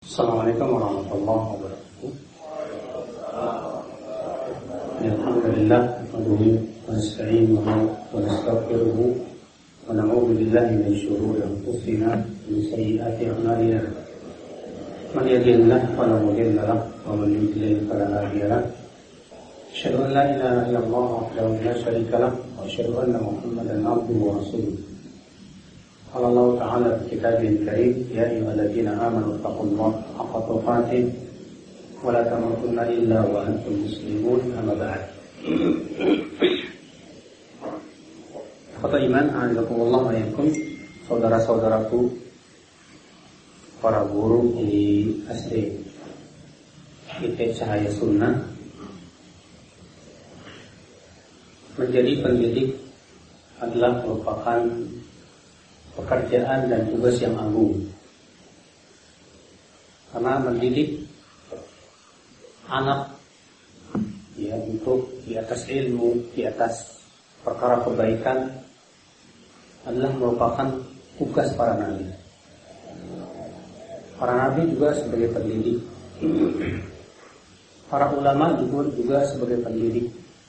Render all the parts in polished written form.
Assalamualaikum warahmatullahi wabarakatuh. Alhamdulillah, nahmaduhu wa nasta'inuhu wa nastaghfiruhu wa na'udzu billahi min shururi anfusina wa min sayyiati a'malina. Man yahdihillahu fala mudilla lahu wa man yudlil fala hadiya lahu. Asyhadu an la ilaha illallah wahdahu la syarika lahu wa asyhadu anna Muhammadan abduhu wa rasuluh. قال الله تعالى في كتابه الكريم يا أيها الذين آمنوا اتقوا الله حق تقاته ولا تموتن إلا وأنتم مسلمون أما بعد. Kata iman, azakumullah wa yakum, saudara-saudaraku, para guru di SD IP Cahaya Sunnah. Menjadi pendidik adalah merupakan pekerjaan dan tugas yang agung, karena mendidik anak ya untuk di atas ilmu, di atas perkara kebaikan adalah merupakan tugas para nabi. Para nabi juga sebagai pendidik, para ulama juga sebagai pendidik.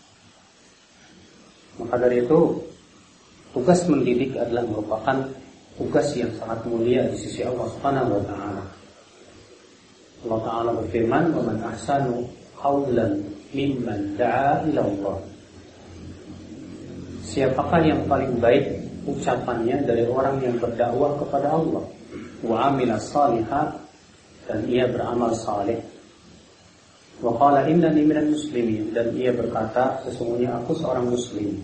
Maka dari itu tugas mendidik adalah merupakan tugas yang sangat mulia di sisi Allah Subhanahu wa taala. Allah Ta'ala berfirman, "Wa man ahsanu qawlan mimman da'a ila Allah." Siapakah yang paling baik ucapannya dari orang yang berdakwah kepada Allah, wa amila shalihan, dan ia beramal saleh. Wa qala innani minal muslimin, dan ia berkata sesungguhnya aku seorang muslim.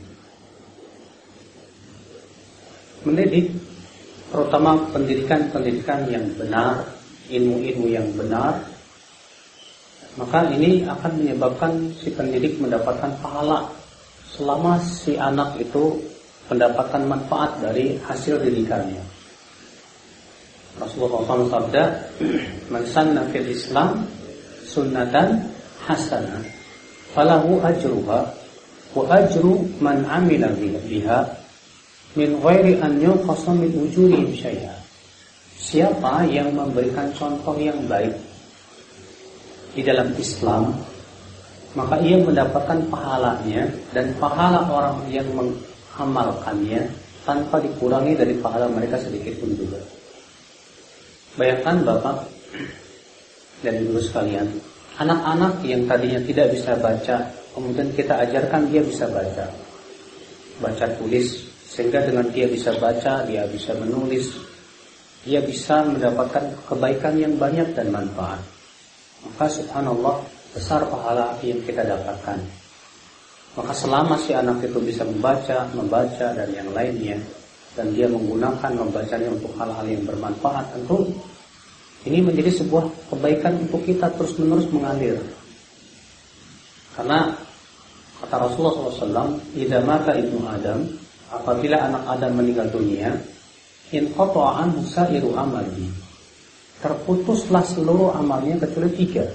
Mendidik, terutama pendidikan yang benar, ilmu-ilmu yang benar, maka ini akan menyebabkan si pendidik mendapatkan pahala selama si anak itu mendapatkan manfaat dari hasil didikannya. Rasulullah SAW sabda, "Man sanna fil Islam sunnatan hasanah, falahu ajruha wa ajru man amila biha min ghairi an yuqasa min ujurihim syai'a." Siapa yang memberikan contoh yang baik di dalam Islam, maka ia mendapatkan pahalanya dan pahala orang yang mengamalkannya tanpa dikurangi dari pahala mereka sedikit pun juga. Bayangkan Bapak dan Ibu sekalian, anak-anak yang tadinya tidak bisa baca, kemudian kita ajarkan dia bisa baca tulis, sehingga dengan dia bisa baca, dia bisa menulis, dia bisa mendapatkan kebaikan yang banyak dan manfaat. Maka subhanallah, besar pahala yang kita dapatkan. Maka selama si anak itu bisa membaca dan yang lainnya, dan dia menggunakan membacanya untuk hal-hal yang bermanfaat, tentu ini menjadi sebuah kebaikan untuk kita terus-menerus mengalir. Karena kata Rasulullah SAW, "Idza mata ibnu Adam," apabila anak Adam meninggal dunia, inqata'a anhu sa'iru amali, terputuslah seluruh amalnya kecuali 3.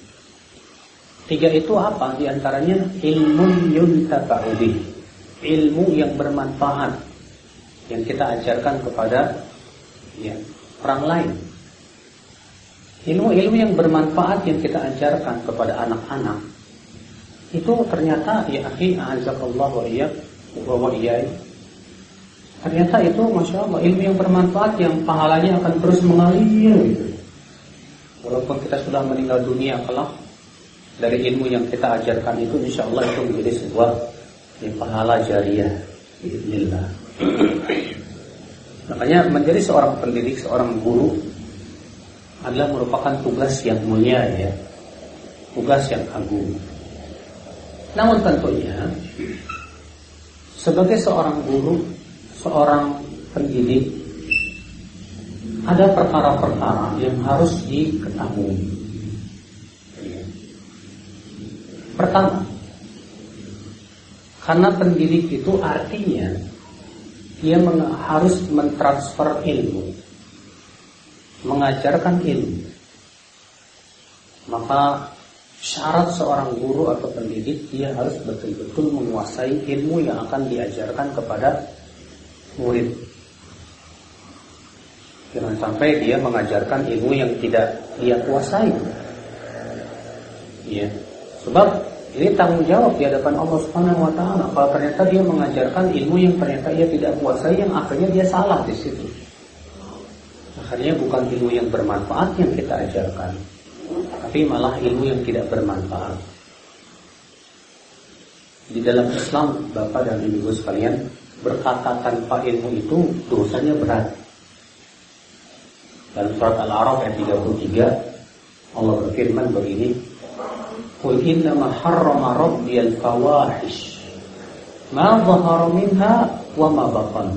3 itu apa? Di antaranya ilmu yuntafa'u bih, ilmu yang bermanfaat yang kita ajarkan kepada orang lain. Ilmu-ilmu yang bermanfaat yang kita ajarkan kepada anak-anak itu ternyata ya akhi a'azakallah wa iyyak wa iyai, ternyata itu Masya Allah ilmu yang bermanfaat yang pahalanya akan terus mengalir gitu. Walaupun kita sudah meninggal dunia kelak, dari ilmu yang kita ajarkan itu insya Allah itu menjadi sebuah pahala jariah bismillah. Makanya menjadi seorang pendidik, seorang guru adalah merupakan tugas yang mulia ya, tugas yang agung. Namun tentunya sebagai seorang guru, seorang pendidik, ada perkara-perkara yang harus diketahui. Pertama, karena pendidik itu artinya dia harus mentransfer ilmu, mengajarkan ilmu. Maka syarat seorang guru atau pendidik, dia harus betul-betul menguasai ilmu yang akan diajarkan kepada murid. Jangan sampai dia mengajarkan ilmu yang tidak dia kuasai. Ya. Sebab ini tanggung jawab di hadapan Allah Subhanahu wa taala. Kalau ternyata dia mengajarkan ilmu yang ternyata ia tidak kuasai, yang akhirnya dia salah di situ. Akhirnya bukan ilmu yang bermanfaat yang kita ajarkan, tapi malah ilmu yang tidak bermanfaat. Di dalam Islam, Bapak dan Ibu sekalian, berkata tanpa ilmu itu dosanya berat. Dalam surat Al-A'raf ayat 33, Allah berfirman begini, "Qul innama harrama rabbiyal fawahish ma dhahara minha wa ma batana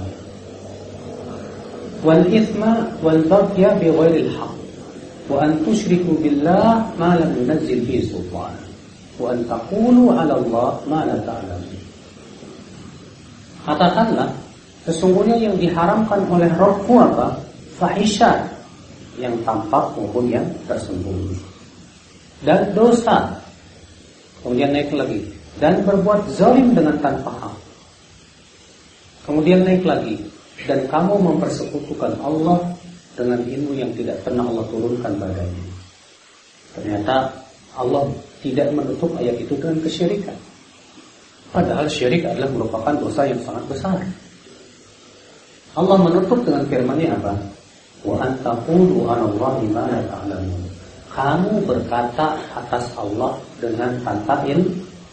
wal ithma wal baghya bighairil haqq wa an tusyriku billah ma lam yunzil bihi sultana wa an taqulu 'ala Allah ma la ta'lamun." Katakanlah, sesungguhnya yang diharamkan oleh Rabbmu apa? Fahisha, yang tampak maupun yang tersembunyi, dan dosa. Kemudian naik lagi, dan berbuat zalim dengan tanpa hak. Kemudian naik lagi, dan kamu mempersekutukan Allah dengan ilmu yang tidak pernah Allah turunkan padanya. Ternyata Allah tidak menutup ayat itu dengan kesyirikan. Padahal syirik adalah merupakan dosa yang sangat besar. Allah menutup dengan firman-Nya apa? Wa antaqulu 'ala Allahi ma la ta'lamun. Kamu berkata atas Allah dengan tanpa ilmu.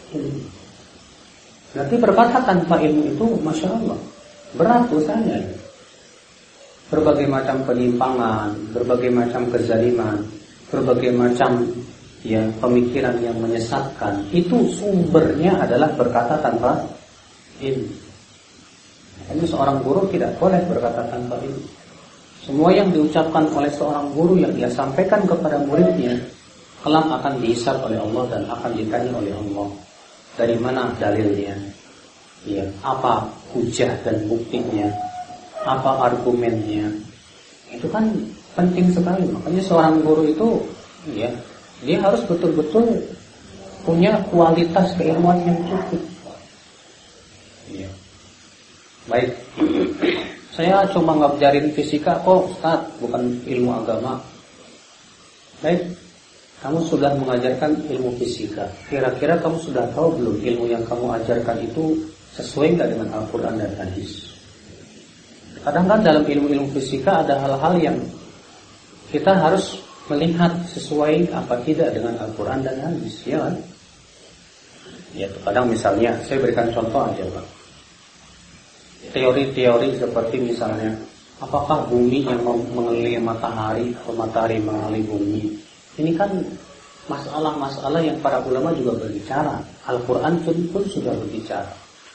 Berarti berkata tanpa ilmu itu, Masya Allah, berat dosanya. Berbagai macam penyimpangan, berbagai macam kezaliman, berbagai macam pemikiran yang menyesatkan, itu sumbernya adalah berkata tanpa ilmu. Makanya seorang guru tidak boleh berkata tanpa ilmu. Semua yang diucapkan oleh seorang guru yang dia sampaikan kepada muridnya, kelak akan dihisab oleh Allah dan akan ditanya oleh Allah. Dari mana dalilnya? Ya, apa hujah dan buktinya? Apa argumennya? Itu kan penting sekali. Makanya seorang guru itu, dia harus betul-betul punya kualitas keilmuan yang cukup. Ya. Baik. Saya cuma ngajarin fisika kok, Ustaz, bukan ilmu agama. Baik, kamu sudah mengajarkan ilmu fisika. Kira-kira kamu sudah tahu belum ilmu yang kamu ajarkan itu sesuai nggak dengan Al-Quran dan Hadis? Kadang kan dalam ilmu-ilmu fisika ada hal-hal yang kita harus melihat sesuai apa tidak dengan Al-Quran dan Hadis, ya kan? Ya, kadang misalnya, saya berikan contoh aja, Pak. Teori-teori seperti misalnya, apakah bumi yang mengelilingi matahari atau matahari mengelilingi bumi? Ini kan masalah-masalah yang para ulama juga berbicara. Al-Quran pun sudah berbicara.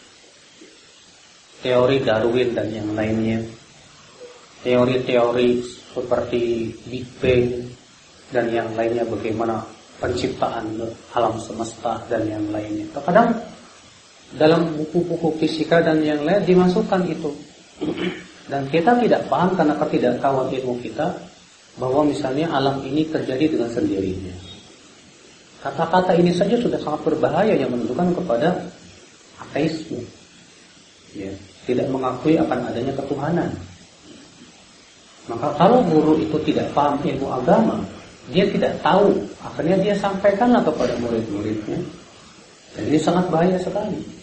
Teori Darwin dan yang lainnya, teori-teori seperti Big Bang dan yang lainnya, bagaimana penciptaan alam semesta dan yang lainnya. Terkadang dalam buku-buku fisika dan yang lain dimasukkan itu, dan kita tidak paham karena ketidaktahuan ilmu kita bahwa misalnya alam ini terjadi dengan sendirinya. Kata-kata ini saja sudah sangat berbahaya yang menunjukkan kepada ateisme, tidak mengakui akan adanya ketuhanan. Maka kalau guru itu tidak paham ilmu agama, dia tidak tahu, akhirnya dia sampaikanlah kepada murid-muridnya, dan ini sangat bahaya sekali.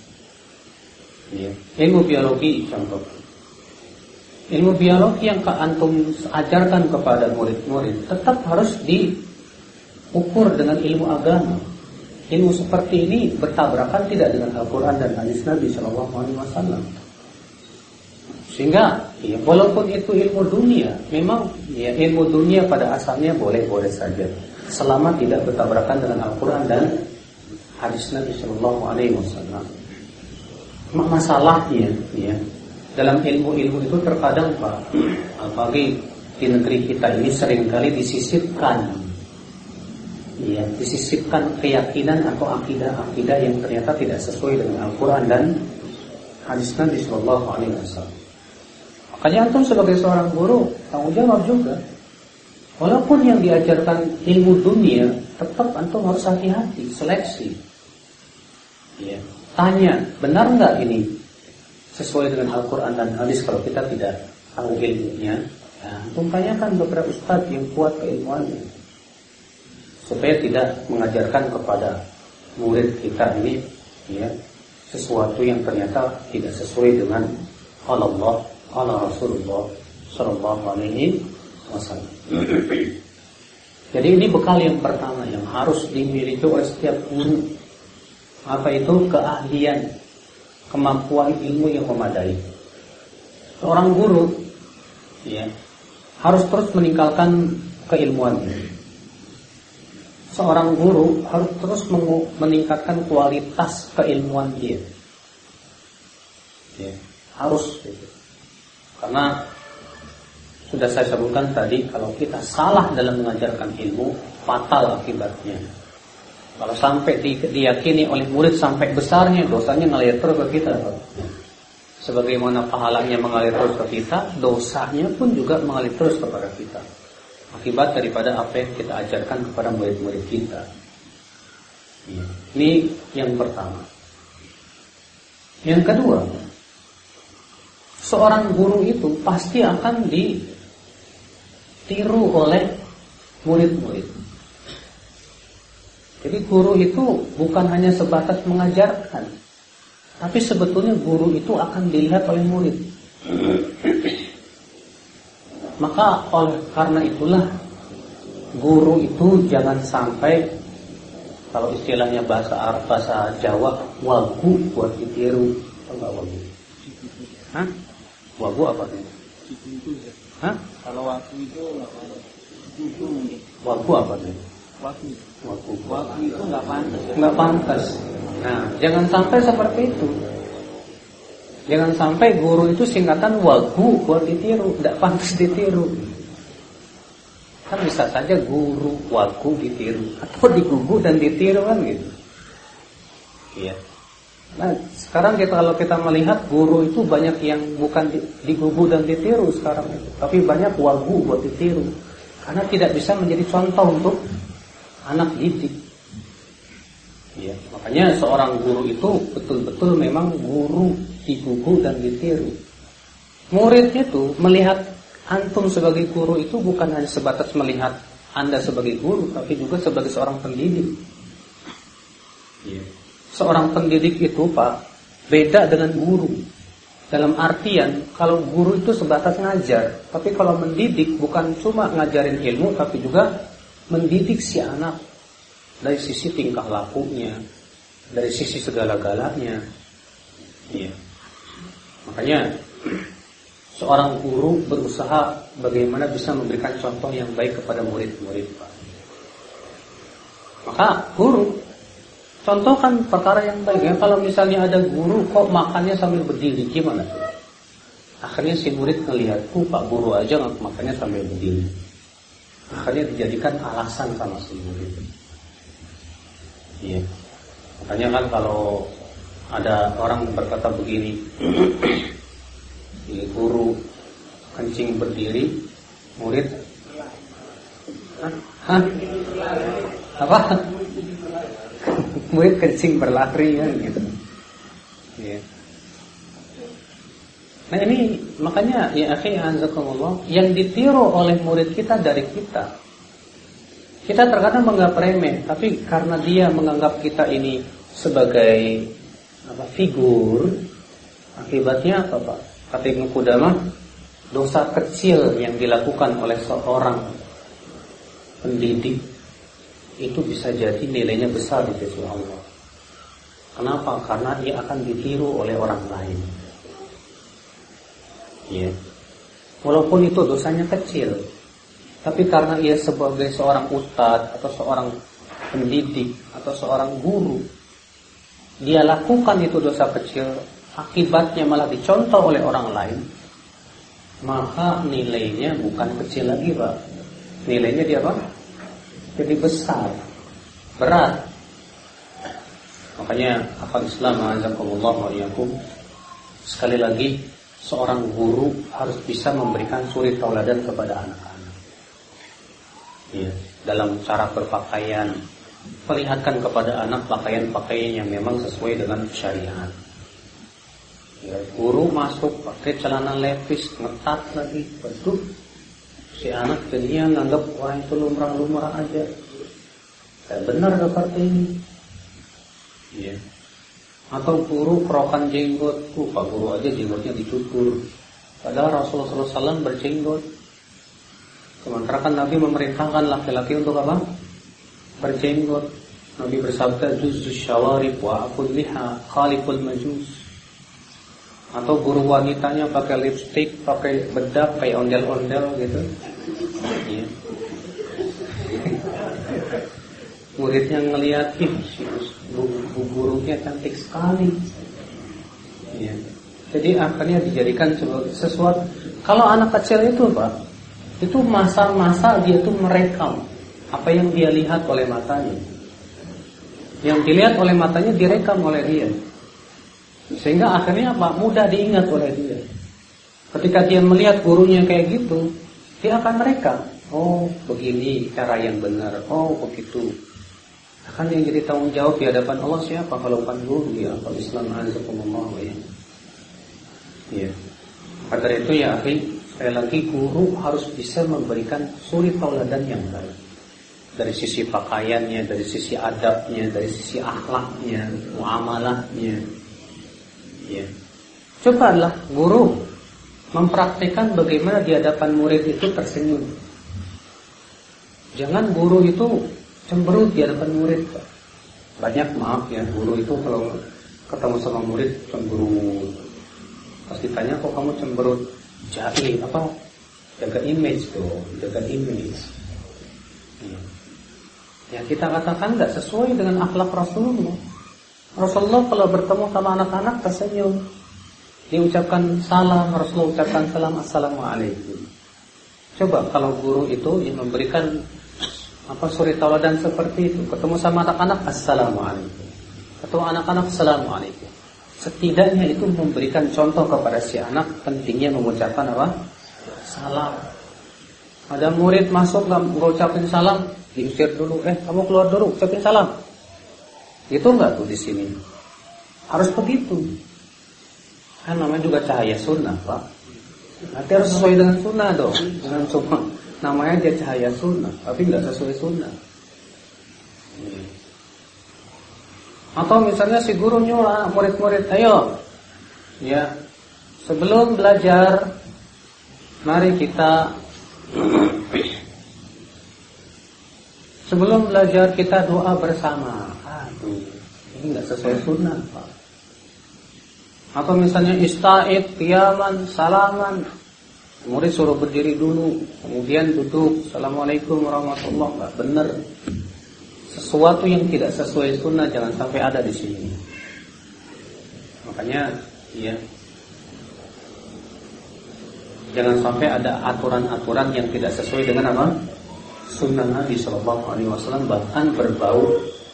Ilmu biologi contoh. Ilmu biologi yang antum ajarkan kepada murid-murid tetap harus diukur dengan ilmu agama. Ilmu seperti ini bertabrakan tidak dengan Al-Quran dan Hadis Nabi SAW. Sehingga walaupun itu ilmu dunia, memang ilmu dunia pada asalnya boleh-boleh saja, selama tidak bertabrakan dengan Al-Quran dan Hadis Nabi SAW. Masalahnya dalam ilmu-ilmu itu terkadang Pak, apalagi di negeri kita ini seringkali disisipkan keyakinan atau akidah-akidah yang ternyata tidak sesuai dengan Al-Quran dan Hadis Nabi SAW. Makanya antum sebagai seorang guru tanggung jawab juga. Walaupun yang diajarkan ilmu dunia, tetap antum harus hati-hati, seleksi. Tanya, benar nggak ini sesuai dengan Al-Quran dan Hadis? Kalau kita tidak tahu ilmunya, Ya, tanyakan beberapa ustadz yang kuat keilmuannya, supaya tidak mengajarkan kepada murid kita ini ya sesuatu yang ternyata tidak sesuai dengan Allah, Rasulullah Shallallahu Alaihi Wasallam. Jadi ini bekal yang pertama yang harus dimiliki oleh setiap guru. Apa itu? Keahlian, kemampuan ilmu yang memadai. Seorang guru ya harus terus meningkatkan keilmuannya. Seorang guru harus terus meningkatkan kualitas keilmuan dia. Ya, harus gitu. Karena sudah saya sebutkan tadi, kalau kita salah dalam mengajarkan ilmu, fatal akibatnya. Kalau sampai diyakini oleh murid sampai besarnya, dosanya ngalir terus ke kita. Sebagaimana pahalanya mengalir terus ke kita, dosanya pun juga mengalir terus kepada kita. Akibat daripada apa yang kita ajarkan kepada murid-murid kita. Ini yang pertama. Yang kedua, seorang guru itu pasti akan ditiru oleh murid-murid. Jadi guru itu bukan hanya sebatas mengajarkan, tapi sebetulnya guru itu akan dilihat oleh murid. Maka karena itulah guru itu jangan sampai, kalau istilahnya bahasa Arab, bahasa Jawa, wagu buat ditiru. Enggak wagu. Hah? Wagu apa nih? Hah? Kalau wagu itu wagu apa nih? Wagu itu nggak pantas. Nggak pantas. Nah, jangan sampai seperti itu. Jangan sampai guru itu singkatan wagu buat ditiru, tidak pantas ditiru. Kan bisa saja guru wagu ditiru atau digugu dan ditiru kan gitu. Iya. Nah, sekarang kalau kita melihat guru itu banyak yang bukan digugu dan ditiru sekarang itu, tapi banyak wagu buat ditiru. Karena tidak bisa menjadi contoh untuk anak didik. Ya, makanya seorang guru itu betul-betul memang guru digugu dan ditiru. Murid itu melihat antum sebagai guru itu bukan hanya sebatas melihat Anda sebagai guru, tapi juga sebagai seorang pendidik. Ya. Seorang pendidik itu, Pak, beda dengan guru. Dalam artian, kalau guru itu sebatas ngajar, tapi kalau mendidik bukan cuma ngajarin ilmu, tapi juga mendidik si anak dari sisi tingkah lakunya, dari sisi segala-galanya. Ya. Makanya seorang guru berusaha bagaimana bisa memberikan contoh yang baik kepada murid-murid, Pak. Maka guru contohkan perkara yang baik. Ya, kalau misalnya ada guru kok makannya sambil berdiri, gimana tuh? Akhirnya si murid ngelihat, Pak guru aja makannya sambil berdiri. Akhirnya dijadikan alasan sama si murid. Iya. Makanya kan kalau ada orang berkata begini, guru kencing berdiri, murid apa? Murid kencing berlari kan gitu. Ya. Nah ini makanya ya akhi anzakumullah, yang ditiru oleh murid kita dari kita. Kita terkadang menganggap remeh, tapi karena dia menganggap kita ini sebagai figur, akibatnya apa, Pak? Kata Ibnu Qudamah, dosa kecil yang dilakukan oleh seorang pendidik itu bisa jadi nilainya besar di sisi Allah. Kenapa? Karena dia akan ditiru oleh orang lain. Ya. Walaupun itu dosanya kecil, tapi karena ia sebagai seorang ustadz atau seorang pendidik atau seorang guru, dia lakukan itu dosa kecil, akibatnya malah dicontoh oleh orang lain, maka nilainya bukan kecil lagi, Pak. Nilainya dia apa? Jadi besar, berat. Makanya akal Islam azakumullah wa iyyakum, sekali lagi seorang guru harus bisa memberikan suri tauladan kepada anak-anak. Ya, dalam cara berpakaian, perlihatkan kepada anak pakaian-pakaian yang memang sesuai dengan syariat. Ya, guru masuk pakai celana levis ngetat lagi, betul. Si anak jadinya nganggap wah itu lumrah-lumrah aja. Kayak benar seperti ini. Ya. Atau guru kerokan jenggot, Pak guru aja jenggotnya dicukur. Padahal Rasulullah SAW berjenggot. Sementara kan Nabi memerintahkan laki-laki untuk apa? Berjenggot. Nabi bersabda juzus syawarib wa aqul liha khaliful majus. Atau guru wanitanya pakai lipstik, pakai bedak, kayak ondel-ondel gitu. Ya. Muridnya ngeliat, bu gurunya cantik sekali. Ya. Jadi akhirnya dijadikan sesuatu. Kalau anak kecil itu Pak, itu masa-masa dia tuh merekam apa yang dia lihat oleh matanya. Yang dilihat oleh matanya direkam oleh dia. Sehingga akhirnya apa? Mudah diingat oleh dia. Ketika dia melihat gurunya kayak gitu, dia akan merekam. Oh, begini cara yang benar. Oh, begitu. Akan yang jadi tanggung jawab di hadapan Allah siapa? Kalau bukan guru ya, kalau Islam azakumullah ya. Ya. Pada itu ya, akhi, sekali lagi guru harus bisa memberikan suri tauladan yang baik. Dari sisi pakaiannya, dari sisi adabnya, dari sisi akhlaknya, muamalahnya. Ya. Cobalah guru mempraktikkan bagaimana di hadapan murid itu tersenyum. Jangan guru itu cemberut di hadapan murid. Banyak maaf ya, guru itu kalau ketemu sama murid cemberut. Pas ditanya kok kamu cemberut, jahil apa? Jaga image tuh, jaga image. Ya kita katakan tidak sesuai dengan akhlak Rasulullah. Rasulullah kalau bertemu sama anak-anak tersenyum, diucapkan salam, Rasulullah ucapkan salam, assalamualaikum. Coba kalau guru itu yang memberikan suri tauladan seperti itu, ketemu sama anak-anak assalamualaikum, ketemu anak-anak assalamualaikum. Setidaknya itu memberikan contoh kepada si anak pentingnya mengucapkan apa? Salam. Ada murid masuk nggak ucapin salam, diusir dulu. Kamu keluar dulu, ucapin salam. Itu enggak tuh di sini. Harus begitu. Kan namanya juga cahaya sunnah, Pak. Nanti harus sesuai dengan sunnah dong. Jangan cuma namanya dia cahaya sunnah, tapi enggak sesuai sunnah. Atau misalnya si guru nyuruh murid-murid, ayo, ya, sebelum belajar, mari kita sebelum belajar kita doa bersama. Aduh, ini nggak sesuai sunnah, Pak. Atau misalnya ista'id, qiyaman, salaman, murid suruh berdiri dulu, kemudian duduk, assalamualaikum warahmatullahi wabarakatuh. Nggak benar. Sesuatu yang tidak sesuai sunnah jangan sampai ada di sini. Makanya, ya, jangan sampai ada aturan-aturan yang tidak sesuai dengan apa? Sunnah Nabi Sallallahu Alaihi Wasallam, bahkan berbau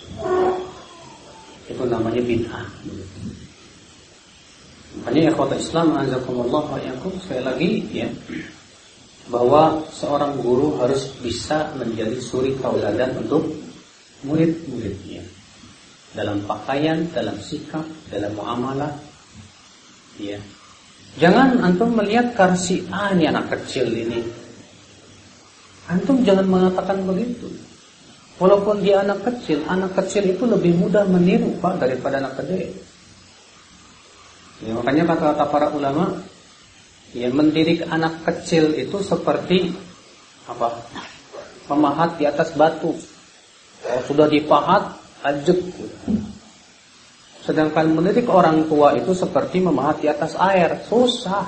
itu namanya bid'ah. Makanya ikhwata Islam azakumullah wa iyyakum, sekali lagi ya, bahwa seorang guru harus bisa menjadi suri tauladan untuk murid-muridnya dalam pakaian, dalam sikap, dalam muamalah. Ya. Jangan antum melihat karsi ini anak kecil ini. Antum jangan mengatakan begitu. Walaupun dia anak kecil itu lebih mudah meniru Pak daripada anak gede. Ya, makanya kata-kata para ulama, ya, mendidik anak kecil itu seperti apa? Pemahat di atas batu. Kalau sudah dipahat, ajek. Sedangkan mendidik orang tua itu seperti memahat di atas air, susah.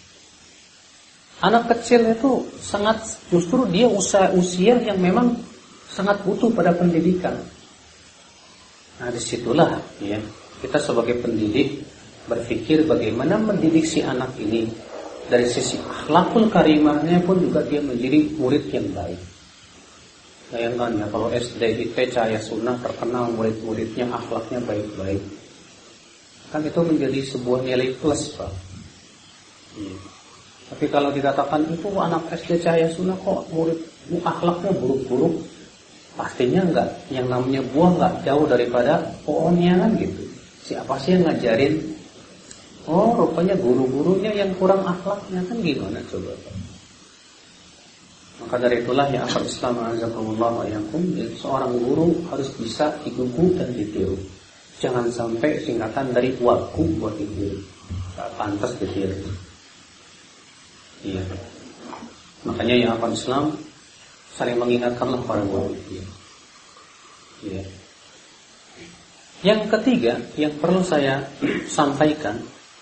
Anak kecil itu justru dia usia yang memang sangat butuh pada pendidikan. Nah, disitulah ya kita sebagai pendidik berpikir bagaimana mendidik si anak ini dari sisi akhlakul karimahnya pun juga dia menjadi murid yang baik. Bayangkan ya kalau SD IT Cahaya Sunnah terkenal murid-muridnya akhlaknya baik-baik, kan itu menjadi sebuah nilai plus Pak. Ya. Tapi kalau dikatakan itu anak SD Cahaya Sunnah kok murid akhlaknya buruk-buruk, pastinya enggak. Yang namanya buah enggak jauh daripada pohonnya kan gitu. Siapa sih yang ngajarin? Oh, rupanya guru-gurunya yang kurang akhlaknya, kan gimana coba Pak? Maka dari itulah ya akhwat Islam azakumullah wa iyyakum, seorang guru harus bisa digugu dan ditiru. Jangan sampai singkatan dari wagu buat ditiru. Tak pantas ditiru. Iya. Makanya ya akhwat Islam saling mengingatkanlah para guru. Iya. Yang ketiga yang perlu saya sampaikan,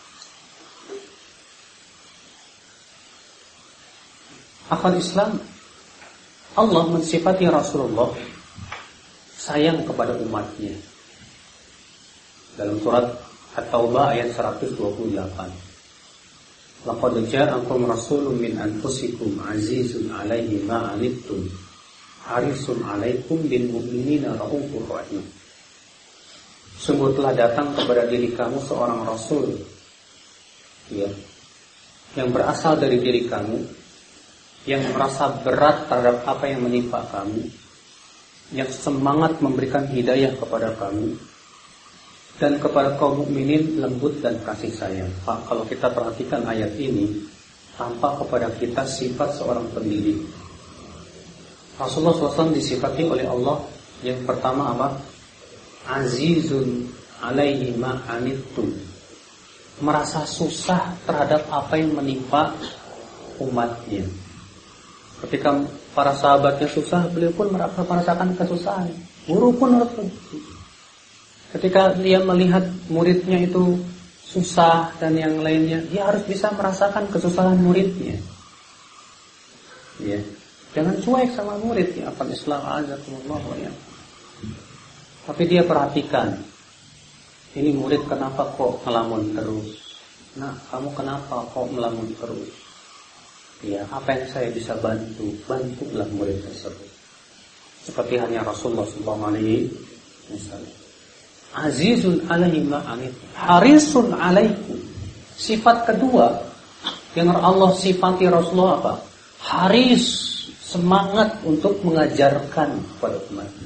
akhwat Islam, Allah mensifati Rasulullah sayang kepada umatnya. Dalam surat At-Taubah ayat 128. Laqad ja'akum rasulun min anfusikum azizun 'alaihi ma 'anittum harisun 'alaikum bil mu'minina raufur rahim. Sungguh telah datang kepada diri kamu seorang rasul, ya, yang berasal dari diri kamu, yang merasa berat terhadap apa yang menimpa kamu, yang semangat memberikan hidayah kepada kamu, dan kepada kaum mukminin lembut dan kasih sayang. Pak, kalau kita perhatikan ayat ini, tampak kepada kita sifat seorang pendidik. Rasulullah SAW disifati oleh Allah yang pertama apa? Azizun alaihi ma anittum, merasa susah terhadap apa yang menimpa umatnya. Ketika para sahabatnya susah, beliau pun merasakan kesusahan. Guru pun harus. Ketika dia melihat muridnya itu susah dan yang lainnya, dia harus bisa merasakan kesusahan muridnya. Ya, jangan cuek sama murid ya, apa Islam azakumullah ya. Tapi dia perhatikan, ini murid kenapa kok ngelamun terus? Nah, kamu kenapa kok melamun terus? Ya, apa yang saya bisa bantu, bantulah murid tersebut. Seperti hanya Rasulullah SAW. Azizun alaihi ma anittum harisun alaikum. Sifat kedua yang Allah sifati Rasulullah apa? Haris, semangat untuk mengajarkan kepada umatnya.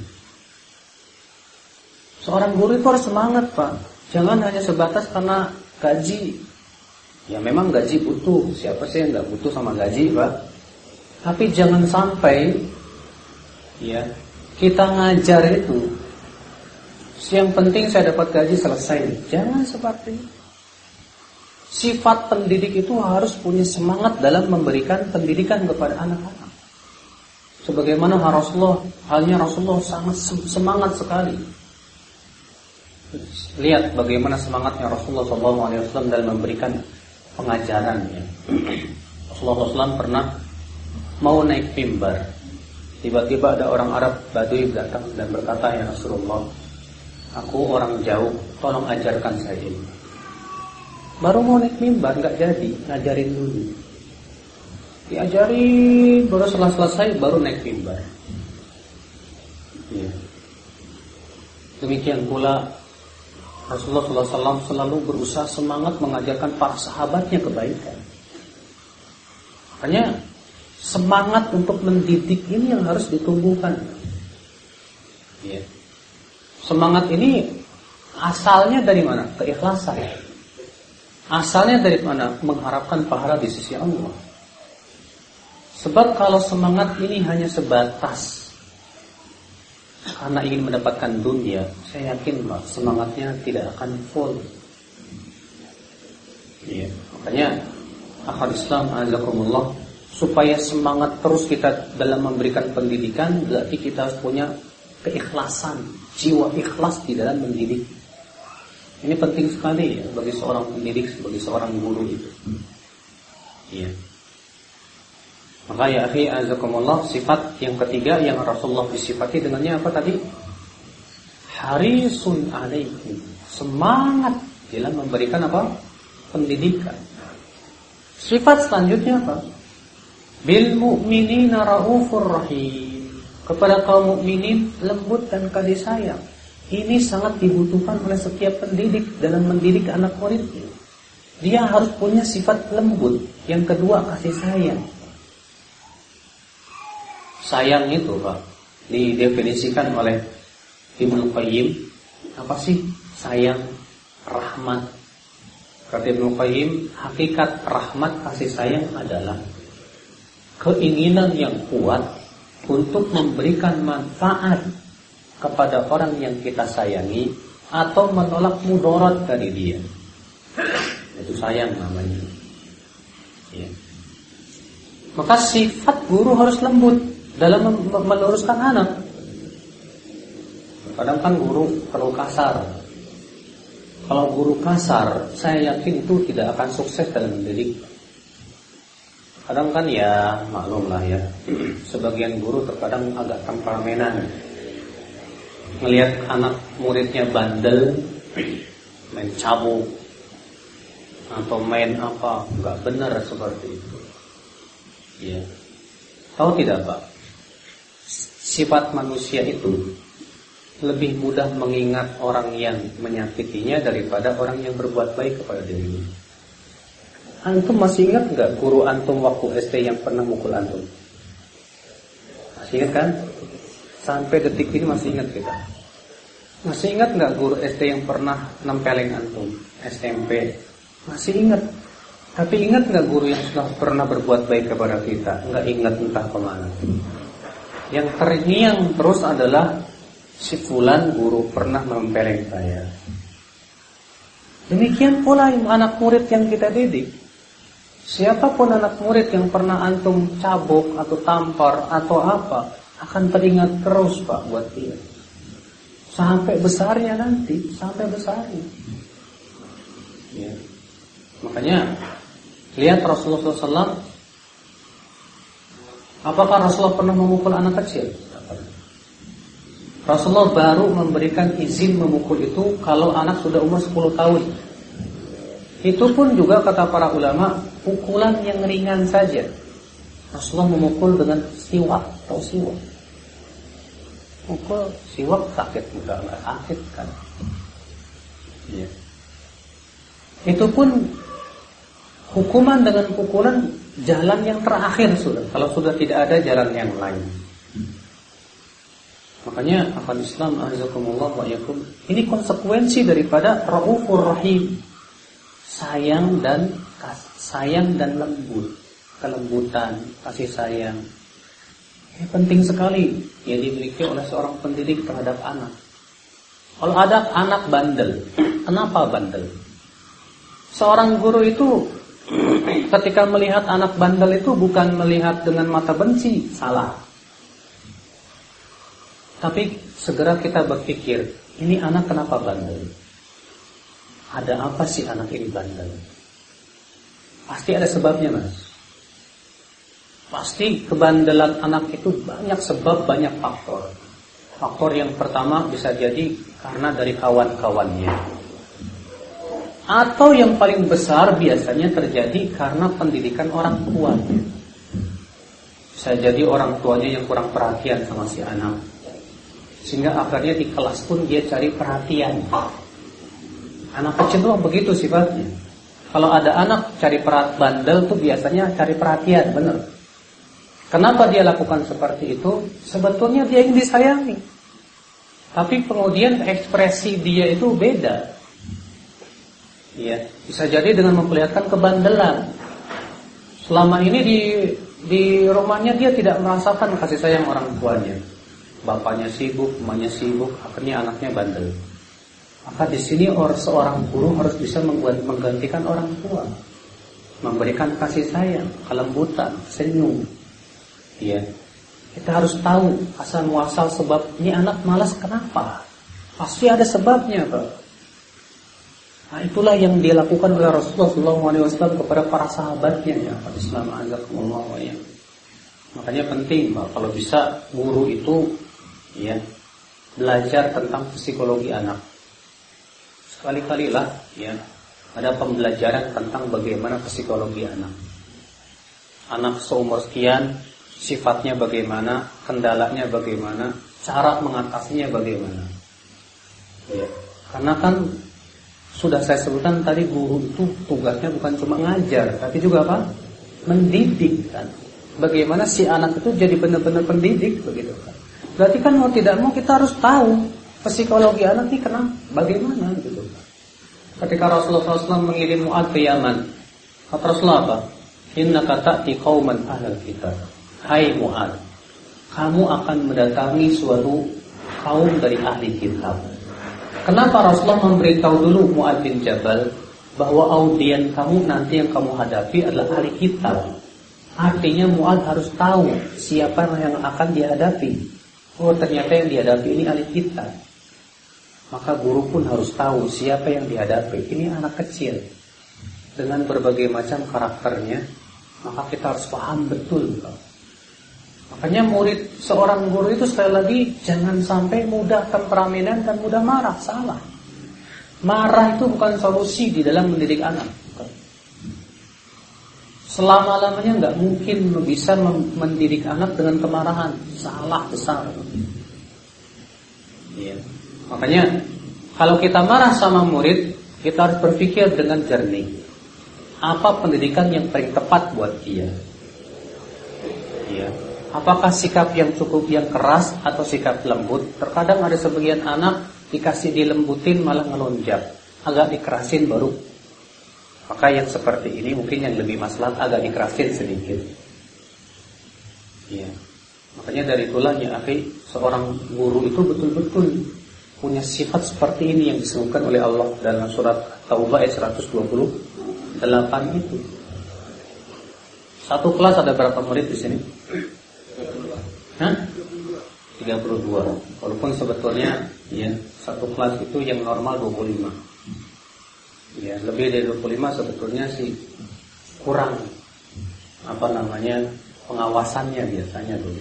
Seorang guru itu harus semangat, Pak. Jangan hanya sebatas karena gaji. Ya memang gaji butuh. Siapa sih yang gak butuh sama gaji, Pak? Tapi jangan sampai ya kita ngajar itu, yang penting saya dapat gaji selesai. Jangan seperti itu. Sifat pendidik itu harus punya semangat dalam memberikan pendidikan kepada anak-anak. Sebagaimana halnya Rasulullah sangat semangat sekali. Lihat bagaimana semangatnya Rasulullah SAW dalam memberikan pengajaran. Rasulullah SAW pernah mau naik mimbar. Tiba-tiba ada orang Arab Badui datang dan berkata, ya Rasulullah, aku orang jauh, tolong ajarkan saya ini. Baru mau naik mimbar, gak jadi, ngajarin dulu. Diajarin, baru setelah selesai, baru naik mimbar. Ya. Demikian pula Rasulullah SAW selalu berusaha semangat mengajarkan para sahabatnya kebaikan. Makanya semangat untuk mendidik ini yang harus ditumbuhkan. Ya. Semangat ini asalnya dari mana? Keikhlasan. Asalnya dari mana? Mengharapkan pahala di sisi Allah. Sebab kalau semangat ini hanya sebatas karena ingin mendapatkan dunia, saya yakin Pak, semangatnya tidak akan full. Ya. Makanya akhwat Islam azakumullah, supaya semangat terus kita dalam memberikan pendidikan, berarti kita harus punya keikhlasan, jiwa ikhlas di dalam mendidik. Ini penting sekali ya bagi seorang pendidik, bagi seorang guru itu. Iya. Maka ya akhi azakumullah, sifat yang ketiga yang Rasulullah disifati dengannya apa tadi? Harisun alaikum, semangat dalam memberikan apa? Pendidikan. Sifat selanjutnya apa? Bil mu'minina raufur rahim, kepada kaum mukminin lembut dan kasih sayang. Ini sangat dibutuhkan oleh setiap pendidik dalam mendidik anak muridnya. Dia harus punya sifat lembut. Yang kedua kasih sayang. Sayang itu Pak didefinisikan oleh Ibnu Qayyim, apa sih sayang, rahmat? Kata Ibnu Qayyim, hakikat rahmat kasih sayang adalah keinginan yang kuat untuk memberikan manfaat kepada orang yang kita sayangi atau menolak mudarat dari dia. Itu sayang namanya. Ya. Maka sifat guru harus lembut dalam meluruskan anak. Kadang kan guru terlalu kasar. Kalau guru kasar, saya yakin itu tidak akan sukses dalam mendidik. Kadang kan ya maklum lah ya, sebagian guru terkadang agak temperamenan. Ngelihat anak muridnya bandel, main cabut atau main apa, nggak benar seperti itu. Ya, tahu tidak Pak? Sifat manusia itu lebih mudah mengingat orang yang menyakitinya daripada orang yang berbuat baik kepada dirinya. Antum masih ingat nggak guru antum waktu SD yang pernah mukul antum? Masih ingat kan? Sampai detik ini masih ingat kita. Masih ingat nggak guru SD yang pernah nempelin antum? SMP masih ingat. Tapi ingat nggak guru yang sudah pernah berbuat baik kepada kita? Nggak ingat, entah kemana. Yang terngiang terus adalah si fulan guru pernah menempelin saya. Demikian pula anak murid yang kita didik. Siapapun anak murid yang pernah antum cabuk atau tampar atau apa, akan teringat terus Pak buat dia. Sampai besarnya nanti, sampai besarnya. Ya. Makanya lihat Rasulullah SAW. Apakah Rasulullah pernah memukul anak kecil? Rasulullah baru memberikan izin memukul itu kalau anak sudah umur 10 tahun. Itu pun juga kata para ulama, pukulan yang ringan saja. Rasulullah memukul dengan siwak atau siwak. Mukul siwak sakit juga, nggak sakit kan? Ya. Itu pun hukuman dengan pukulan jalan yang terakhir sudah. Kalau sudah tidak ada jalan yang lain. Makanya akal Islam azakumullah wa yakum, ini konsekuensi daripada Raufur Rahim. Sayang dan lembut, kelembutan, kasih sayang. Ini penting sekali yang dimiliki oleh seorang pendidik terhadap anak. Kalau ada anak bandel, kenapa bandel? Seorang guru itu ketika melihat anak bandel itu bukan melihat dengan mata benci, salah. Tapi segera kita berpikir, ini anak kenapa bandel? Ada apa sih anak ini bandel? Pasti ada sebabnya Mas. Pasti kebandelan anak itu banyak sebab, banyak faktor. Faktor yang pertama bisa jadi karena dari kawan-kawannya. Atau yang paling besar biasanya terjadi karena pendidikan orang tuanya. Bisa jadi orang tuanya yang kurang perhatian sama si anak, sehingga akhirnya di kelas pun dia cari perhatian. Anak kecil tuh begitu sifatnya. Kalau ada anak cari bandel tuh biasanya cari perhatian, benar. Kenapa dia lakukan seperti itu? Sebetulnya dia ingin disayangi, tapi kemudian ekspresi dia itu beda. Ya, bisa jadi dengan memperlihatkan kebandelan. Selama ini di rumahnya dia tidak merasakan kasih sayang orang tuanya. Bapaknya sibuk, emaknya sibuk, akhirnya anaknya bandel. Maka di sini seorang guru harus bisa menggantikan orang tua, memberikan kasih sayang, kelembutan, senyum. Ya, kita harus tahu asal muasal sebab ini anak malas kenapa. Pasti ada sebabnya, Pak. Nah, itulah yang dilakukan oleh Rasulullah SAW kepada para sahabatnya ya, Islam azakumullah ya. Makanya penting, Pak, kalau bisa guru itu ya belajar tentang psikologi anak. Sekali-kalilah ya ada pembelajaran tentang bagaimana psikologi anak. Anak seumur sekian, sifatnya bagaimana, kendalanya bagaimana, cara mengatasinya bagaimana. Ya, karena kan sudah saya sebutkan tadi, guru itu tugasnya bukan cuma ngajar, tapi juga apa? Mendidik kan. Bagaimana si anak itu jadi benar-benar pendidik begitu kan. Berarti kan mau tidak mau kita harus tahu psikologi anak ini kenapa, bagaimana gitu kan. Ketika Rasulullah SAW mengirim Mu'adz ke Yaman, kata Rasulullah apa? Innaka ta'ti qauman ahlal kitab. Hai Mu'adz, kamu akan mendatangi suatu kaum dari ahli kitab. Kenapa Rasulullah memberitahu dulu Mu'adz bin Jabal bahwa audien kamu nanti yang kamu hadapi adalah ahli kitab? Artinya Mu'adz harus tahu siapa yang akan dihadapi. Oh, ternyata yang dihadapi ini ahli kitab. Maka guru pun harus tahu siapa yang dihadapi. Ini anak kecil dengan berbagai macam karakternya. Maka kita harus paham betul. Makanya seorang guru itu sekali lagi jangan sampai mudah temperamenan dan mudah marah. Salah. Marah itu bukan solusi di dalam mendidik anak. Selama-lamanya nggak mungkin bisa mendidik anak dengan kemarahan. Salah besar. Iya. Makanya kalau kita marah sama murid, kita harus berpikir dengan jernih. Apa pendidikan yang paling tepat buat dia? Ya. Apakah sikap yang cukup yang keras atau sikap lembut? Terkadang ada sebagian anak dikasih dilembutin malah ngelonjak, agak dikerasin baru. Maka yang seperti ini mungkin yang lebih maslahat agak dikerasin sedikit. Ya. Makanya dari itulah ya akhi, seorang guru itu betul-betul punya sifat seperti ini yang disebutkan oleh Allah dalam surat Taubah ayat 128 itu. Satu kelas ada berapa murid di sini? 32. Walaupun sebetulnya ya satu kelas itu yang normal 25. Ya, lebih dari 25 sebetulnya sih kurang pengawasannya biasanya dulu.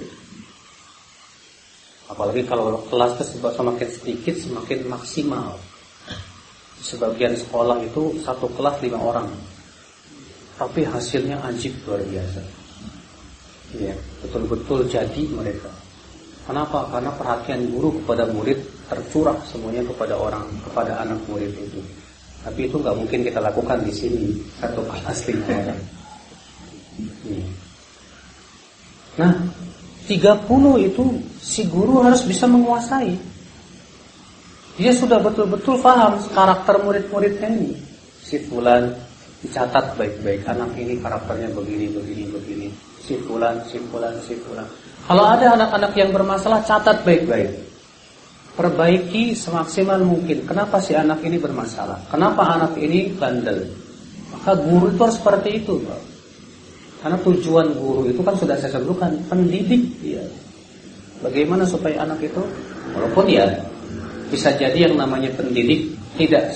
Apalagi kalau kelas semakin sedikit semakin maksimal. Sebagian sekolah itu satu kelas 5 orang, tapi hasilnya ajib luar biasa. Ya, betul-betul jadi mereka. Kenapa? Karena perhatian guru kepada murid tercurah semuanya kepada anak murid itu. Tapi itu nggak mungkin kita lakukan di sini satu kelas 5 orang. Ya. Nah, 30 itu si guru harus bisa menguasai. Dia sudah betul-betul paham karakter murid-muridnya ini. Si fulan dicatat baik-baik, anak ini karakternya begini. Si fulan. Kalau ada anak-anak yang bermasalah, catat baik-baik. Perbaiki semaksimal mungkin. Kenapa si anak ini bermasalah? Kenapa anak ini bandel? Maka guru itu harus seperti itu, Pak. Karena tujuan guru itu kan sudah saya sebutkan, pendidik dia. Bagaimana supaya anak itu, walaupun ya bisa jadi yang namanya pendidik tidak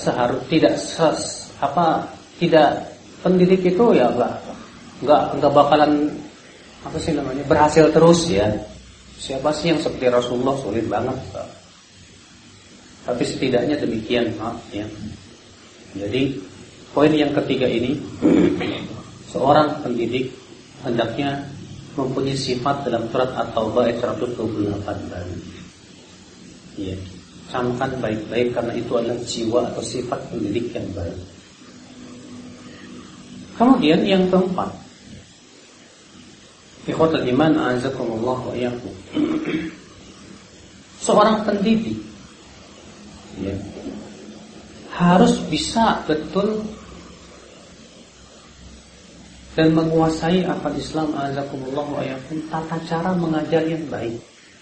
pendidik itu ya enggak bakalan berhasil terus ya. Siapa sih yang seperti Rasulullah? Sulit banget, Pak. Tapi setidaknya demikian, Pak, ya. Jadi poin yang ketiga ini, seorang pendidik hendaknya mempunyai sifat dalam surat At-Taubah ayat 128 tadi. Ya, camkan baik-baik karena itu adalah jiwa atau sifat pendidik yang baik. Kemudian yang keempat, ikhwatul iman a'azakumullah wa iyyakum. Seorang pendidik ya, harus bisa betul dan menguasai akal Islam a'azakumullah wa iyyakum, tata cara mengajar yang baik.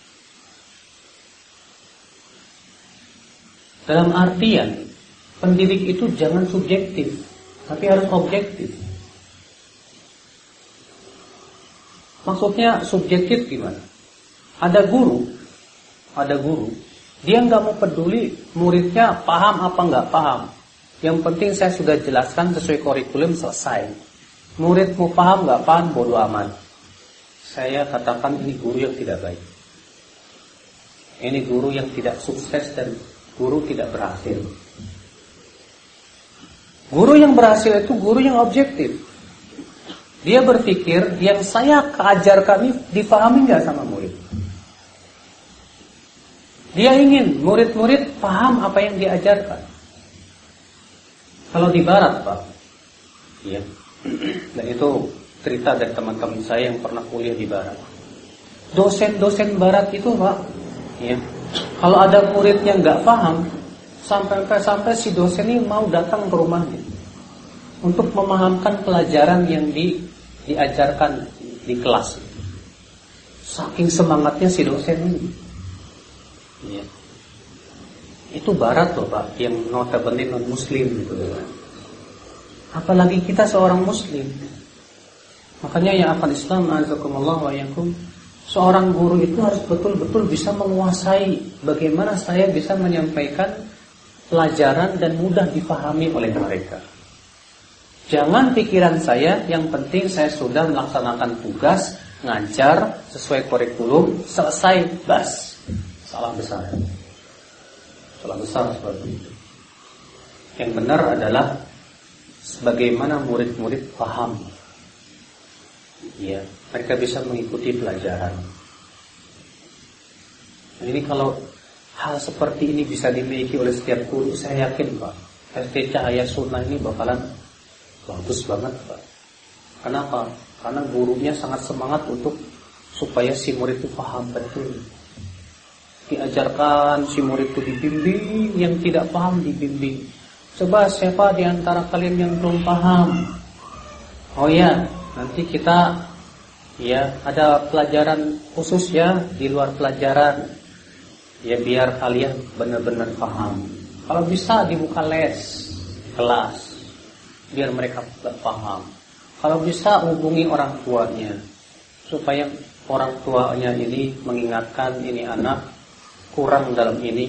Dalam artian pendidik itu jangan subjektif, tapi harus objektif. Maksudnya subjektif gimana? Ada guru, dia nggak mau peduli muridnya paham apa nggak paham. Yang penting saya sudah jelaskan sesuai kurikulum, selesai. Murid mau paham nggak paham, bodo amat. Saya katakan ini guru yang tidak baik. Ini guru yang tidak sukses dan guru tidak berhasil. Guru yang berhasil itu guru yang objektif. Dia berpikir yang saya ajarkan ini dipahami nggak sama murid. Dia ingin murid-murid paham apa yang diajarkan. Kalau di Barat, Pak, ya, dan itu cerita dari teman-teman saya yang pernah kuliah di Barat. Dosen-dosen Barat itu, Pak, ya, kalau ada murid yang nggak paham, sampai si dosen ini mau datang ke rumahnya untuk memahamkan pelajaran yang diajarkan di kelas. Saking semangatnya si dosen ini. Ya. Itu barat loh Pak, yang notabene non muslim gitu. Apalagi kita seorang muslim. Makanya ya akal Islam azakumullah wa yakum, seorang guru itu harus betul-betul bisa menguasai bagaimana saya bisa menyampaikan pelajaran dan mudah dipahami oleh mereka. Jangan pikiran saya, yang penting saya sudah melaksanakan tugas, ngajar sesuai kurikulum, selesai, bas. Salah besar. Salah besar seperti itu. Yang benar adalah sebagaimana murid-murid paham. Ya, mereka bisa mengikuti pelajaran. Nah, ini kalau hal seperti ini bisa dimiliki oleh setiap guru, saya yakin Pak, SD Cahaya Sunnah ini bakalan bagus banget Pak. Kenapa? Karena gurunya sangat semangat untuk supaya si murid itu paham betul. Diajarkan si murid itu dibimbing, yang tidak paham dibimbing. Coba siapa di antara kalian yang belum paham? Oh ya, nanti kita ya ada pelajaran khusus ya di luar pelajaran. Ya biar kalian benar-benar paham. Kalau bisa dibuka les, kelas, biar mereka paham. Kalau bisa hubungi orang tuanya, supaya orang tuanya ini mengingatkan ini anak kurang dalam ini.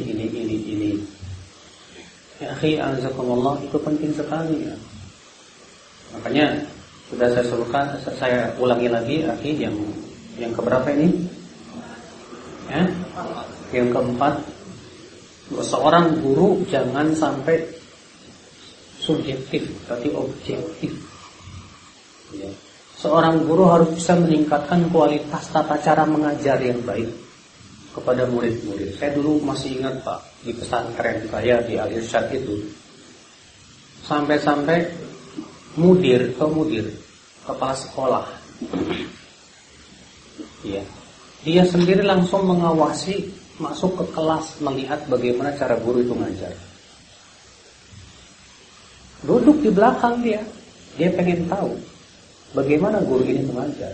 Ya akhi azakumullah, itu penting sekali ya. Makanya sudah saya sebutkan, saya ulangi lagi akhi yang keberapa ini? Ya? Yang keempat, seorang guru jangan sampai subjektif, tapi objektif. Ya. Seorang guru harus bisa meningkatkan kualitas tata cara mengajar yang baik kepada murid-murid. Saya dulu masih ingat Pak, di pesantren saya di Al-Irsyad itu, sampai-sampai mudir, kepala sekolah, ya, dia sendiri langsung mengawasi, masuk ke kelas, melihat bagaimana cara guru itu ngajar. Duduk di belakang dia pengen tahu bagaimana guru ini mengajar.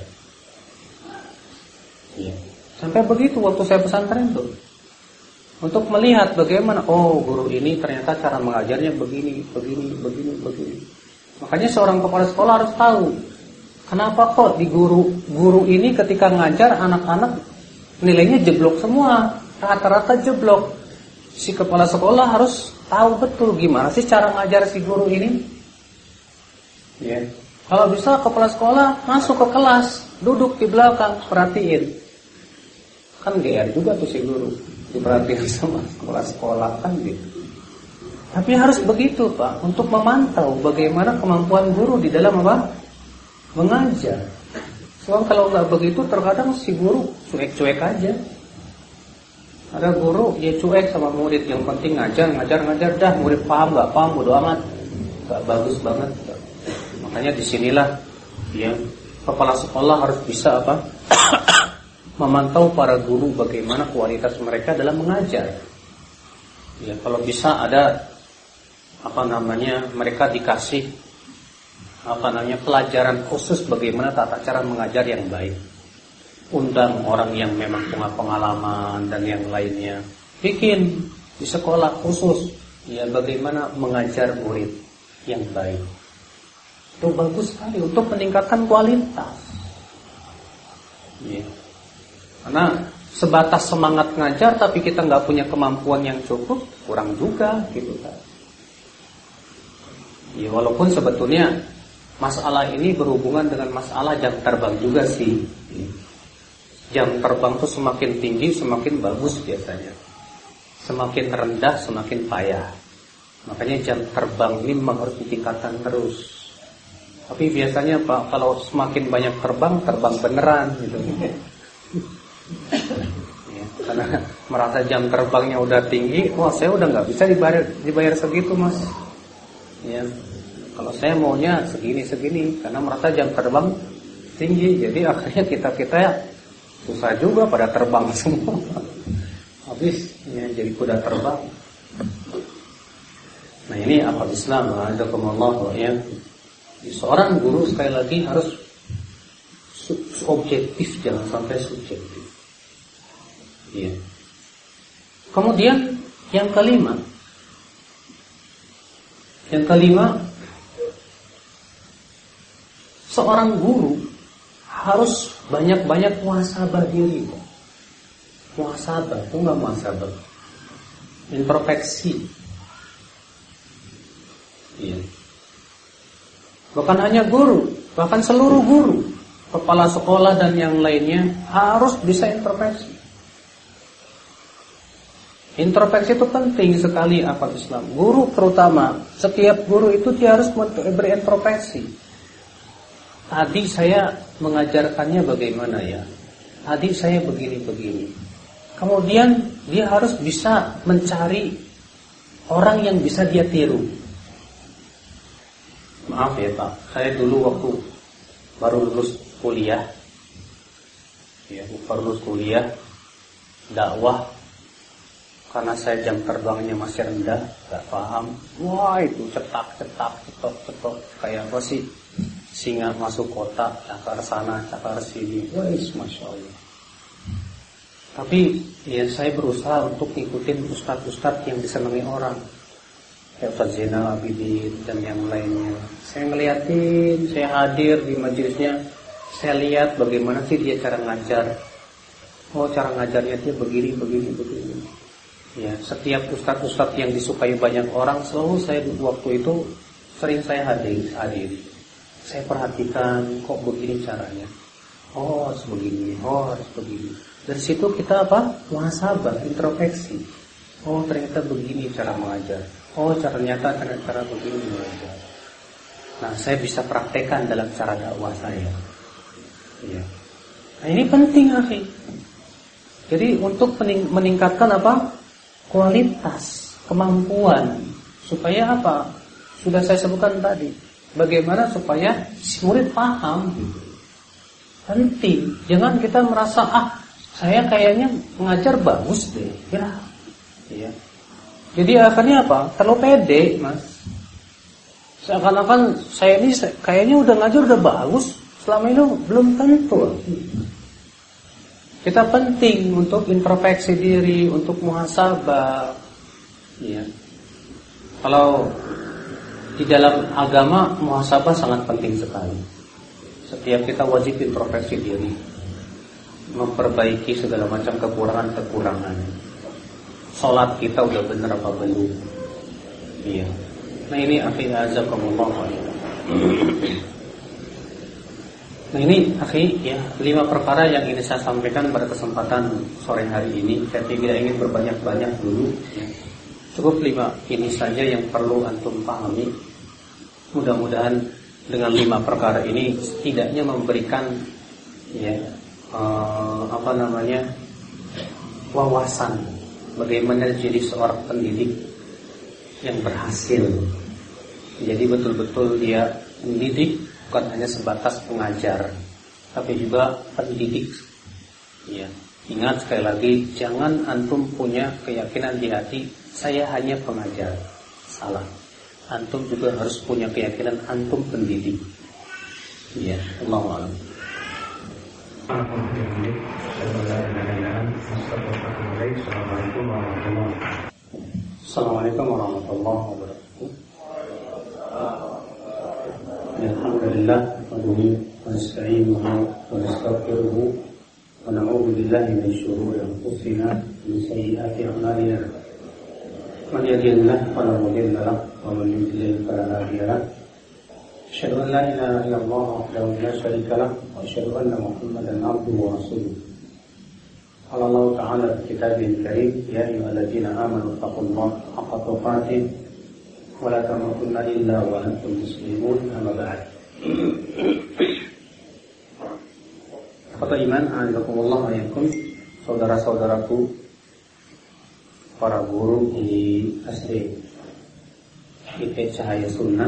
Ya. Sampai begitu waktu saya pesantren tuh, untuk melihat bagaimana, oh guru ini ternyata cara mengajarnya begini. Makanya seorang kepala sekolah harus tahu, kenapa kok di guru ini ketika ngajar anak-anak nilainya jeblok semua, rata-rata jeblok. Si kepala sekolah harus tahu betul gimana sih cara ngajar si guru ini. Ya. Kalau bisa kepala sekolah masuk ke kelas, duduk di belakang, perhatiin. Kan GR juga tuh si guru, diperhatiin sama kepala sekolah kan gitu. Tapi harus begitu Pak, untuk memantau bagaimana kemampuan guru di dalam apa? Mengajar. Soalnya kalau nggak begitu terkadang si guru cuek-cuek aja. Ada guru dia cuek sama murid, yang penting ngajar dah, murid paham nggak paham bodo amat, nggak bagus banget. Makanya disinilah ya kepala sekolah harus bisa apa? Memantau para guru bagaimana kualitas mereka dalam mengajar. Ya kalau bisa ada mereka dikasih pelajaran khusus bagaimana tata cara mengajar yang baik. Undang orang yang memang punya pengalaman dan yang lainnya. Bikin di sekolah khusus ya bagaimana mengajar murid yang baik. Itu bagus sekali untuk meningkatkan kualitas. Ya. Karena sebatas semangat ngajar tapi kita nggak punya kemampuan yang cukup, kurang juga gitu kan. Ya walaupun sebetulnya masalah ini berhubungan dengan masalah jam terbang juga sih. Jam terbang itu semakin tinggi semakin bagus biasanya. Semakin rendah semakin payah. Makanya jam terbang ini memang harus ditingkatkan terus. Tapi biasanya Pak, kalau semakin banyak terbang beneran gitu. Ya, karena merasa jam terbangnya udah tinggi, wah saya udah nggak bisa dibayar segitu mas. Ya, kalau saya maunya segini, karena merasa jam terbang tinggi, jadi akhirnya kita susah juga pada terbang semua. Habis ya, jadi kuda terbang. Nah ini akal Islam, a'adzakumullah ya. Seorang guru sekali lagi harus objektif, jangan sampai subjektif. Ya. Kemudian yang kelima, seorang guru harus banyak-banyak muhasabah diri. Muhasabah, itu nggak muhasabah, introspeksi. Ya. Bukan hanya guru, bahkan seluruh guru, kepala sekolah dan yang lainnya harus bisa introspeksi. Introspeksi itu penting sekali akal Islam. Guru terutama, setiap guru itu dia harus berintrospeksi. Tadi saya mengajarkannya bagaimana ya? Tadi saya begini-begini. Kemudian dia harus bisa mencari orang yang bisa dia tiru. Maaf ya Pak, saya dulu waktu baru lulus kuliah, dakwah, karena saya jam terbangnya masih rendah, gak paham. Wah itu cetak, kayak apa sih? Singa masuk kota, cakar sana, cakar sini. Wah, masya Allah. Tapi ya saya berusaha untuk ngikutin ustadz-ustadz yang disenangi orang, kayak Ustadz Zainal Abidin dan yang lainnya. Saya ngeliatin, saya hadir di majelisnya, saya lihat bagaimana sih dia cara ngajar. Oh, cara ngajarnya dia begini. Ya, setiap ustadz-ustadz yang disukai banyak orang selalu saya waktu itu sering saya hadir. Saya perhatikan kok begini caranya. Oh, harus begini. Dari situ kita apa? Muhasabah, introspeksi. Oh, ternyata begini cara mengajar. Oh, ternyata cara begini mengajar. Nah, saya bisa praktekkan dalam cara dakwah saya. Ya. Nah, ini penting, akhi. Jadi untuk meningkatkan apa? Kualitas, kemampuan, supaya apa? Sudah saya sebutkan tadi. Bagaimana supaya si murid paham? Penting. Jangan kita merasa saya kayaknya mengajar bagus deh. Ya. Jadi akhirnya apa? Terlalu pede, Mas. Seakan-akan saya ini kayaknya udah ngajar udah bagus. Selama ini belum tentu. Kita penting untuk introspeksi diri, untuk muhasabah. Ya. Kalau di dalam agama muhasabah sangat penting sekali. Setiap kita wajib introspeksi diri, memperbaiki segala macam kekurangan. Salat kita udah benar apa belum? Iya. Nah ini akhi azakumullah. Nah ini akhi ya 5 perkara yang ingin saya sampaikan pada kesempatan sore hari ini. Saya tidak ingin berbanyak-banyak dulu ya. Cukup 5 ini saja yang perlu antum pahami. Mudah-mudahan dengan 5 perkara ini setidaknya memberikan ya wawasan bagaimana jadi seorang pendidik yang berhasil. Jadi betul-betul dia mendidik, bukan hanya sebatas pengajar, tapi juga pendidik. Ya, ingat sekali lagi, jangan antum punya keyakinan di hati saya hanya pengajar. Salah. Antum juga harus punya keyakinan antum pendidik. Ya, Allahu a'lam. Assalamualaikum warahmatullahi wabarakatuh. Alhamdulillah wa nasta'inuhu wa nastaghfiruhu wa na'udzu billahi min shururi anfusina wa min sayyiati a'malina. Man yahdihillahu fala mudilla lahu wa man yudlil fala hadiya lahu. Asyhadu an la ilaha illallah wahdahu la syarika lahu wa asyhadu anna Muhammadan abduhu wa rasuluh. Qala Allah ta'ala fi kitabil karim, ya ayyuhalladzina amanu taqullaha haqqa tuqatih wa la tamutunna illa wa antum muslimun. Amma ba'd. Kata iman, azakumullah wa yakum, saudara-saudaraku, para guru di SD IP Cahaya Sunnah.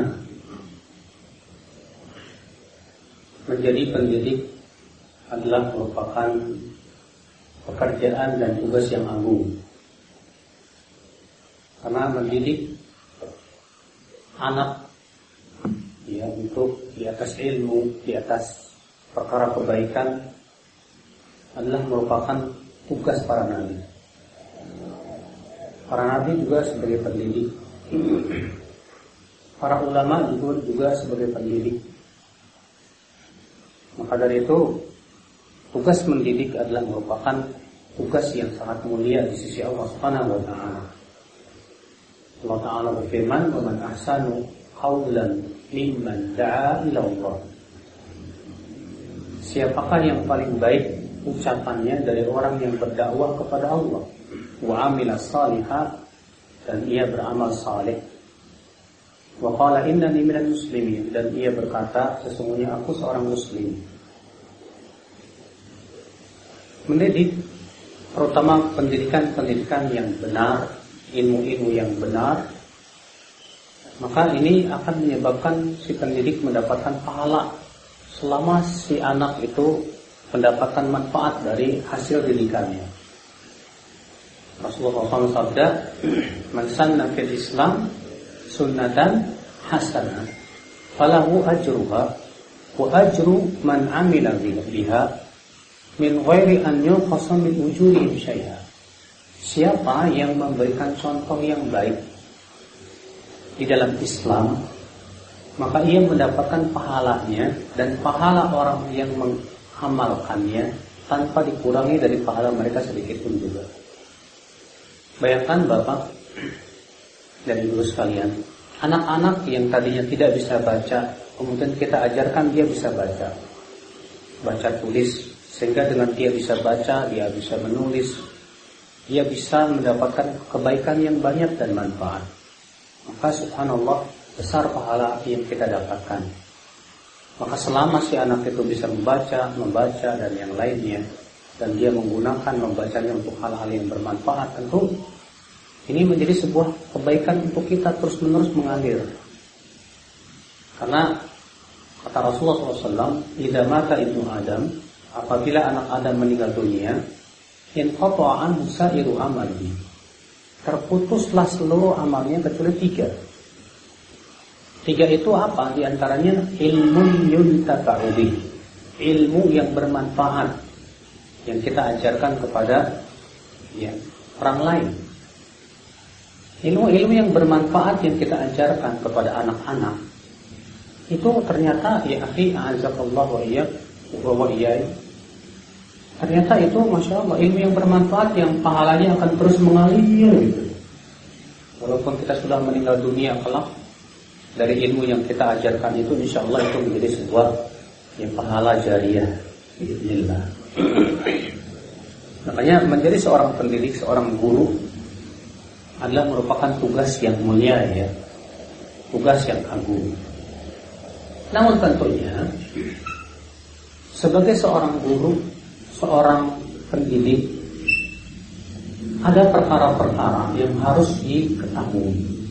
Menjadi pendidik adalah merupakan pekerjaan dan tugas yang agung. Karena mendidik anak ya untuk di atas ilmu, di atas perkara kebaikan adalah merupakan tugas para nabi. Para nabi juga sebagai pendidik. Para ulama juga sebagai pendidik. Maka dari itu, tugas mendidik adalah merupakan tugas yang sangat mulia di sisi Allah Subhanahu wa taala. Allah Ta'ala berfirman, "Wa man ahsanu qawlan mimman da'a ila Allah." Siapakah yang paling baik ucapannya dari orang yang berdakwah kepada Allah, wa amila salihah, dan ia beramal saleh. Wa qala innani minal muslimin, dan ia berkata sesungguhnya aku seorang muslim. Mendidik, terutama pendidikan-pendidikan yang benar, ilmu-ilmu yang benar, maka ini akan menyebabkan si pendidik mendapatkan pahala selama si anak itu mendapatkan manfaat dari hasil didikannya. Rasulullah SAW sabda, "Man sanna fil Islam sunnatan hasanah, falahu ajruha wa ajru man amila biha min ghairi an yuqasa min ujurihim syai'a." Siapa yang memberikan contoh yang baik di dalam Islam, maka ia mendapatkan pahalanya dan pahala orang yang mengamalkannya tanpa dikurangi dari pahala mereka sedikit pun juga. Bayangkan Bapak dan Ibu sekalian, anak-anak yang tadinya tidak bisa baca, kemudian kita ajarkan dia bisa baca tulis, sehingga dengan dia bisa baca, dia bisa menulis, dia bisa mendapatkan kebaikan yang banyak dan manfaat. Maka subhanallah, besar pahala yang kita dapatkan. Maka selama si anak itu bisa membaca dan yang lainnya, dan dia menggunakan membacanya untuk hal-hal yang bermanfaat, tentu ini menjadi sebuah kebaikan untuk kita terus-menerus mengalir. Karena kata Rasulullah SAW, "Idza mata ibnu Adam," apabila anak Adam meninggal dunia, "inqata'a anhu sa'iru amalihi," terputuslah seluruh amalnya kecuali 3. 3 itu apa? Di antaranya ilmu yuntafa'u bihi, ilmu yang bermanfaat yang kita ajarkan kepada orang lain. Ilmu-ilmu yang bermanfaat yang kita ajarkan kepada anak-anak itu ternyata ya akhi a'azakallah wa iyyak wa iyyai, ternyata itu masya Allah ilmu yang bermanfaat yang pahalanya akan terus mengalir gitu. Walaupun kita sudah meninggal dunia kelak, dari ilmu yang kita ajarkan itu insya Allah itu menjadi sebuah yang pahala jariyah biiznillah. Makanya menjadi seorang pendidik, seorang guru adalah merupakan tugas yang mulia ya, tugas yang agung. Namun tentunya sebagai seorang guru, seorang pendidik, ada perkara-perkara yang harus diketahui.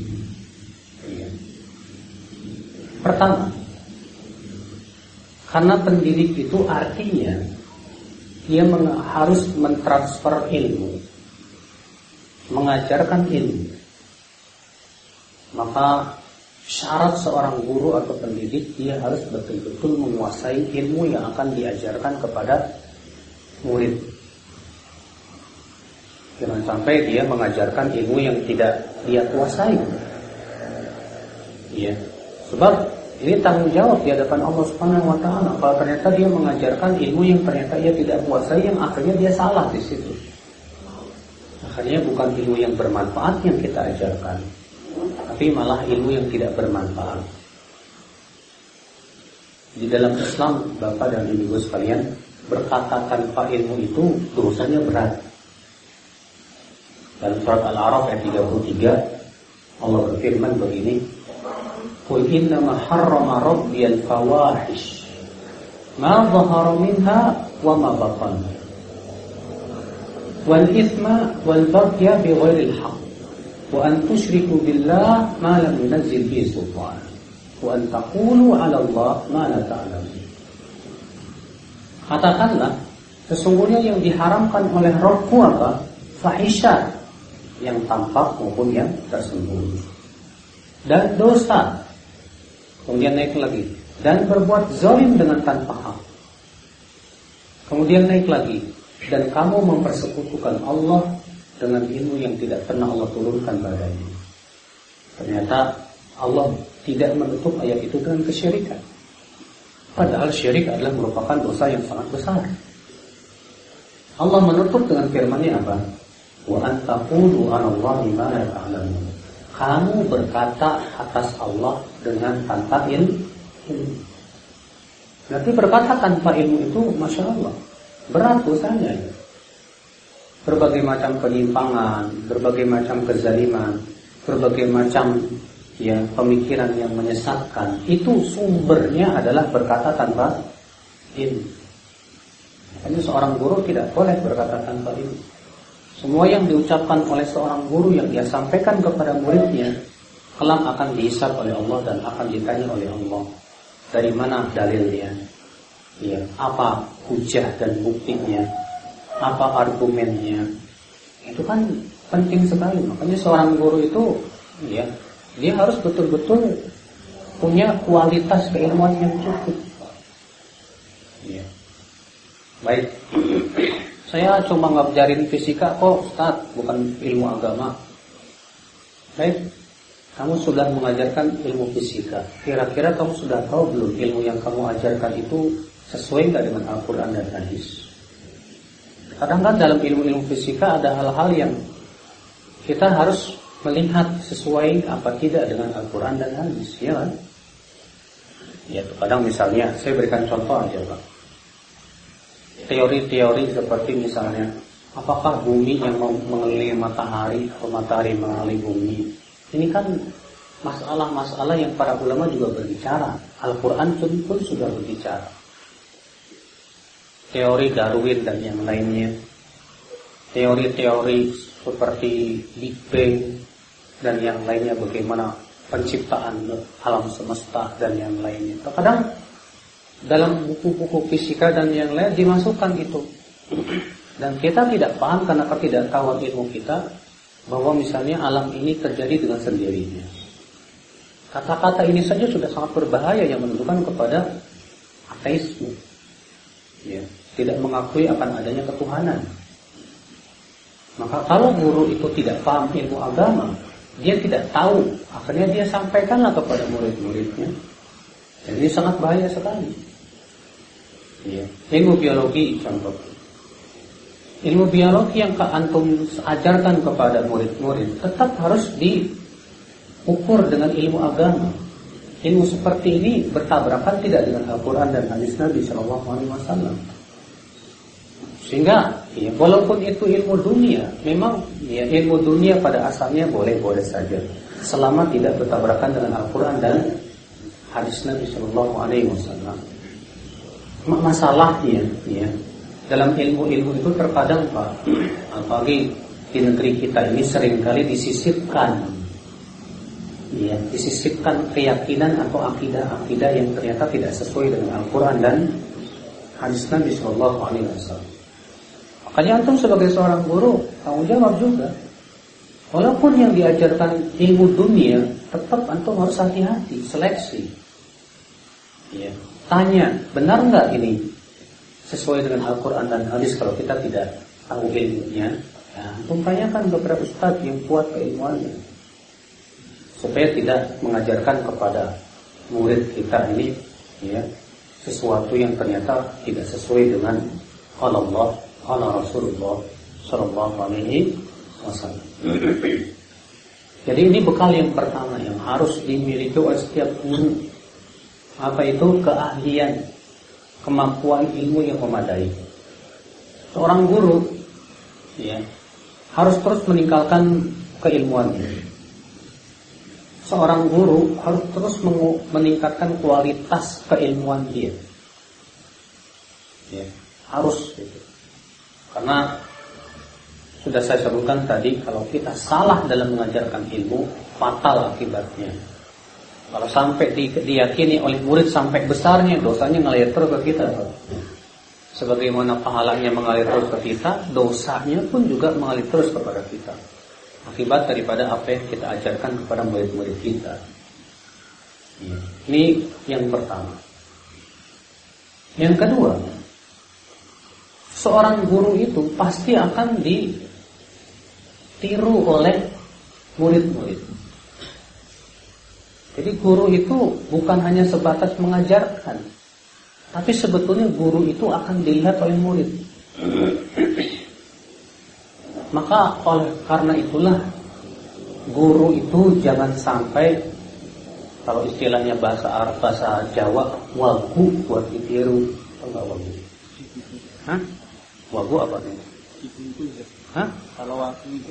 Pertama, karena pendidik itu artinya dia harus mentransfer ilmu, mengajarkan ilmu. Maka syarat seorang guru atau pendidik, dia harus betul-betul menguasai ilmu yang akan diajarkan kepada murid. Jangan sampai dia mengajarkan ilmu yang tidak dia kuasai. Ya, sebab ini tanggung jawab di hadapan Allah Subhanahu wa taala. Kalau ternyata dia mengajarkan ilmu yang ternyata ia tidak kuasai, yang akhirnya dia salah di situ. Akhirnya bukan ilmu yang bermanfaat yang kita ajarkan, tapi malah ilmu yang tidak bermanfaat. Di dalam Islam, Bapak dan Ibu sekalian, berkata tanpa ilmu itu dosanya berat. Dalam surat Al-A'raf ayat 33, Allah berfirman begini, "Qul innama harrama rabbiyal fawahish ma dhahara minha wa ma batan wal ithma wal baghya bighairil haqq wa an tusyriku billah ma lam yunzil bihi sultan wa an taqulu 'ala Allah ma la ta'lamun." Katakanlah, sesungguhnya yang diharamkan oleh Rabbku apa? Fahisha, yang tampak maupun yang tersembunyi, dan dosa. Kemudian naik lagi, dan berbuat zalim dengan tanpa hak. Kemudian naik lagi, dan kamu mempersekutukan Allah dengan ilmu yang tidak pernah Allah turunkan padanya. Ternyata Allah tidak menutup ayat itu dengan kesyirikan. Padahal syirik adalah merupakan dosa yang sangat besar. Allah menutup dengan firman-Nya apa? Wa antaqulu 'alallahi ma la ta'lamun. Kamu berkata atas Allah dengan tanpa ilmu. Berarti berkata tanpa ilmu itu, masya Allah, berat dosanya. Berbagai macam penyimpangan, berbagai macam kezaliman, berbagai macam pemikiran yang menyesatkan, itu sumbernya adalah berkata tanpa ilmu. Makanya seorang guru tidak boleh berkata tanpa ilmu. Semua yang diucapkan oleh seorang guru yang dia sampaikan kepada muridnya, kelak akan dihisab oleh Allah dan akan ditanya oleh Allah. Dari mana dalilnya? Apa hujah dan buktinya? Apa argumennya? Itu kan penting sekali. Makanya seorang guru itu, dia harus betul-betul punya kualitas keilmuan yang cukup. Baik. Saya cuma ngajarin fisika kok, Ustaz, bukan ilmu agama. Baik. Kamu sudah mengajarkan ilmu fisika. Kira-kira kamu sudah tahu belum ilmu yang kamu ajarkan itu sesuai nggak dengan Al-Quran dan Hadis? Kadang-kadang dalam ilmu-ilmu fisika ada hal-hal yang kita harus melihat sesuai apa tidak dengan Al-Quran dan Hadis, ya kan? Kadang misalnya, saya berikan contoh aja, Pak. Teori-teori seperti misalnya, apakah bumi yang mengelilingi matahari atau matahari mengelilingi bumi? Ini kan masalah-masalah yang para ulama juga berbicara. Al-Quran pun sudah berbicara. Teori Darwin dan yang lainnya, teori-teori seperti Big Bang dan yang lainnya, bagaimana penciptaan alam semesta dan yang lainnya. Terkadang dalam buku-buku fisika dan yang lain dimasukkan itu, dan kita tidak paham karena ketidaktahuan ilmu kita bahwa misalnya alam ini terjadi dengan sendirinya. Kata-kata ini saja sudah sangat berbahaya yang menunjukkan kepada ateisme. Tidak mengakui akan adanya ketuhanan. Maka kalau guru itu tidak paham ilmu agama, dia tidak tahu, akhirnya dia sampaikanlah kepada murid-muridnya. Dan ini sangat bahaya sekali. Ilmu biologi contoh. Ilmu biologi yang antum ajarkan kepada murid-murid tetap harus diukur dengan ilmu agama. Ilmu seperti ini bertabrakan tidak dengan Al-Quran dan hadis Nabi SAW. Sehingga walaupun itu ilmu dunia, memang ilmu dunia pada asalnya boleh-boleh saja, selama tidak bertabrakan dengan Al-Quran dan hadis Nabi SAW. Masalahnya dalam ilmu-ilmu itu terkadang Pak, apalagi di negeri kita ini seringkali disisipkan keyakinan atau akidah-akidah yang ternyata tidak sesuai dengan Al-Quran dan hadis Nabi SAW. Makanya antum sebagai seorang guru tanggung jawab juga. Walaupun yang diajarkan ilmu dunia, tetap antum harus hati-hati, seleksi. Tanya, benar nggak ini sesuai dengan Al-Quran dan hadis? Kalau kita tidak tahu ilmunya, antum tanyakan kepada ustadz yang kuat keilmuannya, supaya tidak mengajarkan kepada murid kita ini sesuatu yang ternyata tidak sesuai dengan qala Allah, qala Rasulullah sallallahu alaihi wasallam. Jadi ini bekal yang pertama yang harus dimiliki oleh setiap guru. Apa itu? Keahlian, kemampuan ilmu yang memadai. Seorang guru harus terus meningkatkan keilmuannya. Seorang guru harus terus meningkatkan kualitas keilmuan dia. Harus gitu. Karena sudah saya sebutkan tadi, kalau kita salah dalam mengajarkan ilmu, fatal akibatnya. Kalau sampai diyakini oleh murid sampai besarnya, dosanya ngalir terus ke kita. Sebagaimana pahalanya mengalir terus ke kita, dosanya pun juga mengalir terus kepada kita. Akibat daripada apa yang kita ajarkan kepada murid-murid kita. Ini yang pertama. Yang kedua, seorang guru itu pasti akan ditiru oleh murid-murid. Jadi guru itu bukan hanya sebatas mengajarkan, tapi sebetulnya guru itu akan dilihat oleh murid. Maka karena itulah guru itu jangan sampai, kalau istilahnya bahasa Arab, bahasa Jawa, wagu buat ditiru. Tahu nggak wagu? Hah? Wagu apa nih? Hah? Kalau waktu itu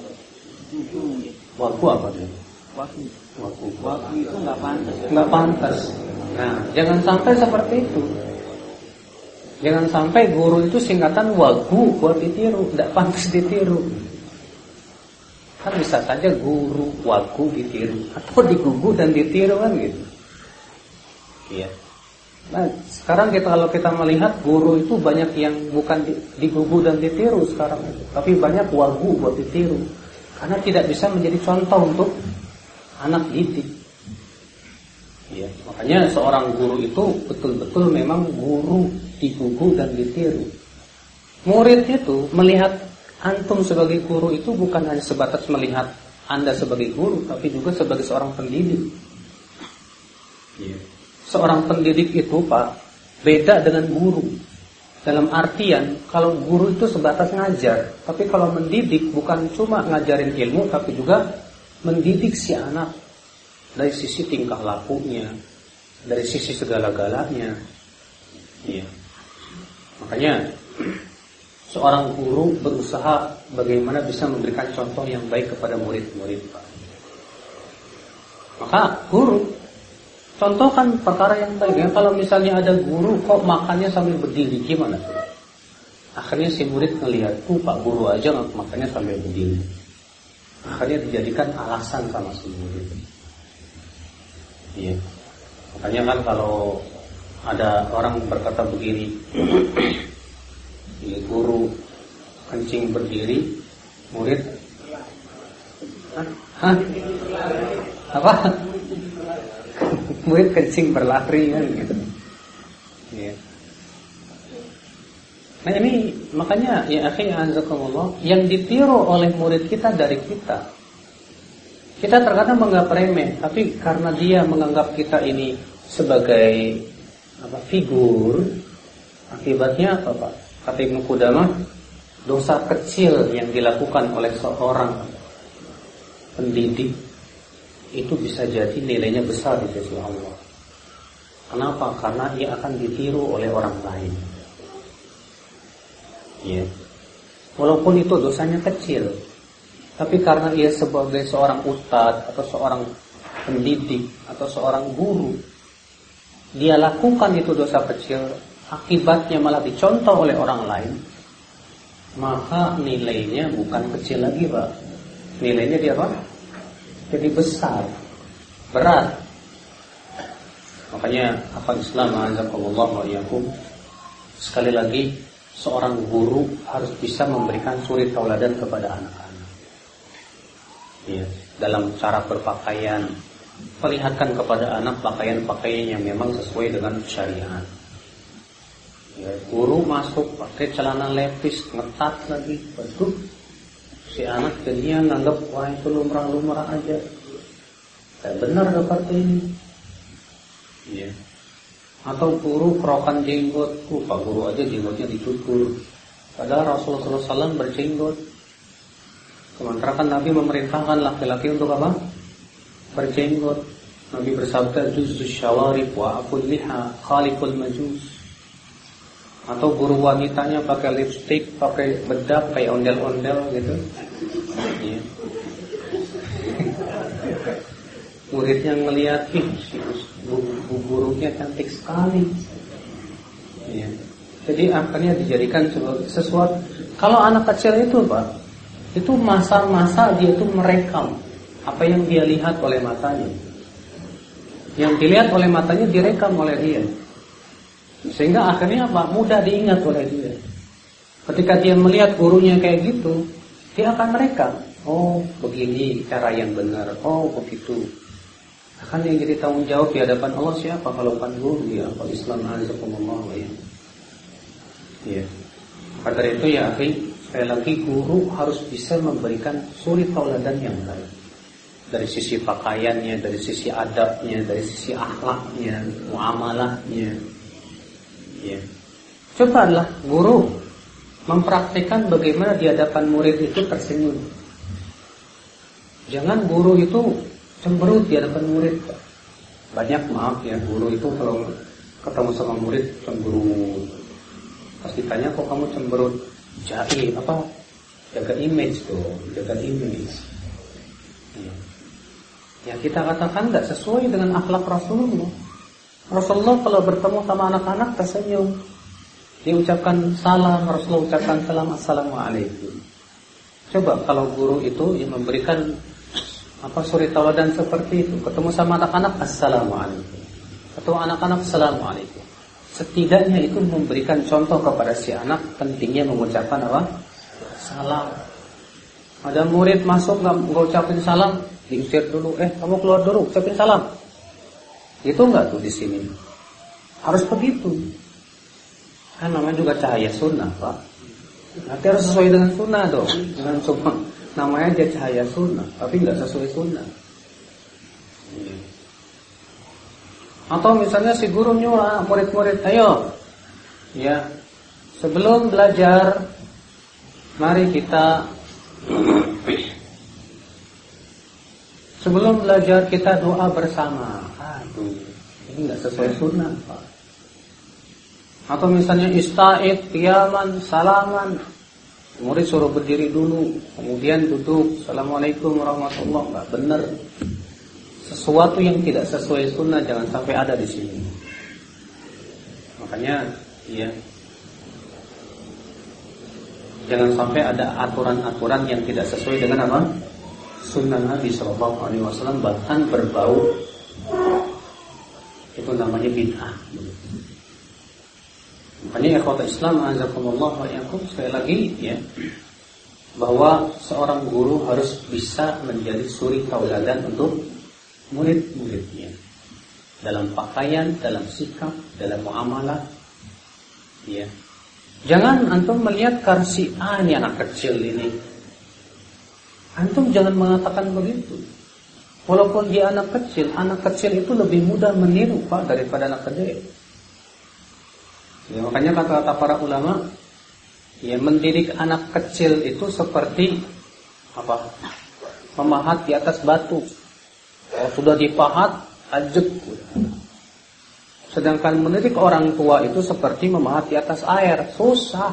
Wagu apa nih? Wagu itu nggak pantas. Nggak pantas. Nah, jangan sampai seperti itu. Jangan sampai guru itu singkatan wagu buat ditiru, nggak pantas ditiru. Kan bisa saja guru wagu ditiru, atau digugu dan ditiru kan gitu. Iya. Nah, sekarang kalau kita melihat guru itu banyak yang bukan digugu dan ditiru sekarang, tapi banyak wagu buat ditiru, karena tidak bisa menjadi contoh untuk anak didik. Ya, makanya seorang guru itu betul-betul memang guru digugu dan ditiru. Murid itu melihat antum sebagai guru itu bukan hanya sebatas melihat Anda sebagai guru, tapi juga sebagai seorang pendidik. Ya. Seorang pendidik itu, Pak, beda dengan guru. Dalam artian, kalau guru itu sebatas ngajar, tapi kalau mendidik bukan cuma ngajarin ilmu, tapi juga mendidik si anak dari sisi tingkah lakunya, dari sisi segala-galanya. Ya. Makanya seorang guru berusaha bagaimana bisa memberikan contoh yang baik kepada murid-murid, Pak. Maka guru contohkan perkara yang baik. Ya, kalau misalnya ada guru kok makannya sambil berdiri, gimana? Akhirnya si murid ngelihat, Pak guru aja makannya sambil berdiri. Akhirnya dijadikan alasan sama si murid. Iya. Makanya kan kalau ada orang berkata begini, ya, guru kencing berdiri, murid apa? Murid kencing berlari kan gitu. Ya. Nah ini makanya ya akhi azakumullah, yang ditiru oleh murid kita dari kita. Kita terkadang menganggap remeh, tapi karena dia menganggap kita ini sebagai figur, akibatnya apa, Pak? Kata Ibnu Qudamah, dosa kecil yang dilakukan oleh seorang pendidik itu bisa jadi nilainya besar di sisi Allah. Kenapa? Karena dia akan ditiru oleh orang lain. Ya. Walaupun itu dosanya kecil, tapi karena ia sebagai seorang ustadz atau seorang pendidik atau seorang guru, dia lakukan itu dosa kecil, akibatnya malah dicontoh oleh orang lain, maka nilainya bukan kecil lagi, Pak. Nilainya dia apa? Jadi besar, berat. Makanya akal Islam azakumullah wa iyyakum, sekali lagi seorang guru harus bisa memberikan suri tauladan kepada anak-anak. Ya, dalam cara berpakaian, perlihatkan kepada anak pakaian-pakaian yang memang sesuai dengan syariat. Ya, guru masuk pakai celana levis ngetat lagi, betul. Si anak jadinya nganggap wah itu lumrah-lumrah aja. Kayak benar seperti ini. Ya. Atau guru kerokan jenggot, Pak guru aja jenggotnya dicukur. Padahal Rasulullah SAW berjenggot. Sementara kan Nabi memerintahkan laki-laki untuk apa? Berjenggot. Nabi bersabda, "Juzzus syawarib wa aqul liha khaliqul majus." Atau guru wanitanya pakai lipstik, pakai bedak, kayak ondel-ondel gitu. Ya. Muridnya ngelihat, gurunya cantik sekali. Ya. Jadi akhirnya dijadikan sesuatu. Kalau anak kecil itu, Pak, itu masa-masa dia itu merekam apa yang dia lihat oleh matanya. Yang dilihat oleh matanya direkam oleh dia. Sehingga akhirnya apa? Mudah diingat oleh dia. Ketika dia melihat gurunya kayak gitu, dia akan merekam. Oh, begini cara yang benar. Oh, begitu. Akan yang jadi tanggung jawab di hadapan Allah siapa kalau bukan guru ya? Kalau Islam azakumullah ya. Iya. Maka dari itu ya akhi, sekali lagi guru harus bisa memberikan suri tauladan yang baik. Dari sisi pakaiannya, dari sisi adabnya, dari sisi akhlaknya, muamalahnya. Ya. Cobalah guru mempraktikkan bagaimana di hadapan murid itu tersenyum. Jangan guru itu cemberut di hadapan murid. Banyak maaf ya, guru itu kalau ketemu sama murid cemberut. Pas ditanya kok kamu cemberut, jaim apa? Jaga image tuh, jaga image. Ya kita katakan nggak sesuai dengan akhlak Rasulullah. Rasulullah kalau bertemu sama anak-anak tersenyum, dia ucapkan salam, Rasulullah ucapkan salam, assalamualaikum. Coba kalau guru itu yang memberikan suri tauladan seperti itu, ketemu sama anak-anak assalamualaikum, ketemu anak-anak assalamualaikum. Setidaknya itu memberikan contoh kepada si anak pentingnya mengucapkan apa? Salam. Ada murid masuk nggak ucapin salam, diusir dulu. Kamu keluar dulu, ucapin salam. Itu nggak tuh di sini. Harus begitu. Kan namanya juga cahaya sunnah, Pak. Nanti harus sesuai dengan sunnah dong. Jangan cuma namanya aja cahaya sunnah, tapi nggak sesuai sunnah. Atau misalnya si guru nyuruh murid-murid, ayo, ya, sebelum belajar, mari kita doa bersama. Aduh, ini nggak sesuai sunnah, Pak. Atau misalnya ista'id, qiyaman, salaman, murid suruh berdiri dulu, kemudian duduk, assalamualaikum warahmatullahi wabarakatuh. Nggak benar. Sesuatu yang tidak sesuai sunnah jangan sampai ada di sini. Makanya, ya, jangan sampai ada aturan-aturan yang tidak sesuai dengan apa? Sunnah Nabi Sallallahu Alaihi Wasallam, bahkan berbau. Itu namanya bid'ah. Makanya ikhwat Islam azakumullah wa iyyakum, sekali lagi ya, bahwa seorang guru harus bisa menjadi suri tauladan untuk murid-muridnya dalam pakaian, dalam sikap, dalam muamalah. Ya. Jangan antum melihat si A ini anak kecil ini. Antum jangan mengatakan begitu. Walaupun dia anak kecil itu lebih mudah meniru, Pak, daripada anak gede. Ya, makanya kata-kata para ulama, ya, mendidik anak kecil itu seperti apa? Memahat di atas batu. Kalau sudah dipahat, ajek. Sedangkan mendidik orang tua itu seperti memahat di atas air, susah.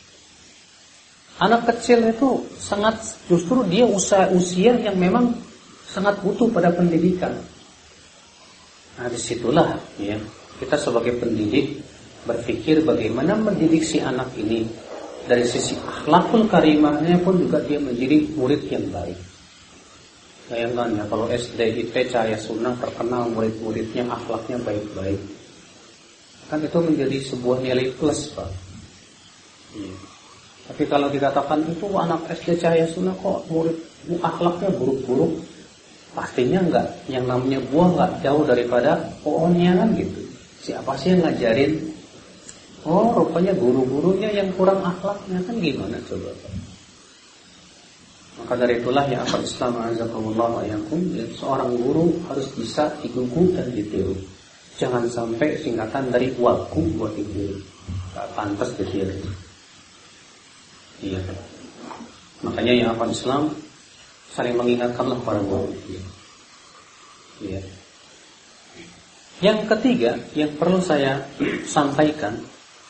Anak kecil itu justru dia usia yang memang sangat butuh pada pendidikan. Nah, disitulah ya kita sebagai pendidik berpikir bagaimana mendidik si anak ini dari sisi akhlakul karimahnya pun juga dia menjadi murid yang baik. Bayangkan ya kalau SD IT Cahaya Sunnah terkenal murid-muridnya akhlaknya baik-baik, kan itu menjadi sebuah nilai plus, Pak. Ya. Tapi kalau dikatakan itu anak SD Cahaya Sunnah kok murid akhlaknya buruk-buruk, pastinya enggak. Yang namanya buah enggak jauh daripada pohonnya kan gitu. Siapa sih yang ngajarin? Oh, rupanya guru-gurunya yang kurang akhlaknya, kan gimana coba, Pak? Maka dari itulah yang akal Islam azakumullah wa yakum, seorang guru harus bisa digugu dan ditiru. Jangan sampai singkatan dari wagu buat ditiru. Enggak pantas ditiru. Iya. Makanya yang akal Islam saling mengingatkanlah para guru. Iya. Yang ketiga yang perlu saya sampaikan,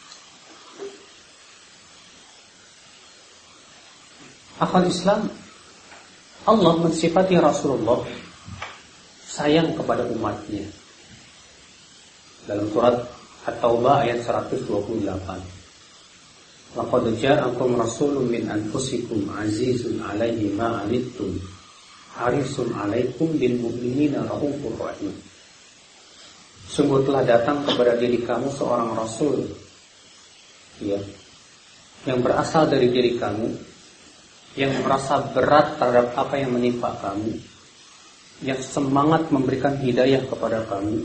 akal Islam, Allah mensifati Rasulullah sayang kepada umatnya. Dalam surat At-Taubah ayat 128. Laqad ja'akum rasulun min anfusikum azizun 'alaihi ma 'anittum harisun 'alaikum bil mu'minina raufur rahim. Sungguh telah datang kepada diri kamu seorang rasul, ya, yang berasal dari diri kamu, yang merasa berat terhadap apa yang menimpa kamu, yang semangat memberikan hidayah kepada kamu,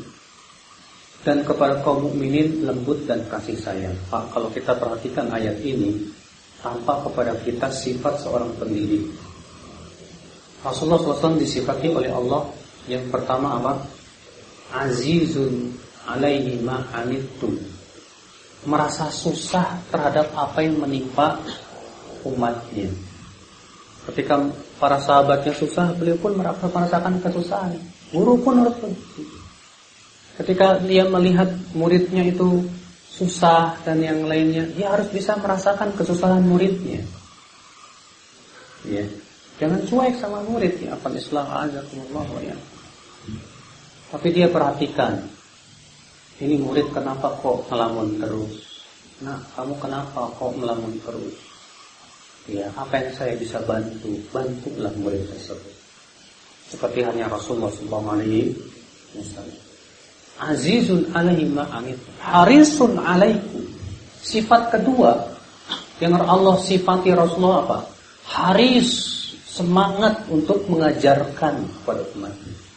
dan kepada kaum mukminin lembut dan kasih sayang. Pak, kalau kita perhatikan ayat ini, tampak kepada kita sifat seorang pendidik. Rasulullah SAW disifati oleh Allah yang pertama apa? Azizun alaihi ma anittum, merasa susah terhadap apa yang menimpa umatnya. Ketika para sahabatnya susah, beliau pun merasakan kesusahan. Guru pun harus begitu. Ketika dia melihat muridnya itu susah dan yang lainnya, dia harus bisa merasakan kesusahan muridnya. Ya. Jangan cuek sama murid, ya. Apa Islam azakumullah ya. Tapi dia perhatikan, ini murid kenapa kok melamun terus? Nah, kamu kenapa kok melamun terus? Ya, apa yang saya bisa bantu? Bantulah murid tersebut. Seperti hanya Rasulullah SAW. Azizun alaihi ma anittum, harisun alaikum. Sifat kedua yang Allah sifati Rasulullah apa? Haris, semangat untuk mengajarkan kepada umat.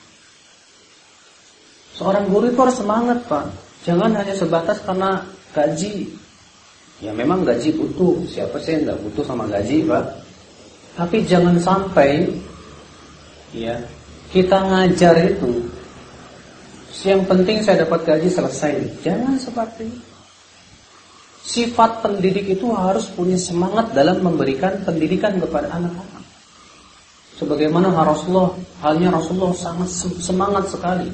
Seorang guru itu harus semangat, Pak. Jangan hanya sebatas karena gaji. Ya memang gaji butuh. Siapa sih yang nggak butuh sama gaji, Pak? Tapi jangan sampai ya kita ngajar itu yang penting saya dapat gaji selesai. Jangan seperti itu. Sifat pendidik itu harus punya semangat dalam memberikan pendidikan kepada anak-anak. Sebagaimana halnya Rasulullah sangat semangat sekali.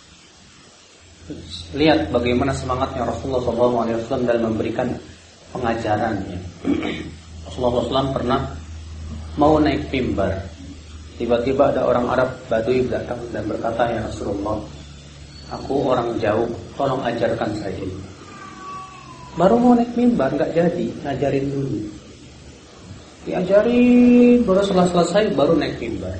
Lihat bagaimana semangatnya Rasulullah SAW dalam memberikan pengajarannya. Rasulullah SAW pernah mau naik mimbar. Tiba-tiba ada orang Arab Badui datang dan berkata, ya Rasulullah, aku orang jauh, tolong ajarkan saya. Baru mau naik mimbar, nggak jadi, ngajarin dulu. Diajarin, baru selesai, baru naik mimbar.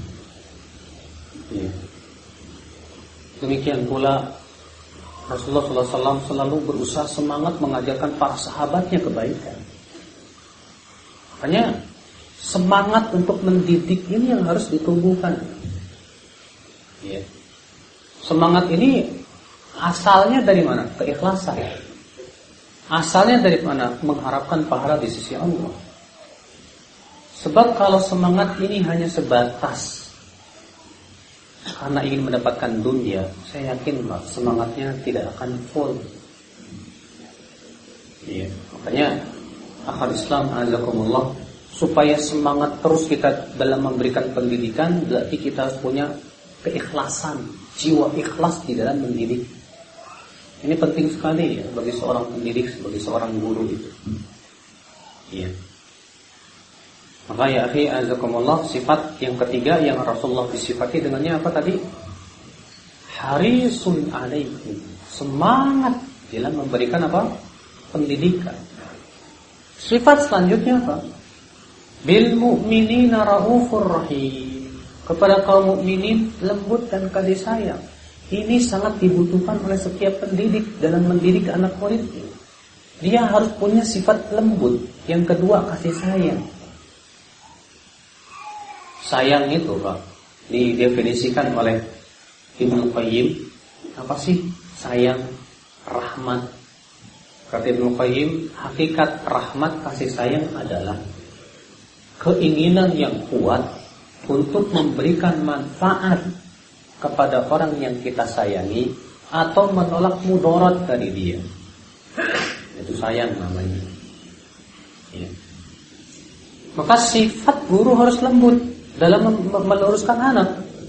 Ya. Demikian pula Rasulullah SAW selalu berusaha semangat mengajarkan para sahabatnya kebaikan. Makanya semangat untuk mendidik ini yang harus ditumbuhkan. Ya. Semangat ini asalnya dari mana? Keikhlasan. Asalnya dari mana? Mengharapkan pahala di sisi Allah. Sebab kalau semangat ini hanya sebatas karena ingin mendapatkan dunia, saya yakin Pak, semangatnya tidak akan full. Ya, makanya akhir Islam azakumullah, supaya semangat terus kita dalam memberikan pendidikan, berarti kita harus punya keikhlasan, jiwa ikhlas di dalam mendidik. Ini penting sekali ya bagi seorang pendidik, sebagai seorang guru itu. Iya. Maka ya akhi azakumullah, sifat yang ketiga yang Rasulullah disifati dengannya apa tadi? Harisun alaikum, semangat dalam memberikan apa? Pendidikan. Sifat selanjutnya apa? Bil mu'minina raufur rahim, kepada kaum mukminin lembut dan kasih sayang. Ini sangat dibutuhkan oleh setiap pendidik dalam mendidik anak muridnya. Dia harus punya sifat lembut. Yang kedua kasih sayang. Sayang itu Pak didefinisikan oleh Ibnu Qayyim, apa sih sayang, rahmat? Kata Ibnu Qayyim, hakikat rahmat kasih sayang adalah keinginan yang kuat untuk memberikan manfaat kepada orang yang kita sayangi atau menolak mudarat dari dia. Itu sayang namanya. Ya. Maka sifat guru harus lembut dalam meluruskan anak.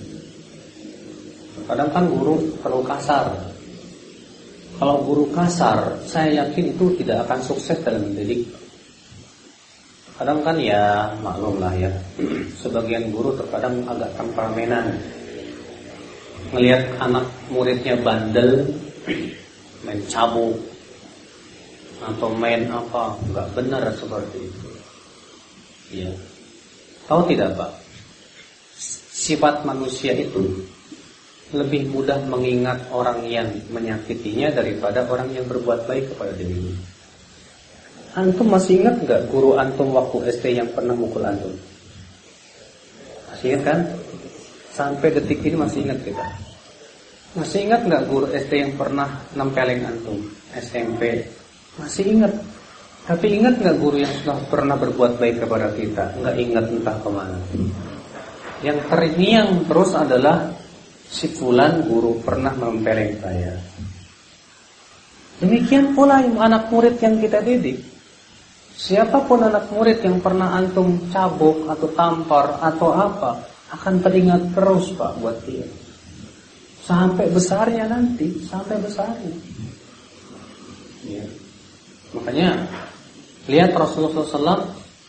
Kadang kan guru terlalu kasar. Kalau guru kasar, saya yakin itu tidak akan sukses dalam mendidik. Kadang kan ya maklum lah ya, sebagian guru terkadang agak temperamenan. Melihat anak muridnya bandel, main cabut atau main apa, nggak benar seperti itu. Ya, tahu tidak Pak? Sifat manusia itu lebih mudah mengingat orang yang menyakitinya daripada orang yang berbuat baik kepada dirinya. Antum masih ingat nggak guru antum waktu SD yang pernah mukul antum? Masih ingat kan? Sampai detik ini masih ingat kita. Masih ingat nggak guru SD yang pernah nempelin antum? SMP masih ingat? Tapi ingat nggak guru yang sudah pernah berbuat baik kepada kita? Nggak ingat entah kemana. Yang terngiang terus adalah si fulan guru pernah mempeleng saya. Demikian pula anak murid yang kita didik. Siapapun anak murid yang pernah antum cabuk atau tampar atau apa, akan teringat terus Pak buat dia. Sampai besarnya nanti, sampai besarnya. Ya. Makanya lihat Rasulullah SAW.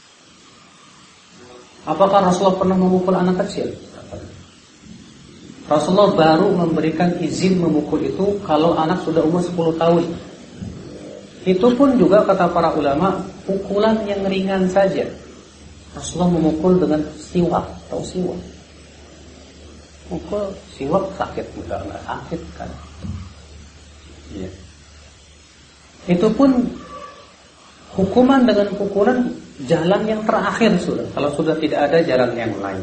Apakah Rasulullah pernah memukul anak kecil? Rasulullah baru memberikan izin memukul itu kalau anak sudah umur 10 tahun. Itu pun juga kata para ulama, pukulan yang ringan saja. Rasulullah memukul dengan siwak, tahu siwak? Mukul siwak sakit, enggak sakit kan? Ya. Itu pun hukuman dengan pukulan jalan yang terakhir sudah. Kalau sudah tidak ada jalan yang lain.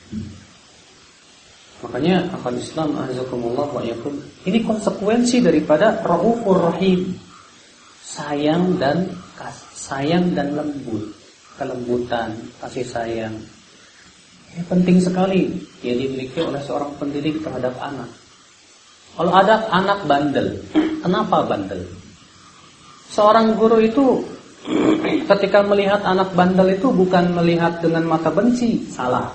Makanya akal Islam azakumullah wa yakum. Ini konsekuensi daripada Raufur Rahim. Sayang dan lembut, kelembutan, kasih sayang. Ini penting sekali yang dimiliki oleh seorang pendidik terhadap anak. Kalau ada anak bandel, kenapa bandel? Seorang guru itu ketika melihat anak bandel itu bukan melihat dengan mata benci, salah.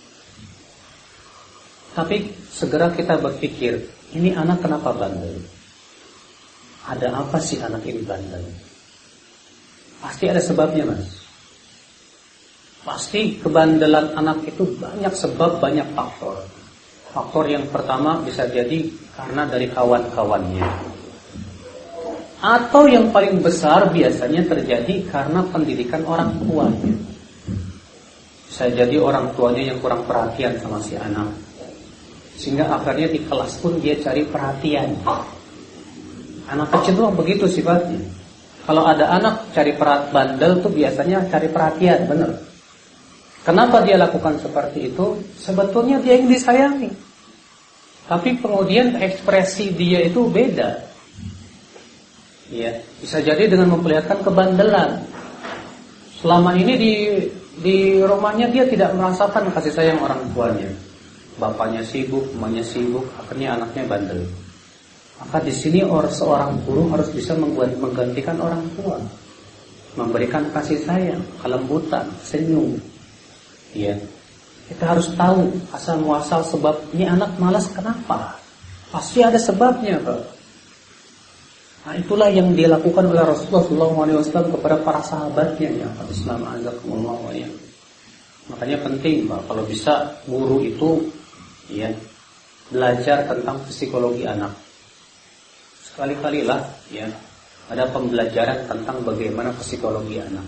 Tapi segera kita berpikir, ini anak kenapa bandel? Ada apa sih anak ini bandel? Pasti ada sebabnya, Mas. Pasti kebandelan anak itu banyak sebab, banyak faktor. Faktor yang pertama bisa jadi karena dari kawan-kawannya. Atau yang paling besar biasanya terjadi karena pendidikan orang tuanya. Bisa jadi orang tuanya yang kurang perhatian sama si anak, sehingga akhirnya di kelas pun dia cari perhatian. Anak kecil tuh begitu sifatnya. Kalau ada anak cari bandel tuh biasanya cari perhatian, benar. Kenapa dia lakukan seperti itu? Sebetulnya dia yang disayangi, tapi kemudian ekspresi dia itu beda. Ya, bisa jadi dengan memperlihatkan kebandelan. Selama ini di rumahnya dia tidak merasakan kasih sayang orang tuanya. Bapaknya sibuk, emaknya sibuk, akhirnya anaknya bandel. Maka di sini seorang guru harus bisa menggantikan orang tua, memberikan kasih sayang, kelembutan, senyum. Ya, kita harus tahu asal muasal sebab ini anak malas kenapa? Pasti ada sebabnya, Pak. Nah, itulah yang dilakukan oleh Rasulullah SAW kepada para sahabatnya yang Islam azakumullah wa ya. Makanya penting, Pak, kalau bisa guru itu ya belajar tentang psikologi anak. Sekali-kalilah ya ada pembelajaran tentang bagaimana psikologi anak.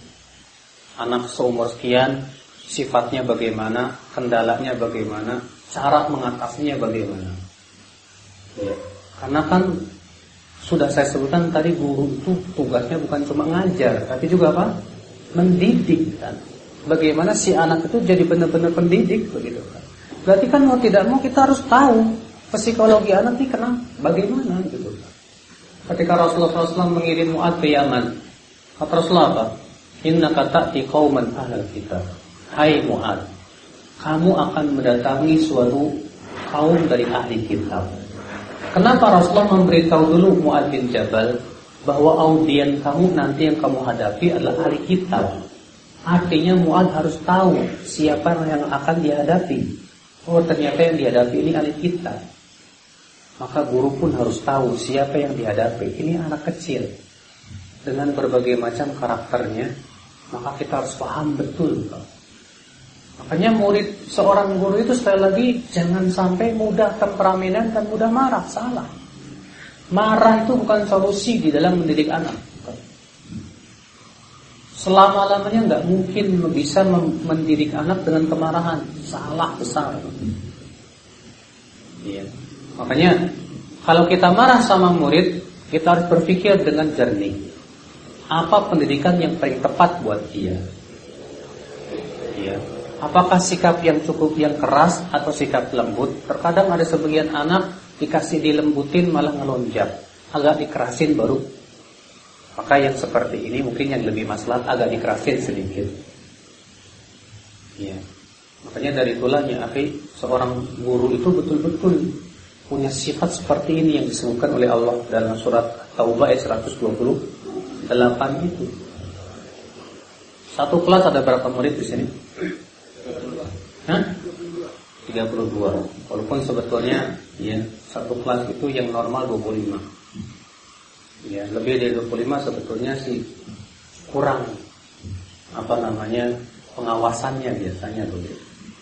Anak seumur sekian, sifatnya bagaimana, kendalanya bagaimana, cara mengatasinya bagaimana. Ya, karena kan sudah saya sebutkan tadi, guru itu tugasnya bukan cuma ngajar, tapi juga apa? Mendidik kan. Bagaimana si anak itu jadi benar-benar pendidik begitu kan. Berarti kan mau tidak mau kita harus tahu psikologi anak ini kenapa, bagaimana gitu kan. Ketika Rasulullah SAW mengirim Mu'adz ke Yaman, kata Rasulullah apa? Innaka ta'ti qauman ahlal kitab. Hai Mu'adz, kamu akan mendatangi suatu kaum dari ahli kitab. Kenapa Rasulullah memberitahu dulu Mu'adz bin Jabal bahwa audien kamu nanti yang kamu hadapi adalah ahli kitab? Artinya Mu'adz harus tahu siapa yang akan dihadapi. Oh, ternyata yang dihadapi ini ahli kitab. Maka guru pun harus tahu siapa yang dihadapi. Ini anak kecil dengan berbagai macam karakternya. Maka kita harus paham betul. Makanya seorang guru itu sekali lagi jangan sampai mudah temperamenan dan mudah marah. Salah. Marah itu bukan solusi di dalam mendidik anak. Selama-lamanya nggak mungkin bisa mendidik anak dengan kemarahan. Salah besar. Iya. Makanya kalau kita marah sama murid, kita harus berpikir dengan jernih. Apa pendidikan yang paling tepat buat dia? Iya. Apakah sikap yang cukup yang keras atau sikap lembut? Terkadang ada sebagian anak dikasih dilembutin malah ngelonjak, agak dikerasin baru Maka yang seperti ini mungkin yang lebih maslahat agak dikerasin sedikit. Ya. Makanya dari itulah ya akhi, seorang guru itu betul-betul punya sifat seperti ini yang disebutkan oleh Allah dalam surat Taubah ayat 128 itu. Satu kelas ada berapa murid di sini? 32. Walaupun sebetulnya ya satu kelas itu yang normal 25. Ya, lebih dari 25 sebetulnya sih kurang pengawasannya biasanya begitu.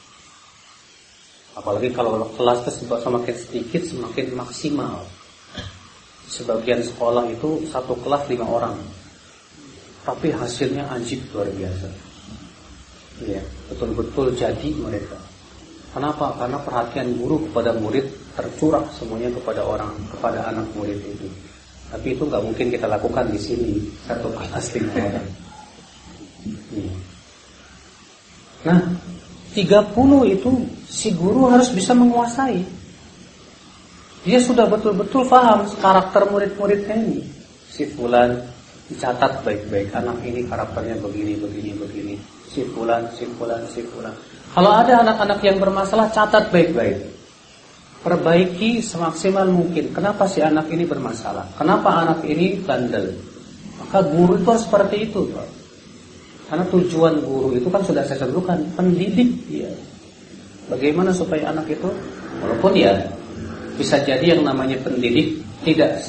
Apalagi kalau kelas tersebut semakin sedikit semakin maksimal. Sebagian sekolah itu satu kelas 5 orang, tapi hasilnya ajib luar biasa. Ya, betul-betul jadi mereka. Kenapa? Karena perhatian guru kepada murid tercurah semuanya kepada anak murid itu. Tapi itu nggak mungkin kita lakukan di sini satu kelas 5 orang. Ya. Nah, 30 itu si guru harus bisa menguasai. Dia sudah betul-betul paham karakter murid-muridnya ini. Si fulan dicatat baik-baik, anak ini karakternya begini. Si fulan. Kalau ada anak-anak yang bermasalah, catat baik-baik. Perbaiki semaksimal mungkin. Kenapa si anak ini bermasalah? Kenapa anak ini bandel? Maka guru itu harus seperti itu, Pak. Karena tujuan guru itu kan sudah saya sebutkan, pendidik dia. Bagaimana supaya anak itu, walaupun ya bisa jadi yang namanya pendidik tidak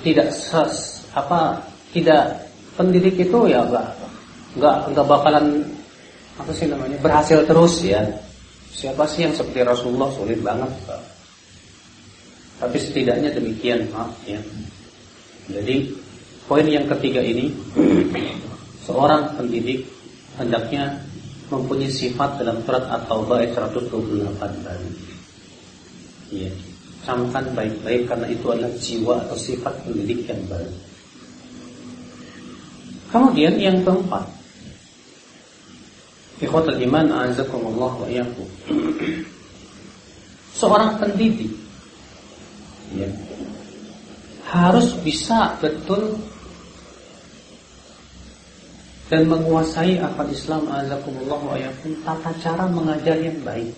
pendidik itu ya enggak bakalan berhasil terus ya. Siapa sih yang seperti Rasulullah? Sulit banget, Pak. Tapi setidaknya demikian, Pak ya. Jadi poin yang ketiga ini, seorang pendidik hendaknya mempunyai sifat dalam surat At-Taubah ayat 128 tadi. Ya, camkan baik-baik karena itu adalah jiwa atau sifat pendidik yang baik. Kemudian yang keempat, ikhwatul iman a'azakumullah wa iyyakum. Seorang pendidik ya, harus bisa betul dan menguasai akal Islam a'azakumullah wa iyyakum, tata cara mengajar yang baik.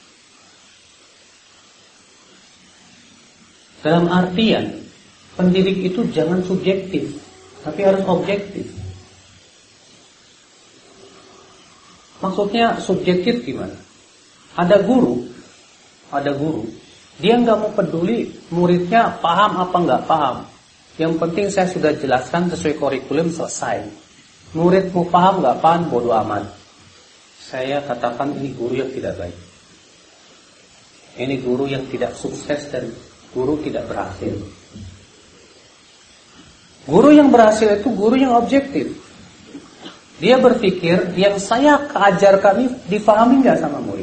Dalam artian pendidik itu jangan subjektif, tapi harus objektif. Maksudnya subjektif gimana? Ada guru, dia nggak mau peduli muridnya paham apa nggak paham. Yang penting saya sudah jelaskan sesuai kurikulum, selesai. Muridmu paham nggak paham, bodoh amat. Saya katakan ini guru yang tidak baik. Ini guru yang tidak sukses dan guru tidak berhasil. Guru yang berhasil itu guru yang objektif. Dia berpikir yang saya ajarkan ini difahami nggak sama murid.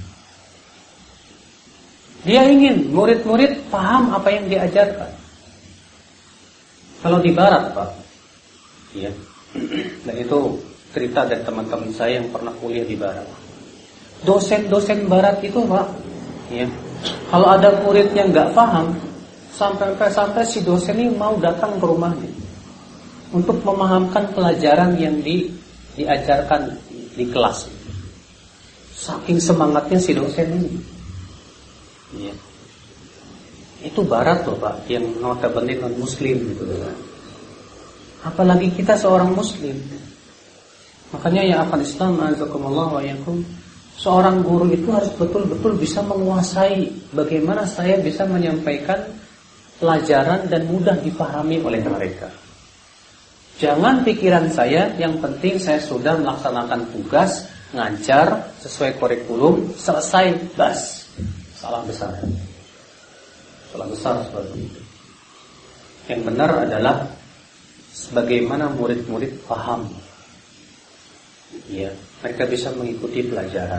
Dia ingin murid-murid paham apa yang diajarkan. Kalau di barat, Pak, ya, dan itu cerita dari teman-teman saya yang pernah kuliah di barat. Dosen-dosen barat itu, Pak, ya, kalau ada murid yang nggak paham, sampai si dosen ini mau datang ke rumahnya untuk memahamkan pelajaran yang diajarkan di kelas. Saking semangatnya si dosen ini. Ya. Itu barat loh, Pak, yang notabene non muslim gitu kan. Apalagi kita seorang muslim. Makanya ya akal Islam azakumullah wa iyyakum, seorang guru itu harus betul-betul bisa menguasai bagaimana saya bisa menyampaikan pelajaran dan mudah dipahami oleh mereka. Jangan pikiran saya, yang penting saya sudah melaksanakan tugas, ngajar sesuai kurikulum, selesai, bas. Salah besar. Salah besar seperti itu. Yang benar adalah sebagaimana murid-murid paham. Ya, mereka bisa mengikuti pelajaran.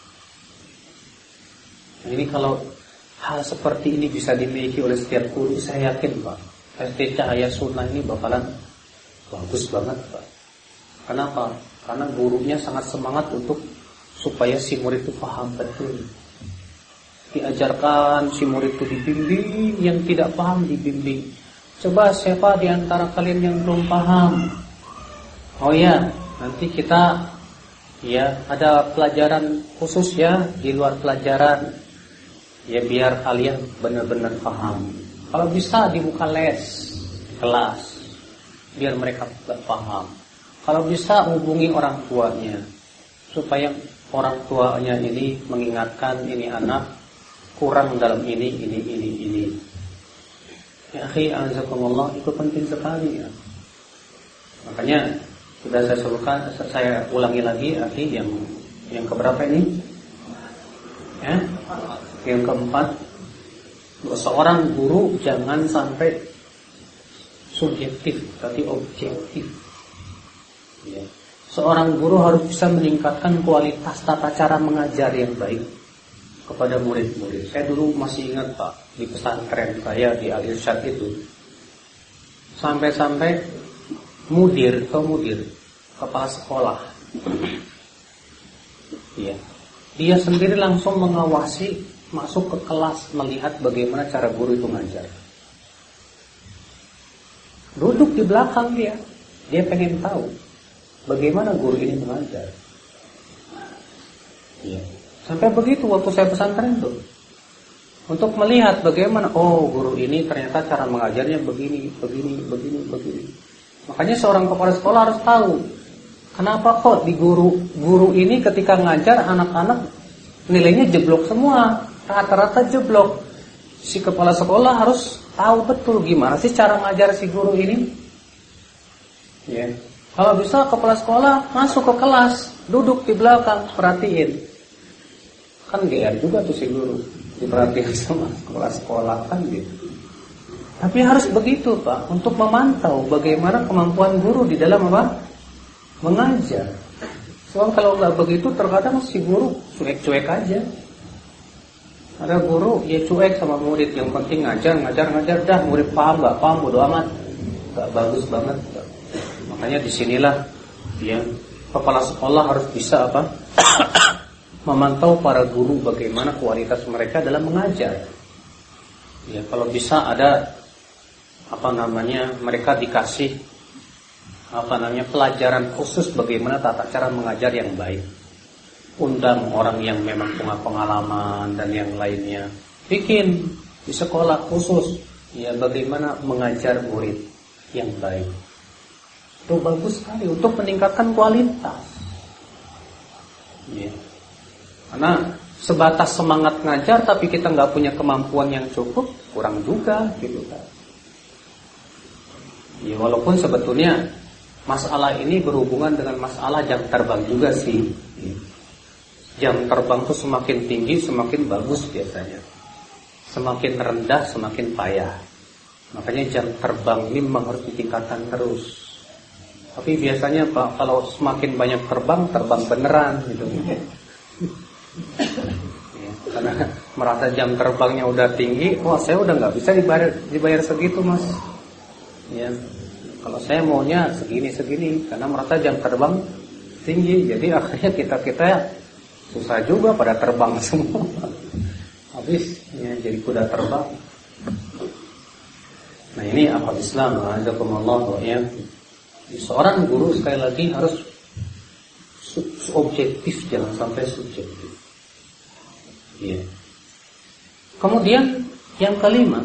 Ini kalau hal seperti ini bisa dimiliki oleh setiap guru, saya yakin, Pak, SD Cahaya Sunnah ini bakalan bagus banget, Pak. Kenapa? Karena gurunya sangat semangat untuk supaya si murid itu paham betul. Diajarkan si murid itu dibimbing, yang tidak paham dibimbing. Coba siapa di antara kalian yang belum paham? Oh ya, nanti kita ya ada pelajaran khusus ya di luar pelajaran. Ya biar kalian benar-benar paham. Kalau bisa dibuka les, kelas, biar mereka paham. Kalau bisa hubungi orang tuanya, supaya orang tuanya ini mengingatkan ini anak kurang dalam ini. Ya akhi, azakumullah, itu penting sekali ya. Makanya sudah saya sebutkan, saya ulangi lagi akhi, yang keberapa ini? Ya, yang keempat, seorang guru jangan sampai subjektif, tapi objektif. Ya. Seorang guru harus bisa meningkatkan kualitas tata cara mengajar yang baik kepada murid-murid. Saya dulu masih ingat Pak, di pesantren saya di Al Irsyad itu, sampai-sampai mudir, kepala sekolah, ya, dia sendiri langsung mengawasi, masuk ke kelas, melihat bagaimana cara guru itu ngajar. Duduk di belakang dia pengen tahu bagaimana guru ini mengajar. Ya. Sampai begitu waktu saya pesantren tuh, untuk melihat bagaimana guru ini ternyata cara mengajarnya begini. Makanya seorang kepala sekolah harus tahu kenapa kok di guru ini ketika ngajar anak-anak nilainya jeblok semua, rata-rata jeblok. Si kepala sekolah harus tahu betul gimana sih cara ngajar si guru ini. Ya. Kalau bisa kepala sekolah masuk ke kelas, duduk di belakang, perhatiin. Kan GR juga tuh si guru, diperhatikan sama kepala sekolah kan gitu. Tapi harus begitu Pak, untuk memantau bagaimana kemampuan guru di dalam apa? Mengajar. Soal kalau nggak begitu terkadang si guru cuek-cuek aja. Ada guru ya cuek sama murid, yang penting ngajar dah, murid paham nggak paham bodo amat, nggak bagus banget. Makanya disinilah ya kepala sekolah harus bisa apa? Memantau para guru bagaimana kualitas mereka dalam mengajar. Ya kalau bisa ada mereka dikasih pelajaran khusus bagaimana tata cara mengajar yang baik. Undang orang yang memang punya pengalaman dan yang lainnya. Bikin di sekolah khusus ya bagaimana mengajar murid yang baik. Itu bagus sekali untuk meningkatkan kualitas. Ya. Karena sebatas semangat ngajar tapi kita nggak punya kemampuan yang cukup, kurang juga gitu kan. Ya walaupun sebetulnya masalah ini berhubungan dengan masalah jam terbang juga sih. Jam terbang itu semakin tinggi semakin bagus biasanya. Semakin rendah semakin payah. Makanya jam terbang ini memang harus ditingkatkan terus. Tapi biasanya Pak, kalau semakin banyak terbang beneran gitu. Ya, karena merasa jam terbangnya udah tinggi, saya udah nggak bisa dibayar segitu mas. Ya, kalau saya maunya segini, karena merasa jam terbang tinggi, jadi akhirnya kita susah juga pada terbang semua. Habis ya, jadi kuda terbang. Nah ini apa Islam? Azakumullah ya. Seorang guru sekali lagi harus objektif, jangan sampai subjektif. Ya. Kemudian yang kelima,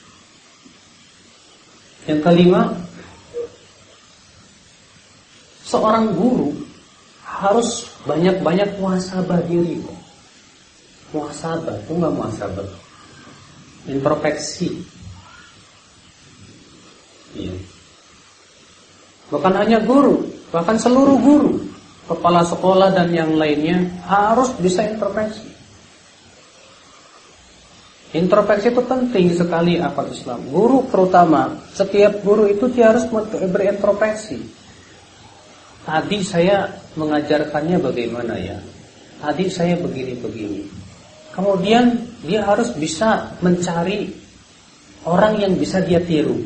seorang guru harus banyak-banyak muhasabah diri. Muhasabah itu nggak muhasabah, introspeksi. Ya. Bukan hanya guru, bahkan seluruh guru, kepala sekolah dan yang lainnya harus bisa introspeksi. Introspeksi itu penting sekali akal Islam. Guru terutama, setiap guru itu dia harus berintrospeksi. Tadi saya mengajarkannya bagaimana ya? Tadi saya begini. Kemudian dia harus bisa mencari orang yang bisa dia tiru.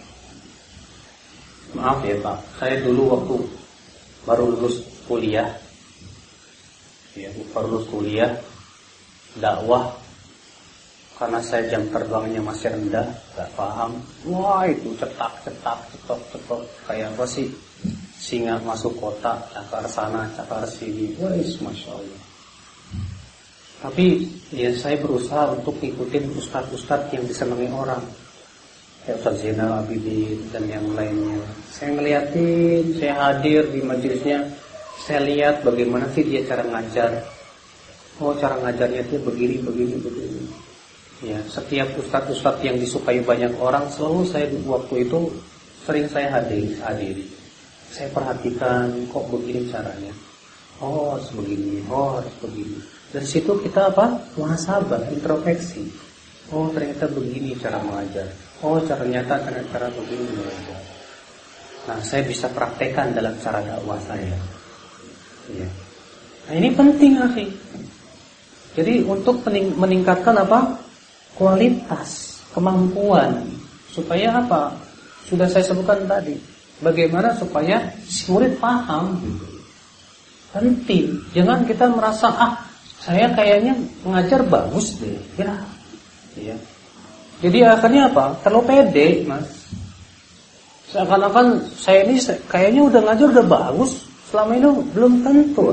Maaf ya Pak, saya dulu waktu baru lulus kuliah, dakwah karena saya jam terbangnya masih rendah, nggak paham. Wah itu cetak, kayak apa sih? Singa masuk kota, cakar sana, cakar sini. Wah, masya Allah. Tapi ya saya berusaha untuk ngikutin ustadz-ustadz yang disenangi orang, kayak Ustadz Zainal Abidin dan yang lainnya. Saya ngeliatin, saya hadir di majelisnya, saya lihat bagaimana sih dia cara ngajar. Oh, cara ngajarnya dia begini. Ya, setiap ustadz-ustadz yang disukai banyak orang selalu saya waktu itu sering saya hadiri. Saya perhatikan kok begini caranya. Oh, sebegini. Dari situ kita muhasabah, introspeksi. Oh, ternyata begini cara mengajar. Oh, ternyata cara begini mengajar. Nah, saya bisa praktekkan dalam cara dakwah saya. Ya. Nah, ini penting, akhi. Jadi untuk meningkatkan kualitas, kemampuan, supaya sudah saya sebutkan tadi. Bagaimana supaya si murid paham. Penting. Jangan kita merasa saya kayaknya mengajar bagus deh. Ya. Jadi akhirnya terlalu pede, Mas. Seakan-akan saya ini kayaknya udah ngajar udah bagus. Selama ini belum tentu.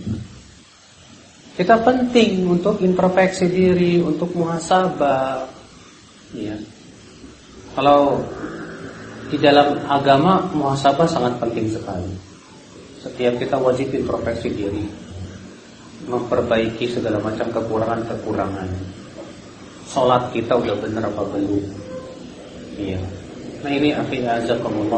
Kita penting untuk introspeksi diri, untuk muhasabah. Ya. Kalau di dalam agama muhasabah sangat penting sekali. Setiap kita wajib introspeksi diri, memperbaiki segala macam kekurangan. Salat kita udah benar apa belum? Iya. Nah ini akhi azakumullah.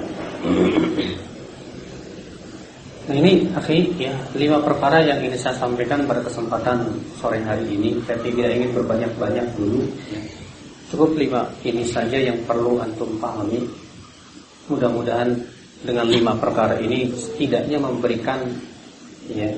Nah ini akhi ya 5 perkara yang ingin saya sampaikan pada kesempatan sore hari ini. Tapi tidak ingin berbanyak-banyak dulu ya. Cukup 5 ini saja yang perlu antum pahami. Mudah-mudahan dengan 5 perkara ini setidaknya memberikan ya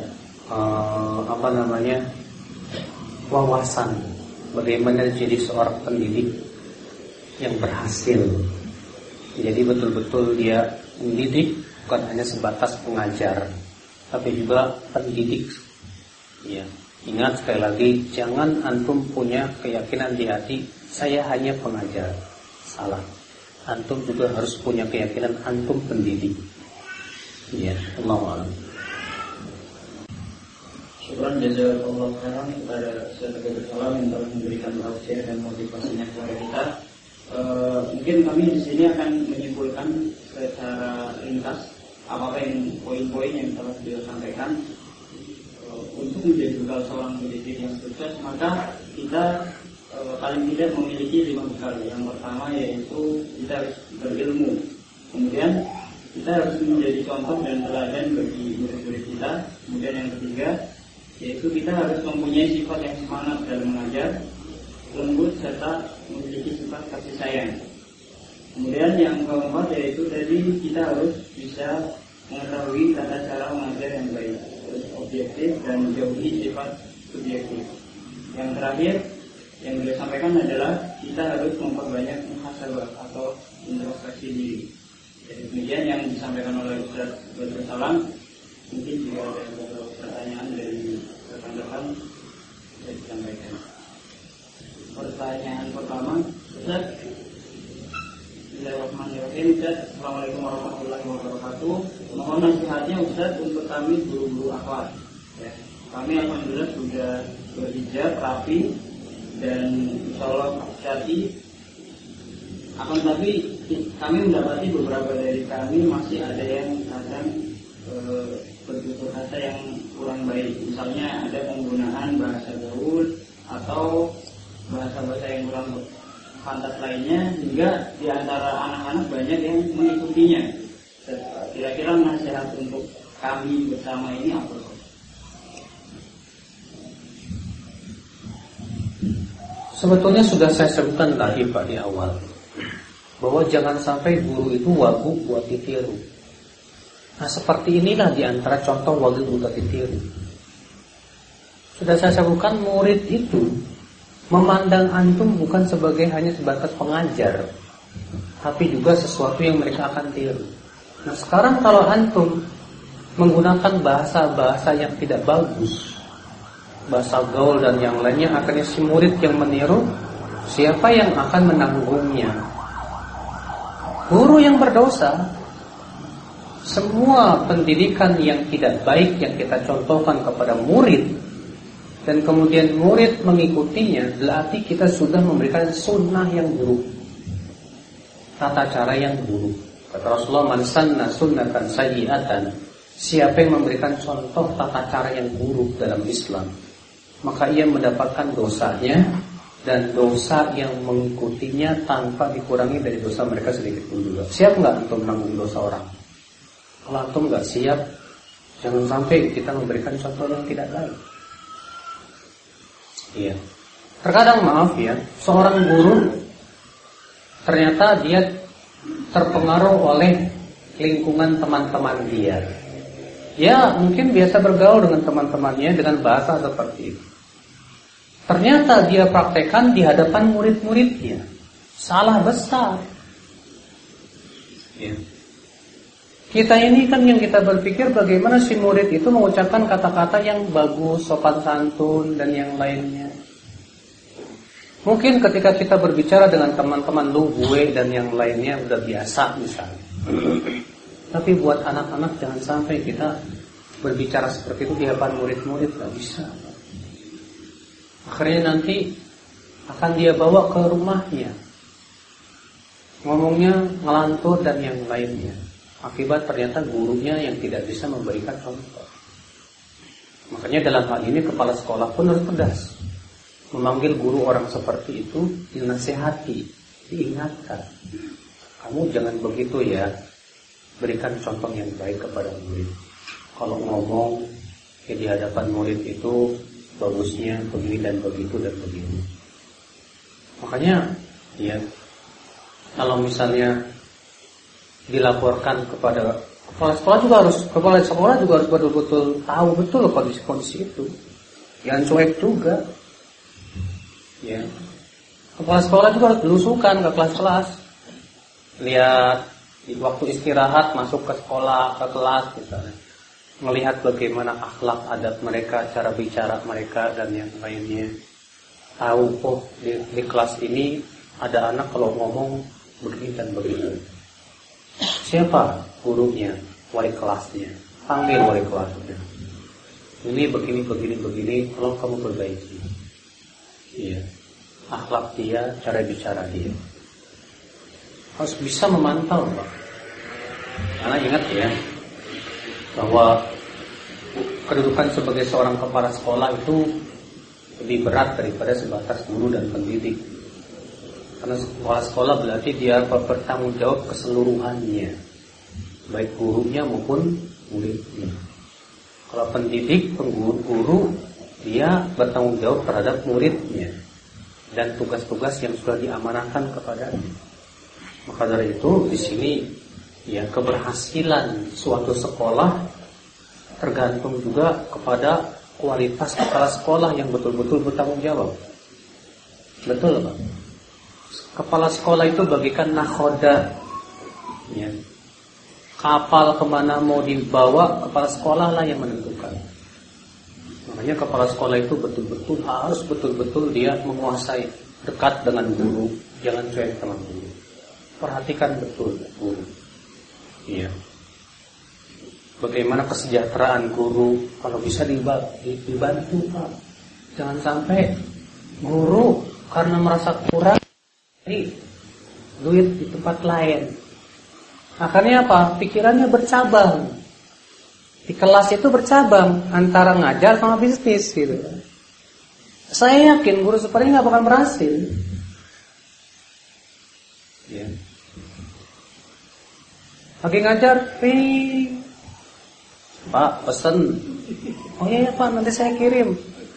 wawasan bagaimana jadi seorang pendidik yang berhasil. Jadi betul-betul dia mendidik, bukan hanya sebatas pengajar, tapi juga pendidik. Ya, ingat sekali lagi, jangan antum punya keyakinan di hati saya hanya pengajar. Salah. Antum juga harus punya keyakinan antum pendidik. Ya, Allahu a'lam. Syukran jazakallahu khairan kepada Ustaz Abdul Salam yang telah memberikan tausiah dan motivasinya kepada kita. Mungkin kami di sini akan menyimpulkan secara ringkas apa yang poin-poin yang telah beliau sampaikan. Untuk menjadi bekal seorang pendidik yang sukses, maka kita paling tidak memiliki 5 bekal. Yang pertama yaitu kita harus berilmu. Kemudian kita harus menjadi contoh dan teladan bagi murid-murid kita. Kemudian yang ketiga yaitu kita harus mempunyai sifat yang semangat dalam mengajar, lembut serta memiliki sifat kasih sayang. Kemudian yang keempat yaitu tadi kita harus bisa mengetahui tata cara mengajar yang baik, terus objektif dan menjauhi sifat subjektif. Yang terakhir yang beliau sampaikan adalah kita harus memperbanyak muhasabah atau introspeksi diri. Jadi demikian yang disampaikan oleh Ustaz Abdul Salam. Mungkin jika ada beberapa pertanyaan dari rekan-rekan bisa disampaikan. Pertanyaan pertama, Ustaz. Bismillahirrahmanirrahim. Ustaz, Assalamualaikum warahmatullahi wabarakatuh. Mohon nasihatnya Ustaz untuk kami guru-guru akhlak. Ya. Kami alhamdulillah sudah berhijab, rapi dan insyaallah jadi. Akan tapi kami mendapati beberapa dari kami masih ada yang kadang bertutur kata yang kurang baik. Misalnya ada penggunaan bahasa gaul atau bahasa-bahasa yang kurang pantas lainnya, hingga di antara anak-anak banyak yang mengikutinya. Kira-kira nasihat untuk kami bersama ini apa? Sebetulnya sudah saya sebutkan tadi Pak di awal, bahwa jangan sampai guru itu wagu buat ditiru. Nah seperti inilah di antara contoh wagu buat ditiru. Sudah saya sebutkan, murid itu memandang antum bukan hanya sebatas pengajar, tapi juga sesuatu yang mereka akan tiru. Nah sekarang kalau antum menggunakan bahasa-bahasa yang tidak bagus, bahasa gaul dan yang lainnya, akhirnya si murid yang meniru, siapa yang akan menanggungnya? Guru yang berdosa. Semua pendidikan yang tidak baik yang kita contohkan kepada murid dan kemudian murid mengikutinya, berarti kita sudah memberikan sunnah yang buruk, tata cara yang buruk. Kata Rasulullah, man sanna sunnatan sayyi'atan, siapa yang memberikan contoh tata cara yang buruk dalam Islam, maka ia mendapatkan dosanya dan dosa yang mengikutinya tanpa dikurangi dari dosa mereka sedikit pun juga. Siap nggak untuk menanggung dosa orang? Kalau antum nggak siap, jangan sampai kita memberikan contoh yang tidak baik. Iya. Terkadang maaf ya, seorang guru ternyata dia terpengaruh oleh lingkungan teman-teman dia. Ya, mungkin biasa bergaul dengan teman-temannya dengan bahasa seperti itu. Ternyata dia praktekkan di hadapan murid-muridnya. Salah besar. Ya. Kita ini kan yang kita berpikir bagaimana si murid itu mengucapkan kata-kata yang bagus, sopan santun dan yang lainnya. Mungkin ketika kita berbicara dengan teman-teman lu, gue dan yang lainnya udah biasa misalnya. Tapi buat anak-anak jangan sampai kita berbicara seperti itu di hadapan murid-murid, gak bisa. Akhirnya nanti akan dia bawa ke rumahnya, ngomongnya ngelantur dan yang lainnya. Akibat ternyata gurunya yang tidak bisa memberikan contoh. Makanya dalam hal ini kepala sekolah pun harus tegas, memanggil guru orang seperti itu, dinasihati, diingatkan, kamu jangan begitu ya, berikan contoh yang baik kepada murid. Kalau ngomong di hadapan murid itu bagusnya begini dan begitu dan begitu. Makanya ya, kalau misalnya dilaporkan kepada kepala sekolah juga harus betul-betul tahu betul kondisi itu. Jangan cuek juga. Ya. Kepala sekolah juga harus belusukan ke kelas-kelas. Lihat di waktu istirahat masuk ke sekolah, ke kelas misalnya. Melihat bagaimana akhlak adab mereka, cara bicara mereka dan yang lainnya. Tahu di kelas ini ada anak kalau ngomong begini dan begitu. Siapa gurunya, wali kelasnya, panggil wali kelasnya. Ini begini, tolong kamu perbaiki. Iya, akhlak dia, cara bicara dia. Harus bisa memantau, Pak. Karena ingat ya, bahwa kedudukan sebagai seorang kepala sekolah itu lebih berat daripada sebatas guru dan pendidik. Karena kepala sekolah berarti dia bertanggung jawab keseluruhannya, baik gurunya maupun muridnya. Kalau pendidik, guru, dia bertanggung jawab terhadap muridnya dan tugas-tugas yang sudah diamanahkan kepadanya. Maka dari itu di sini ya, keberhasilan suatu sekolah tergantung juga kepada kualitas kepala sekolah yang betul-betul bertanggung jawab. Betul, Pak? Kepala sekolah itu bagikan nakhoda ya. Kapal kemana mau dibawa, kepala sekolah lah yang menentukan. Makanya kepala sekolah itu harus betul-betul dia menguasai, dekat dengan guru, jangan cuek sama guru. Perhatikan betul guru. Iya. Bagaimana kesejahteraan guru, kalau bisa dibantu, Pak. Jangan sampai guru karena merasa kurang duit di tempat lain. Akhirnya apa? Pikirannya bercabang. Di kelas itu bercabang antara ngajar sama bisnis gitu. Saya yakin guru seperti ini nggak bakal berhasil. Ya. Lagi ngajar, Pak pesen. Oh iya Pak, nanti saya kirim.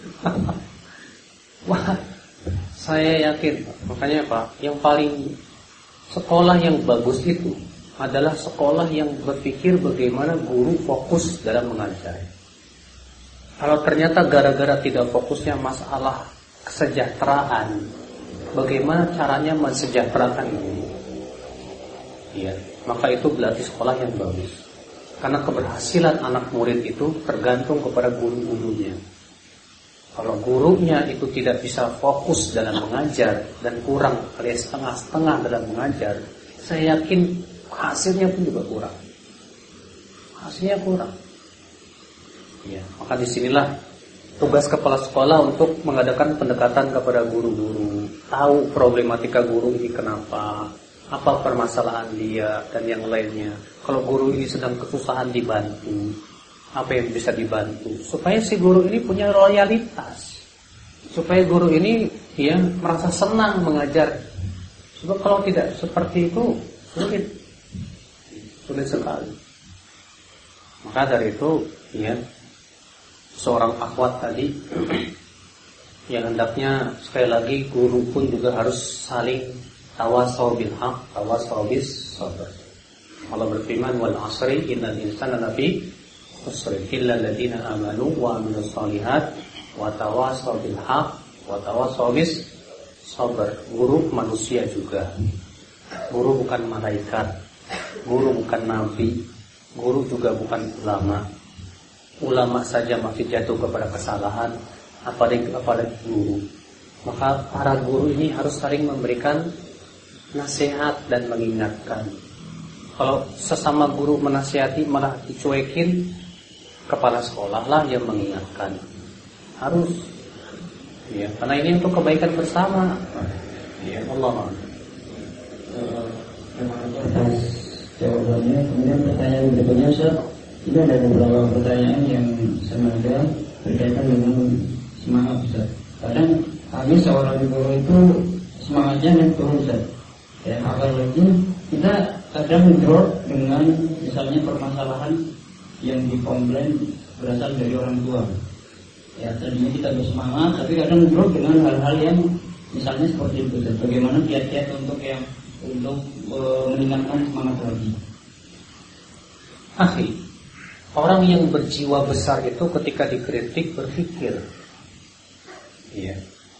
Wah, saya yakin, makanya Pak, yang paling sekolah yang bagus itu adalah sekolah yang berpikir bagaimana guru fokus dalam mengajar. Kalau ternyata gara-gara tidak fokusnya masalah kesejahteraan, bagaimana caranya mensejahterakan guru? Ya, maka itu berarti sekolah yang bagus. Karena keberhasilan anak murid itu tergantung kepada guru-gurunya. Kalau gurunya itu tidak bisa fokus dalam mengajar dan kurang alias setengah-setengah dalam mengajar, saya yakin hasilnya pun juga kurang. Hasilnya kurang. Ya, maka disinilah tugas kepala sekolah untuk mengadakan pendekatan kepada guru-guru, tahu problematika guru ini kenapa, apa permasalahan dia dan yang lainnya. Kalau guru ini sedang kesusahan, dibantu. Apa yang bisa dibantu supaya si guru ini punya loyalitas, supaya guru ini ya merasa senang mengajar. Sebab kalau tidak seperti itu sulit sekali. Maka dari itu ya seorang akhwat tadi yang hendaknya sekali lagi guru pun juga harus saling tawasau bil haq, tawasau bis sabr. Allah berfirman wal asri innal insana lafi khusr illa alladziina aamanu wa 'amilus shalihat wa tawassaw bil haqq wa tawassaw bis sabr. Guru manusia juga. Guru bukan malaikat. Guru bukan nabi. Guru juga bukan ulama. Ulama saja masih jatuh kepada kesalahan, apalagi guru. Maka para guru ini harus saling memberikan nasihat dan mengingatkan. Kalau sesama guru menasihati malah dicuekin, kepala sekolah lah yang mengingatkan. Harus ya, karena ini untuk kebaikan bersama. Ya Allah. Terima kasih atas jawabannya. Kemudian pertanyaan berikutnya, Ustaz, ini ada beberapa pertanyaan yang semoga berkaitan dengan semangat, Ustaz. Kadang kami seorang guru itu semangatnya naik turun, Ustaz. Ya, apalagi kita kadang drop dengan misalnya permasalahan yang dikomplain berasal dari orang tua. Ya, tadinya kita bersemangat, tapi kadang drop dengan hal-hal yang misalnya seperti itu. Dan bagaimana kiat-kiat untuk meningkatkan semangat lagi? Akhi, orang yang berjiwa besar itu ketika dikritik berpikir. Iya.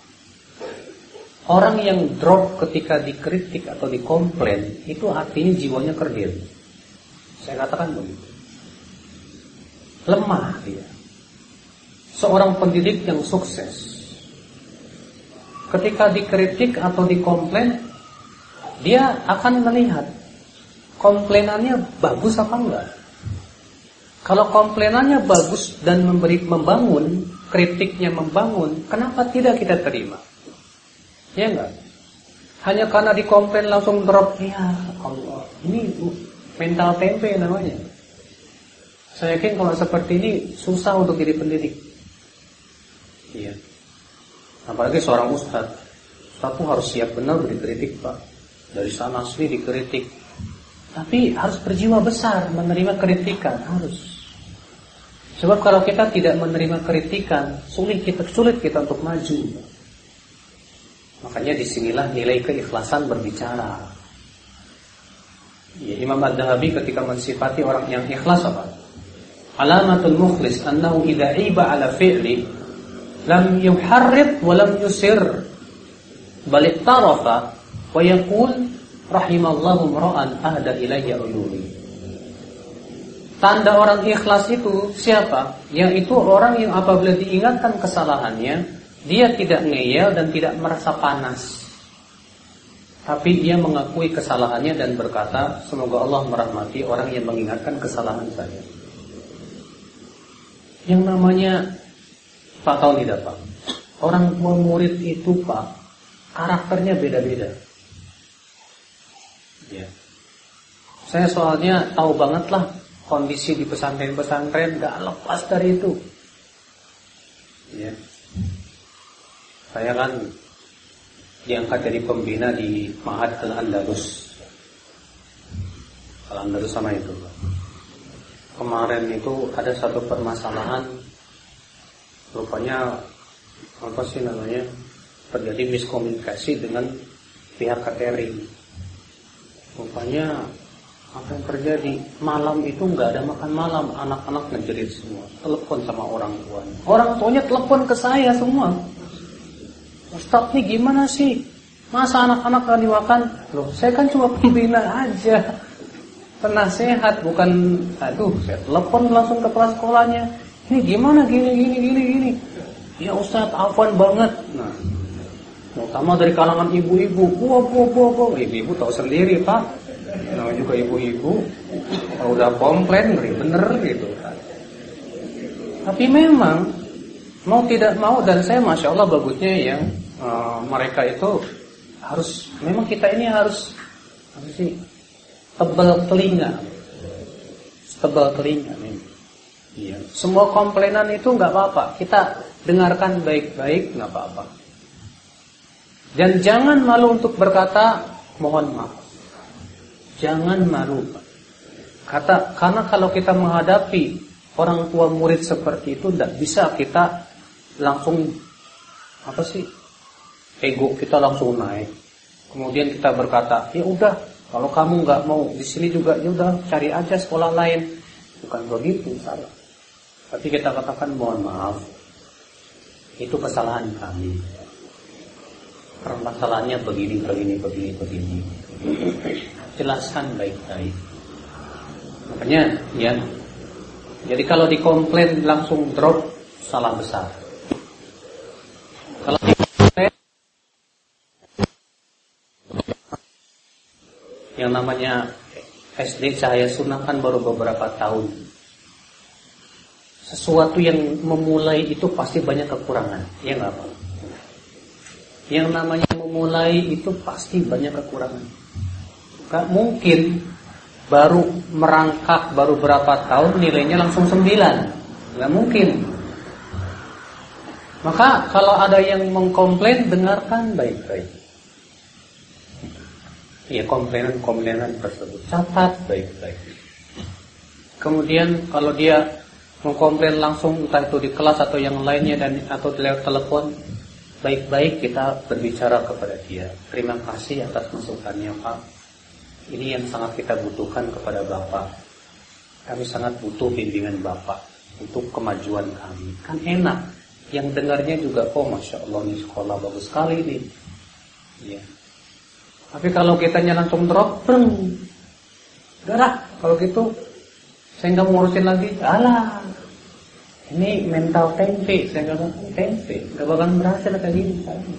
Orang yang drop ketika dikritik atau dikomplain itu artinya jiwanya kerdil. Saya katakan begitu. Lemah dia. Seorang pendidik yang sukses ketika dikritik atau dikomplain, dia akan melihat komplainannya bagus apa enggak. Kalau komplainannya bagus dan membangun, kritiknya membangun, kenapa tidak kita terima? Ya enggak? Hanya karena dikomplain langsung drop, ya Allah, ini mental tempe namanya. Saya yakin kalau seperti ini susah untuk jadi pendidik. Iya. Apalagi seorang ustadz. Ustadz tuh harus siap benar dikritik, Pak. Dari sana asli dikritik. Tapi harus berjiwa besar menerima kritikan, harus. Sebab kalau kita tidak menerima kritikan, sulit kita untuk maju. Makanya disinilah nilai keikhlasan berbicara. Ya, Imam Ad-Dhahabi ketika mensifati orang yang ikhlas apa? Alamatul mukhlis annahu idza iba ala fi'li lam yuharrid wa lam yusir bal ittarafa wa yaqul rahimallahu ra'an ahda ilayya uyuni. Tanda orang ikhlas itu siapa? Yang itu orang yang apabila diingatkan kesalahannya, dia tidak ngeyel dan tidak merasa panas, tapi dia mengakui kesalahannya dan berkata, semoga Allah merahmati orang yang mengingatkan kesalahan saya. Yang namanya, Pak tahu tidak Pak, orang tua murid itu Pak, karakternya beda-beda. Ya. Saya soalnya tahu banget lah kondisi di pesantren-pesantren, gak lepas dari itu. Ya. Saya kan diangkat jadi pembina di Ma'had Al-Andalus. Al-Andalus sama itu Pak. Kemarin itu ada satu permasalahan, rupanya apa sih namanya, terjadi miskomunikasi dengan pihak catering. Rupanya apa yang terjadi, malam itu nggak ada makan malam, anak-anak ngejerit semua, telepon sama orang tuanya. Orang tuanya telepon ke saya semua, Ustaz nih gimana sih, masa anak-anak gak dimakan? Loh, saya kan cuma pembina aja, penasehat, bukan, saya telepon langsung ke kepala sekolahnya. Ini gimana, gini. ya Ustadz afwan banget. Nah, terutama dari kalangan ibu-ibu, ibu-ibu tahu sendiri Pak. Nah juga ibu-ibu udah komplain ngeri bener gitu. Tapi memang mau tidak mau, dan saya masya Allah bagusnya yang mereka itu harus, memang kita ini harus apa sih, tebal telinga memang. Iya. Semua komplainan itu nggak apa-apa, kita dengarkan baik-baik, nggak apa-apa. Dan jangan malu untuk berkata mohon maaf. Jangan malu. Karena kalau kita menghadapi orang tua murid seperti itu, tidak bisa kita langsung apa sih, ego kita langsung naik. Kemudian kita berkata, ya udah, kalau kamu nggak mau di sini juga, ya udah cari aja sekolah lain. Bukan begitu, salah. Tapi kita katakan mohon maaf, itu kesalahan kami. Permasalahannya begini. Jelaskan baik-baik. Makanya, ya. Jadi kalau dikomplain langsung drop, salah besar. Kalau dikomplain, yang namanya SD Cahaya Sunnah kan baru beberapa tahun. Sesuatu yang memulai itu pasti banyak kekurangan, ya nggak apa? Yang namanya memulai itu pasti banyak kekurangan. Gak mungkin baru merangkak baru berapa tahun nilainya langsung 9, gak mungkin. Maka kalau ada yang mengkomplain, dengarkan baik-baik. Ya, komplainan tersebut catat baik-baik. Kemudian kalau dia mengkomplain langsung, entah itu di kelas atau yang lainnya atau lewat telepon, baik-baik kita berbicara kepada dia. Terima kasih atas masukannya Pak. Ini yang sangat kita butuhkan kepada Bapak. Kami sangat butuh bimbingan Bapak untuk kemajuan kami. Kan enak. Yang dengarnya juga, oh Masya Allah ini sekolah bagus sekali nih. Ya. Tapi kalau kitanya langsung drop, darah. Kalau gitu saya nggak ngurusin lagi. Alah, ini mental tempe. Saya nggak bakal tempe, nggak bakalan berhasil kayak gini.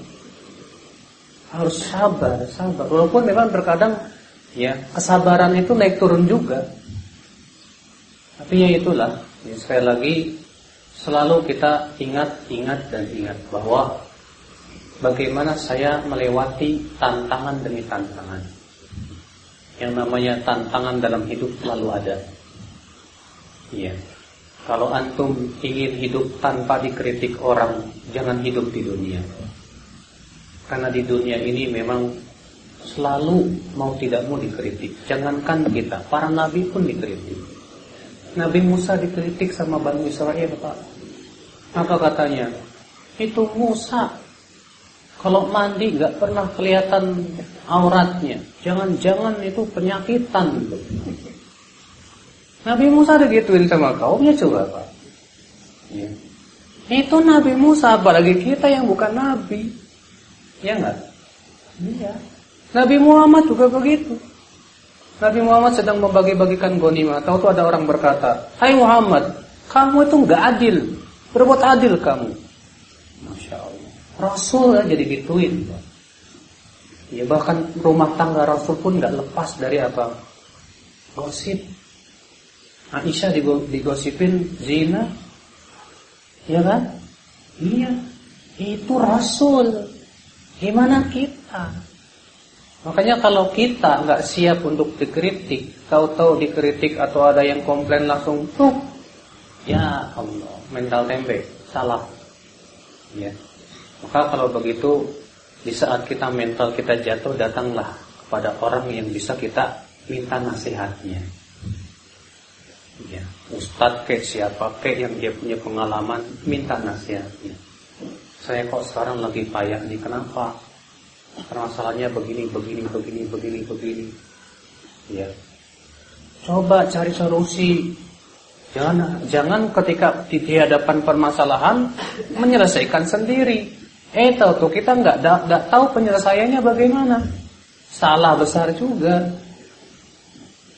Harus sabar. Walaupun memang terkadang ya kesabaran itu naik turun juga. Tapi ya itulah. Ya, sekali lagi selalu kita ingat bahwa bagaimana saya melewati tantangan demi tantangan. Yang namanya tantangan dalam hidup selalu ada. Iya. Kalau antum ingin hidup tanpa dikritik orang, jangan hidup di dunia. Karena di dunia ini memang selalu mau tidak mau dikritik. Jangankan kita, para nabi pun dikritik. Nabi Musa dikritik sama Bani Israel, Pak. Apa katanya? Itu Musa kalau mandi gak pernah kelihatan auratnya. Jangan-jangan itu penyakitan. Nabi Musa digituin sama kaumnya, coba Pak. Ya. Itu Nabi Musa, apalagi kita yang bukan Nabi. Ya enggak? Iya. Nabi Muhammad juga begitu. Nabi Muhammad sedang membagi-bagikan ghanimah. Tahu tuh ada orang berkata, "Hai Muhammad, kamu itu enggak adil. Berbuat adil kamu." Masya Allah. Rasul ya jadi gituin. Ya bahkan rumah tangga Rasul pun enggak lepas dari apa? Gosip. Aisyah digosipin zina. Ya kan? Iya. Itu Rasul. Gimana kita? Makanya kalau kita nggak siap untuk dikritik, tahu-tahu dikritik atau ada yang komplain langsung tuh, ya Allah, mental tempe, salah. Ya. Maka kalau begitu, di saat kita mental kita jatuh, datanglah kepada orang yang bisa kita minta nasihatnya. Ya, ustadz kayak siapa kayak yang dia punya pengalaman, minta nasihatnya. Saya kok sekarang lagi payah nih, kenapa? Masalahnya begini. Ya. Coba cari solusi. Jangan ketika di hadapan permasalahan menyelesaikan sendiri. Tahu kita nggak tahu penyelesaiannya bagaimana. Salah besar juga.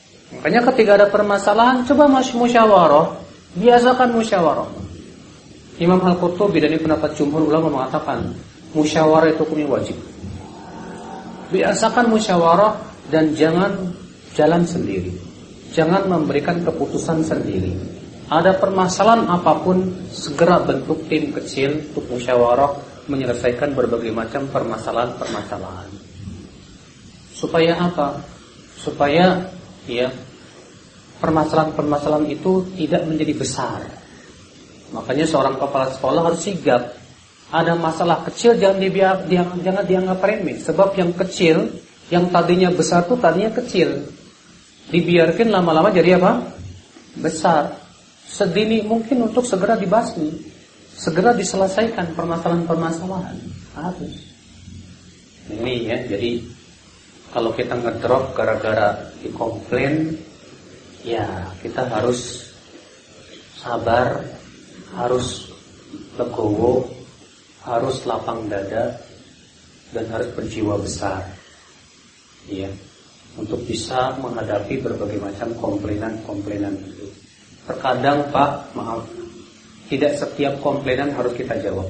Makanya ketika ada permasalahan, coba musyawarah, biasakan musyawarah. Imam Al-Qurtubi dan pendapat jumhur ulama mengatakan musyawarah itu hukumnya wajib. Biasakan musyawarah dan jangan jalan sendiri. Jangan memberikan keputusan sendiri. Ada permasalahan apapun, segera bentuk tim kecil untuk musyawarah menyelesaikan berbagai macam permasalahan-permasalahan. Supaya apa? Supaya ya permasalahan-permasalahan itu tidak menjadi besar. Makanya seorang kepala sekolah harus sigap. Ada masalah kecil jangan dianggap remeh. Sebab yang kecil, yang tadinya besar tuh tadinya kecil, dibiarkan lama-lama jadi apa? Besar. Sedini mungkin untuk segera dibasmi, segera diselesaikan permasalahan-permasalahan. Harus. Ini ya, jadi kalau kita ngedrop gara-gara dikomplain, ya kita harus sabar, harus legowo, harus lapang dada, dan harus berjiwa besar, ya, untuk bisa menghadapi berbagai macam komplainan itu. Terkadang Pak, maaf, tidak setiap komplainan harus kita jawab.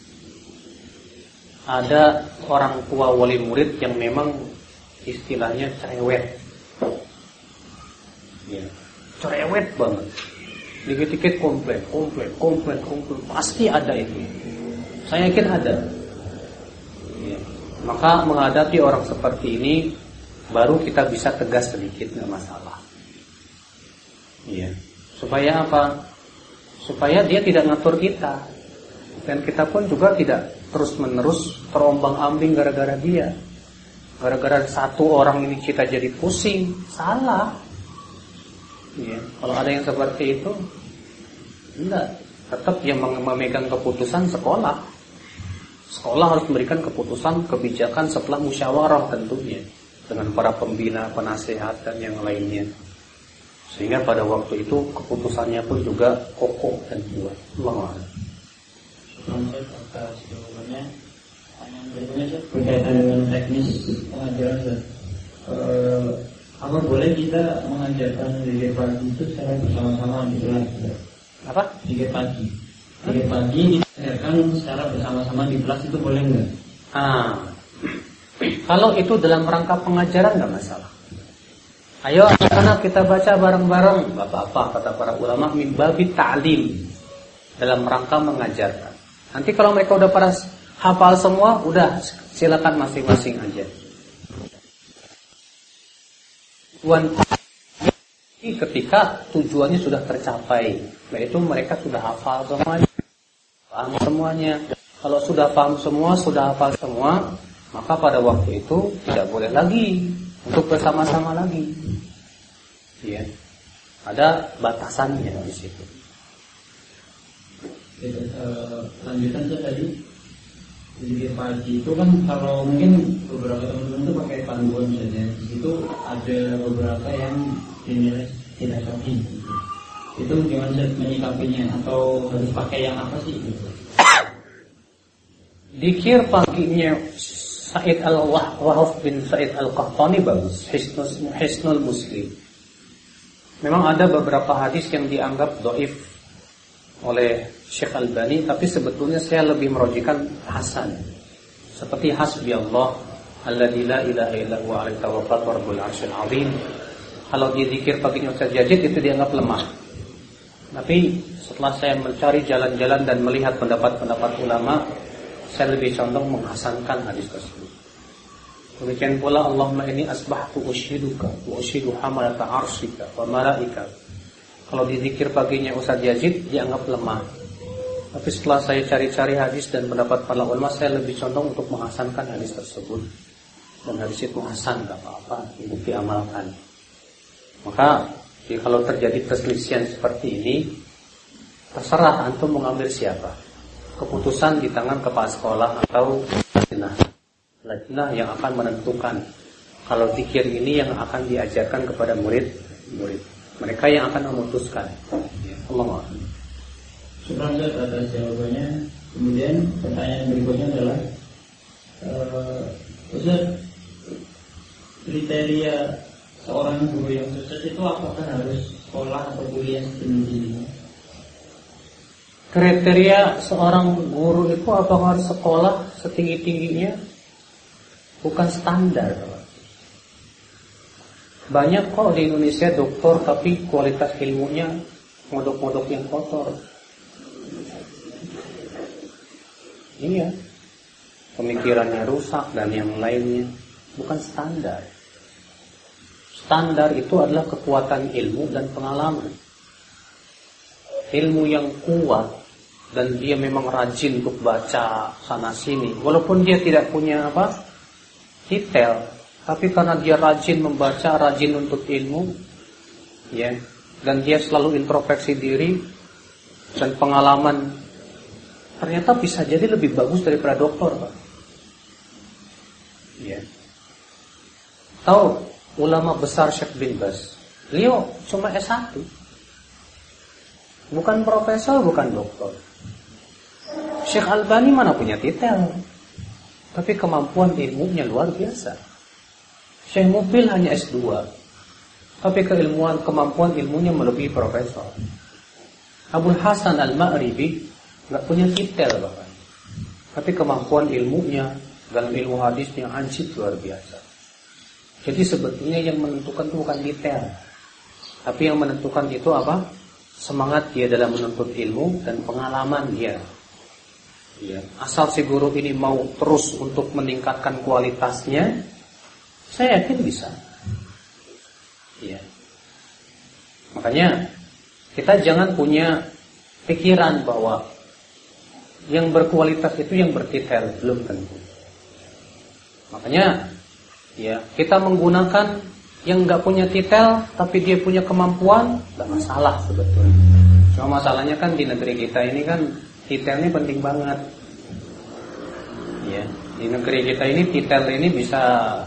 Ada orang tua wali murid yang memang istilahnya cerewet, ya, cerewet banget. Dikit-dikit komplain, pasti ada itu. Saya yakin ada. Ya. Maka menghadapi orang seperti ini, baru kita bisa tegas sedikit, nggak masalah. Ya. Supaya apa? Supaya dia tidak ngatur kita, dan kita pun juga tidak terus-menerus terombang-ambing gara-gara dia. Gara-gara satu orang ini kita jadi pusing, salah. Ya, kalau ada yang seperti itu, enggak. Tetap yang memegang keputusan sekolah. Sekolah harus memberikan keputusan kebijakan setelah musyawarah tentunya dengan para pembina, penasehat dan yang lainnya. Sehingga pada waktu itu keputusannya pun juga kokoh dan kuat. Allah. Konsep atas jawabannya. Yang berikutnya berkaitan dengan teknis pengajaran. Apa boleh kita mengajarkan zikir pagi itu secara bersama-sama di kelas? Apa? Zikir pagi. Zikir pagi diajarkan secara bersama-sama di kelas itu boleh enggak? Kalau itu dalam rangka pengajaran enggak masalah. Ayo anak-anak kita baca bareng-bareng. Enggak apa-apa kata para ulama, min babi ta'lim, dalam rangka mengajarkan. Nanti kalau mereka udah pada hafal semua, udah silakan masing-masing aja. Ketika tujuannya sudah tercapai, yaitu mereka sudah hafal semuanya, paham semuanya. Kalau sudah paham semua, sudah hafal semua, maka pada waktu itu tidak boleh lagi untuk bersama-sama lagi. Ya, ada batasannya di situ. Lanjutan tadi, zikir pagi itu kan kalau mungkin beberapa teman-teman itu pakai panduan saja. Di situ ada beberapa yang dinilai tidak sahih. Itu gimana menyikapinya, atau harus pakai yang apa sih? Zikir paginya Sa'id Al-Wahaf bin Sa'id Al-Qahtani bagus, Hisnul Muslim. Memang ada beberapa hadis yang dianggap dhaif oleh Syekh Albani, tapi sebetulnya saya lebih merojikan hasan. Seperti hasbi Allah alladzi la ilaha illa huwa alaihi tawakkaltu wa rabbul arsyil azim. Kalau dizikir paginya Ustaz Yazid itu dianggap lemah. Tapi setelah saya mencari jalan-jalan dan melihat pendapat-pendapat ulama, saya lebih condong menghasankan hadis tersebut. Demikian pula Allahumma inni asbahtu ushiduka wa ushidu hamalata arsyika wa malaika. Kalau dizikir paginya Ustaz Yazid dianggap lemah. Tapi setelah saya cari-cari hadis dan pendapat para ulama, saya lebih condong untuk menghasankan hadis tersebut. Dan hadis itu hasan, gak apa-apa, itu diamalkan. Maka kalau terjadi perselisihan seperti ini, terserah antum mengambil siapa. Keputusan di tangan kepala sekolah atau lajnah yang akan menentukan kalau zikir ini yang akan diajarkan kepada murid-murid. Mereka yang akan memutuskan. Allah. Syukran atas jawabannya. Kemudian pertanyaan berikutnya adalah, Ustaz, kriteria seorang guru yang sukses itu apakah harus sekolah atau kuliah sendiri? Kriteria seorang guru itu apakah harus sekolah setinggi-tingginya? Bukan standar. Banyak kok di Indonesia doktor tapi kualitas ilmunya modok-modok yang kotor. Iya, pemikirannya rusak dan yang lainnya. Bukan standar. Standar itu adalah kekuatan ilmu dan pengalaman. Ilmu yang kuat dan dia memang rajin untuk baca sana sini, walaupun dia tidak punya detail, tapi karena dia rajin membaca, rajin untuk ilmu, ya, dan dia selalu introspeksi diri dan pengalaman, ternyata bisa jadi lebih bagus daripada dokter, Pak. Ya. Tahu ulama besar Syekh bin Baz, beliau cuma S1. Bukan profesor, bukan doktor. Syekh Albani mana punya titel, tapi kemampuan ilmunya luar biasa. Syekh Mubil hanya S2, tapi kemampuan ilmunya melebihi profesor. Abul Hasan Al-Ma'ribi nggak punya titel bahkan, tapi kemampuan ilmunya dalam ilmu hadisnya ansip luar biasa. Jadi sebetulnya yang menentukan itu bukan detail, tapi yang menentukan itu apa? Semangat dia dalam menuntut ilmu dan pengalaman dia. Ya, asal si guru ini mau terus untuk meningkatkan kualitasnya, saya yakin bisa. Ya. Makanya kita jangan punya pikiran bahwa yang berkualitas itu yang bertitel, belum tentu. Makanya ya, kita menggunakan yang nggak punya titel tapi dia punya kemampuan, nggak masalah sebetulnya. Cuma masalahnya kan di negeri kita ini kan titelnya penting banget. Ya, di negeri kita ini titel ini bisa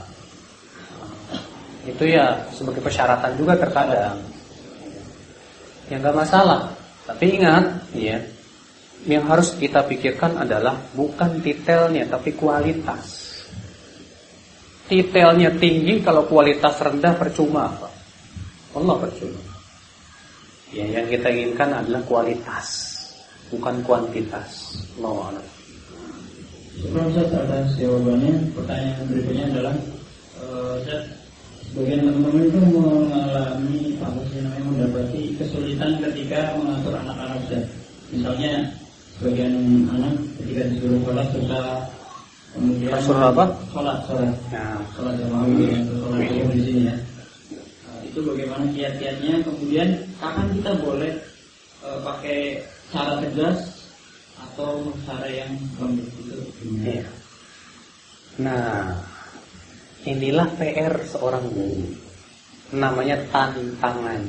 itu ya sebagai persyaratan juga terkadang. Ya nggak masalah. Tapi ingat, ya, yang harus kita pikirkan adalah bukan titelnya tapi kualitas. Titelnya tinggi kalau kualitas rendah percuma, Pak. Allah percuma. Ya, yang kita inginkan adalah kualitas, bukan kuantitas. Allah a'lam. Sebelum saya atas jawabannya, pertanyaan berikutnya adalah, sebagian teman-teman itu mengalami mendapati kesulitan ketika mengatur anak-anak Ustaz. Misalnya sebagian anak ketika disuruh sholat susah. Kemudian Sholat apa? Sholat. Nah, sholat jamaah sholat di sini ya. Itu bagaimana kiat-kiatnya? Kemudian kapan kita boleh pakai cara tegas atau cara yang lembut itu? Ya. Nah, inilah PR seorang guru. Namanya tantangan.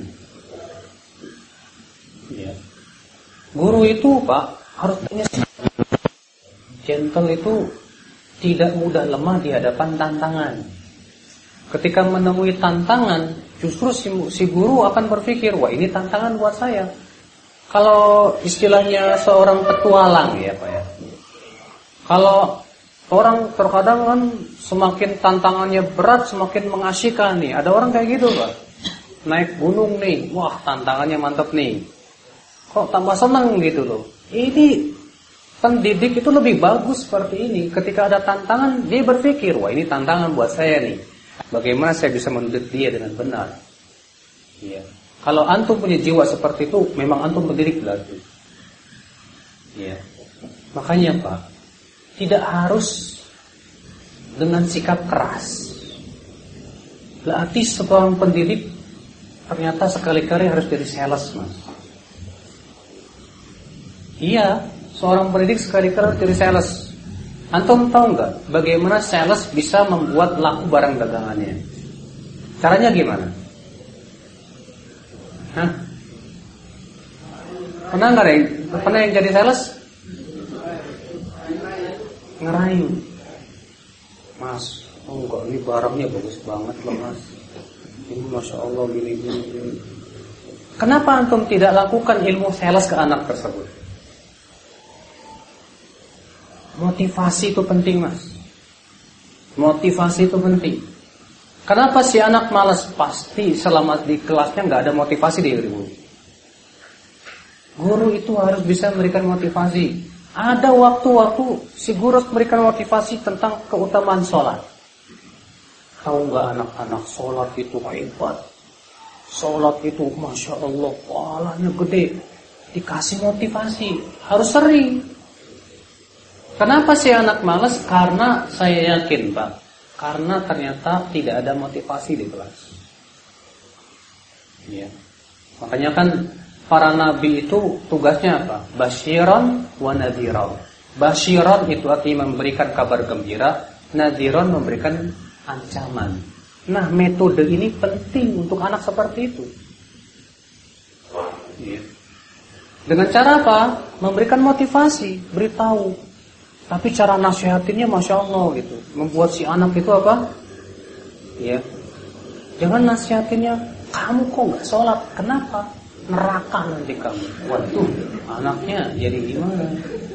Ya. Guru itu, Pak, harus punya gentle itu. Tidak mudah lemah di hadapan tantangan. Ketika menemui tantangan, justru si guru akan berpikir, wah ini tantangan buat saya. Kalau istilahnya seorang petualang ya Pak ya. Kalau orang terkadang kan semakin tantangannya berat, semakin mengasihkan nih. Ada orang kayak gitu Pak. Naik gunung nih, wah tantangannya mantap nih. Kok tambah senang gitu loh. Ini pendidik itu lebih bagus seperti ini. Ketika ada tantangan, dia berpikir, wah ini tantangan buat saya nih. Bagaimana saya bisa mendidik dia dengan benar? Ya. Kalau antum punya jiwa seperti itu, memang antum pendidik berarti. Ya. Makanya Pak, tidak harus dengan sikap keras. Berarti seorang pendidik ternyata sekali-kali harus jadi sales, Mas. Iya. Seorang pendidik sekali-kali harus jadi sales. Antum tahu nggak bagaimana sales bisa membuat laku barang dagangannya? Caranya gimana? Hah? Pernah yang jadi sales? Ngerayu. Mas, oh enggak, ini barangnya bagus banget loh Mas. Ini Masya Allah gini. Kenapa antum tidak lakukan ilmu sales ke anak tersebut? Motivasi itu penting Mas. Motivasi itu penting. Kenapa si anak malas? Pasti selama di kelasnya nggak ada motivasi di ilmu. Guru itu harus bisa memberikan motivasi. Ada waktu-waktu si guru harus memberikan motivasi tentang keutamaan sholat. Tahu nggak anak-anak, sholat itu hebat. Sholat itu Masya Allah, pahalanya gede. Dikasih motivasi, harus sering. Kenapa sih anak malas? Karena saya yakin Pak, karena ternyata tidak ada motivasi di kelas. Ya. Makanya kan para nabi itu tugasnya apa? Basyiron wa nadhiron. Basyiron itu artinya memberikan kabar gembira, nadhiron memberikan ancaman. Nah, metode ini penting untuk anak seperti itu. Ya. Dengan cara apa? Memberikan motivasi, beritahu. Tapi cara nasihatinnya Masya Allah gitu. Membuat si anak itu apa? Ya. Jangan nasihatinnya, kamu kok gak sholat? Kenapa? Neraka nanti kamu. Waduh, anaknya jadi gimana?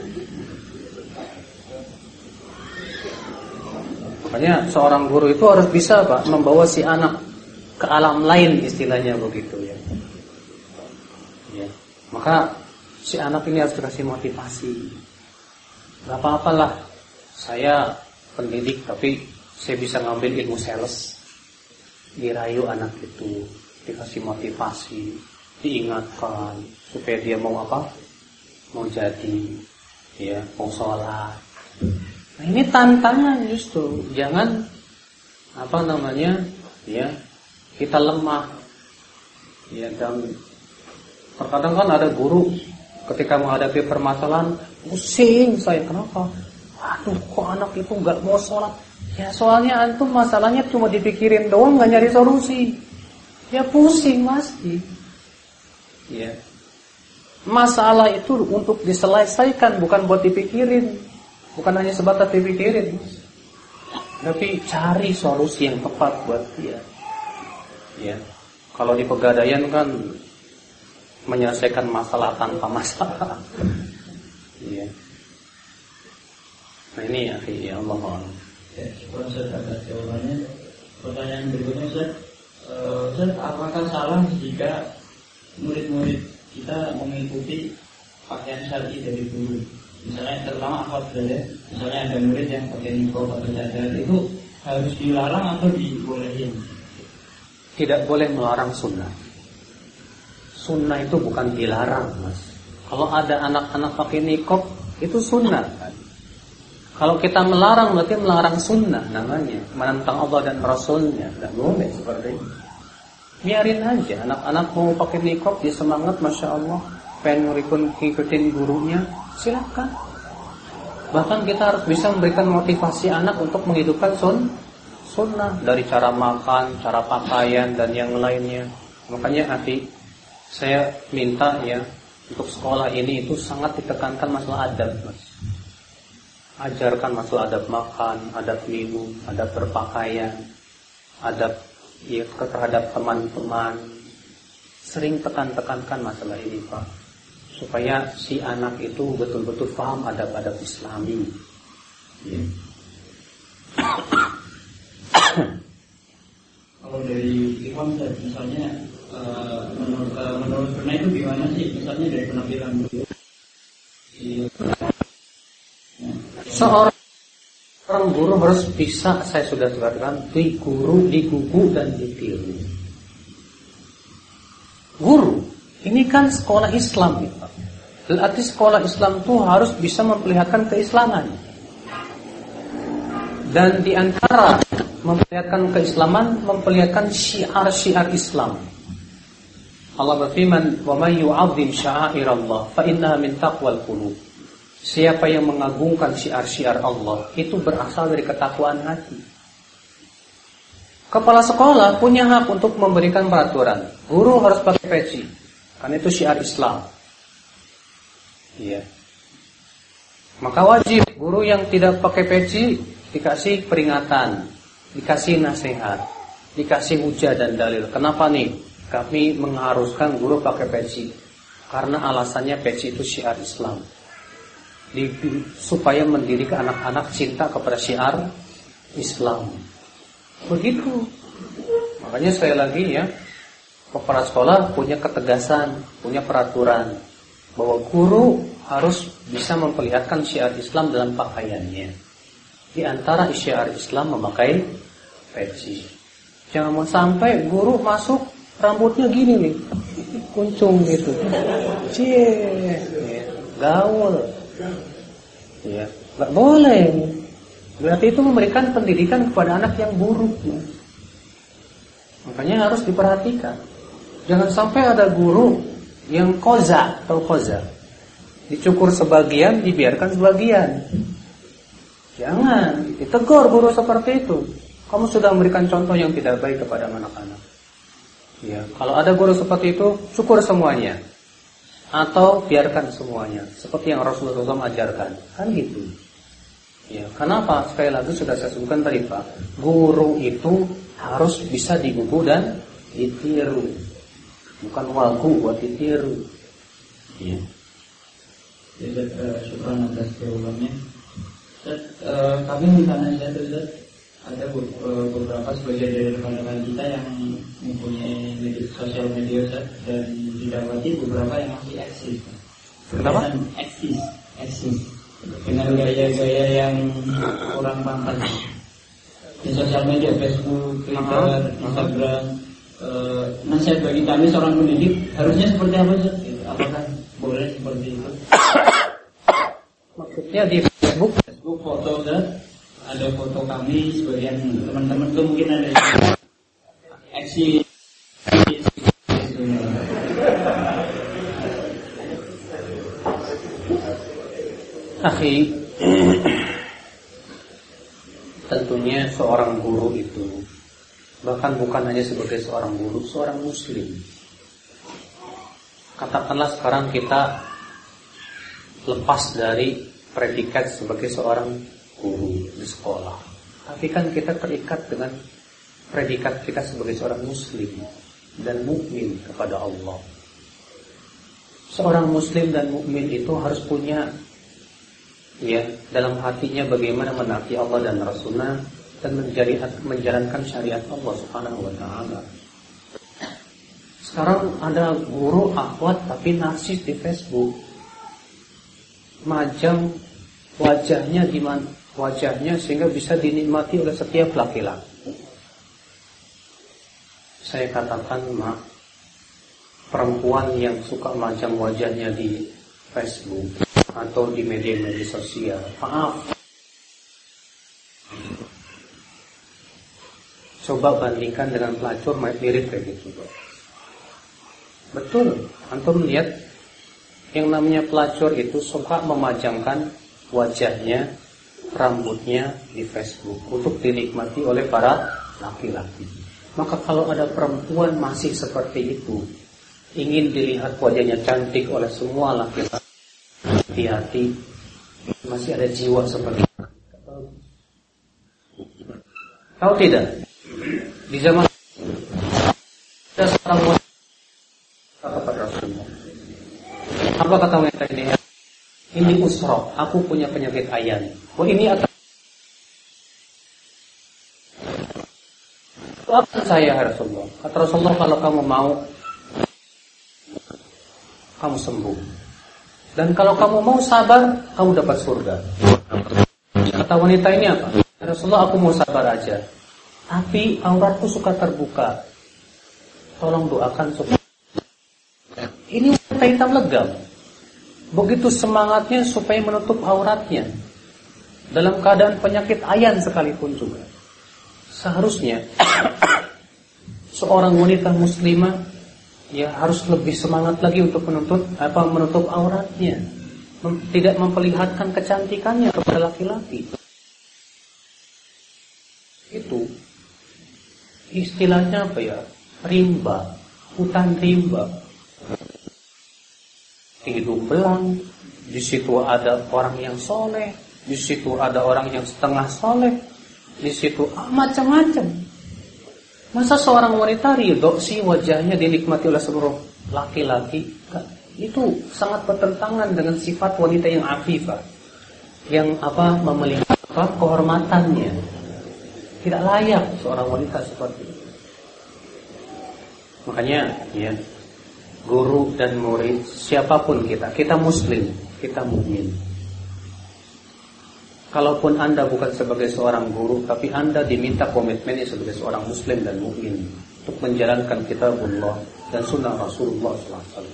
Makanya seorang guru itu harus bisa Pak membawa si anak ke alam lain, istilahnya begitu ya. Ya. Maka si anak ini harus dikasih motivasi. Gak apa-apalah, saya pendidik tapi saya bisa ngambil ilmu sales. Dirayu anak itu, dikasih motivasi, diingatkan supaya dia mau apa? Mau jadi, ya, mau sholat. Nah, ini tantangan justru. Jangan apa namanya, ya, kita lemah. Ya, dan terkadang kan ada guru ketika menghadapi permasalahan pusing saya, kenapa? Aduh, kok anak itu nggak mau sholat? Ya soalnya antum masalahnya cuma dipikirin doang, nggak nyari solusi. Ya pusing pasti. Ya. Masalah itu untuk diselesaikan, bukan buat dipikirin. Bukan hanya sebatas dipikirin, tapi cari solusi yang tepat buat dia. Ya. Kalau di Pegadaian kan menyelesaikan masalah tanpa masalah. Ya. Nah ini ya Allah. Ya, sebelum saya atas jawabannya, pertanyaan berikutnya Ustaz, apakah salah jika murid-murid kita mengikuti pakaian syar'i dari guru? Misalnya terutama akhwat ya, misalnya ada murid yang pakai niqab atau cadar, itu harus dilarang atau dibolehin? Tidak boleh melarang sunnah. Sunnah itu bukan dilarang, Mas. Kalau ada anak-anak pakai niqab, itu sunnah kan? Kalau kita melarang berarti melarang sunnah namanya, menentang Allah dan Rasulnya. Tidak boleh seperti itu. Biarin aja anak-anak mau pakai niqab, dia semangat, Masya Allah, pengen ngikutin gurunya, silakan. Bahkan kita harus bisa memberikan motivasi anak untuk menghidupkan sunnah dari cara makan, cara pakaian dan yang lainnya. Makanya hati saya minta ya, untuk sekolah ini itu sangat ditekankan masalah adab, Mas. Ajarkan masalah adab makan, adab minum, adab berpakaian, adab ya, terhadap teman-teman. Sering tekankan masalah ini, Pak, supaya si anak itu betul-betul paham adab-adab Islami. Ya. Kalau dari Ikhwan, misalnya menurut pernah itu gimana sih? Misalnya dari penampilan dulu. Seorang guru harus bisa, saya sudah katakan, diguru, digugu dan ditiru. Guru, ini kan sekolah Islam ya, Pak. Berarti sekolah Islam itu harus bisa memperlihatkan keislaman. Dan di antara memperlihatkan keislaman, memperlihatkan syiar-syiar Islam. Allah berfirman, "Wa may yu'azzim sya'airallah fa innaha min taqwal qulub." Siapa yang mengagungkan syiar-syiar Allah, itu berasal dari ketakwaan hati. Kepala sekolah punya hak untuk memberikan peraturan. Guru harus pakai peci, karena itu syiar Islam. Iya. Maka wajib guru yang tidak pakai peci dikasih peringatan, dikasih nasihat, dikasih hujah dan dalil. Kenapa nih kami mengharuskan guru pakai peci? Karena alasannya peci itu syiar Islam. Supaya mendidik anak-anak cinta kepada syiar Islam. Begitu. Makanya sekali lagi ya, kepala sekolah punya ketegasan, punya peraturan. bahwa guru harus bisa memperlihatkan syiar Islam dalam pakaiannya. Di antara syiar Islam memakai peci. Jangan sampai guru masuk rambutnya gini nih, kuncung gitu. Cie, gaul. Ya, nggak boleh. Berarti itu memberikan pendidikan kepada anak yang buruk. Makanya harus diperhatikan. Jangan sampai ada guru yang koza atau koza, dicukur sebagian, dibiarkan sebagian. Jangan, ditegur guru seperti itu. Kamu sudah memberikan contoh yang tidak baik kepada anak-anak. Ya, kalau ada guru seperti itu, cukur semuanya, atau biarkan semuanya, seperti yang Rasulullah SAW ajarkan. Kan gitu. Ya, kenapa? Sekali lagi sudah saya sebutkan tadi Pak, guru itu harus bisa digugu dan ditiru, bukan wagu buat ditiru. Ya. Jadi, syukur atas jawabannya. Kami misalnya saya ada beberapa sebagian dari rekan-rekan kita yang mempunyai sosial media dan didapati beberapa yang masih eksis. Kenapa? Eksis dengan gaya-gaya yang kurang pantas di sosial media, Facebook, Twitter, Instagram. Nasihat bagi kami seorang pendidik harusnya seperti apa sih? Apakah boleh seperti itu? Maksudnya di Facebook foto ada foto kami, sebagian teman-teman itu mungkin ada yang eksis. Akhi, tentunya seorang guru itu, bahkan bukan hanya sebagai seorang guru, seorang muslim. Katakanlah sekarang kita lepas dari predikat sebagai seorang guru di sekolah, tapi kan kita terikat dengan predikat kita sebagai seorang muslim dan mukmin kepada Allah. Seorang muslim dan mukmin itu harus punya, ya, dalam hatinya bagaimana menaati Allah dan Rasulnya dan menjalankan syariat Allah Subhanahu wa taala. Sekarang ada guru akhwat tapi narsis di Facebook. Majang wajahnya sehingga bisa dinikmati oleh setiap laki-laki. Saya katakan, perempuan yang suka majang wajahnya di Facebook atau di media-media sosial, maaf, coba bandingkan dengan pelacur, mirip kayak gitu. Betul, antum lihat yang namanya pelacur itu suka memajangkan wajahnya, rambutnya di Facebook untuk dinikmati oleh para laki-laki. Maka kalau ada perempuan masih seperti itu, ingin dilihat wajahnya cantik oleh semua laki-laki, hati-hati, masih ada jiwa seperti itu. Tahu tidak? Di zaman ada seorang wanita kepada Rasulullah. Apa kata wanita ini? Ini usrah, aku punya penyakit ayan. Oh, ini akan doakan saya Rasulullah. Kata Rasulullah, kalau kamu mau, kamu sembuh. Dan kalau kamu mau sabar, kamu dapat surga. Kata wanita ini apa? Rasulullah, aku mau sabar aja, tapi auratku suka terbuka. Tolong doakan supaya. Ini wanita hitam legam. Begitu semangatnya supaya menutup auratnya, dalam keadaan penyakit ayan sekalipun juga. Seharusnya seorang wanita muslimah, ya, harus lebih semangat lagi untuk menutup auratnya, tidak memperlihatkan kecantikannya kepada laki-laki. Itu istilahnya apa ya? Rimba, hutan rimba. Hidung belang, di situ ada orang yang soleh, di situ ada orang yang setengah soleh, di situ macam-macam. Masa seorang wanita ridho sih wajahnya dinikmati oleh seluruh laki-laki? Itu sangat bertentangan dengan sifat wanita yang afifah, yang memelihara kehormatannya. Tidak layak seorang wanita seperti itu. Makanya, ya, guru dan murid, siapapun kita muslim, kita mukmin. Kalaupun Anda bukan sebagai seorang guru, tapi Anda diminta komitmennya sebagai seorang muslim dan mukmin untuk menjalankan kitabullah dan sunnah Rasulullah SAW.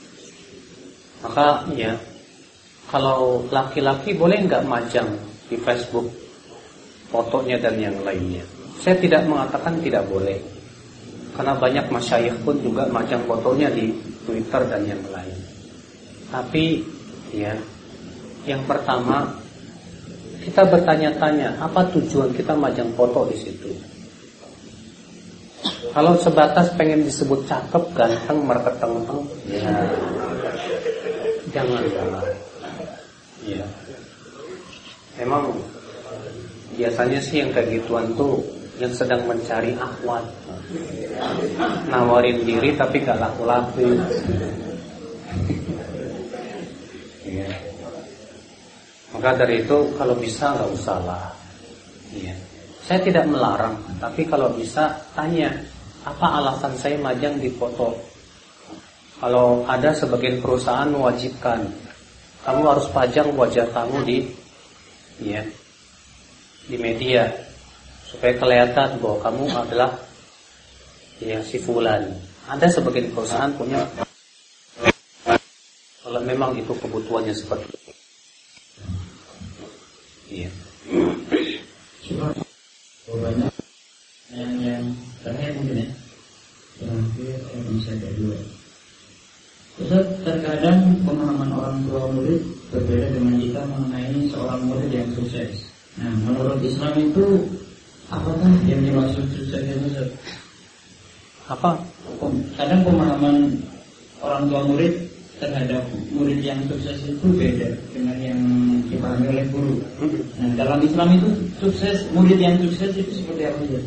Maka ya, kalau laki-laki boleh nggak majang di Facebook fotonya dan yang lainnya? Saya tidak mengatakan tidak boleh, karena banyak masyayikh pun juga majang fotonya di Twitter dan yang lain. Tapi ya, yang pertama kita bertanya-tanya, apa tujuan kita majang foto di situ? Kalau sebatas pengen disebut cakep, ganteng, merketeng-teng, ya jangan. Ya, emang biasanya sih yang kayak gituan tuh yang sedang mencari akhwat, nawarin diri tapi gak laku-laku. Ya. Maka dari itu kalau bisa nggak usah lah. Ya. Saya tidak melarang, tapi kalau bisa tanya apa alasan saya majang di foto. Kalau ada sebagian perusahaan mewajibkan kamu harus pajang wajah kamu di media supaya kelihatan bahwa kamu adalah si fulan. Ada sebagian perusahaan punya, kalau memang itu kebutuhannya seperti itu. Iya. Banyak yang terakhir mungkin ya. Terakhir bisa ada dua. Ustaz, terkadang pemahaman orang tua murid berbeda dengan kita mengenai seorang murid yang sukses. Nah, menurut Islam itu apakah yang dimaksud sukses itu, Ustaz? Apa? Kadang pemahaman orang tua murid terhadap murid yang sukses itu beda dengan yang dipahami oleh guru. Nah, dalam Islam itu sukses, murid yang sukses itu seperti apa ya?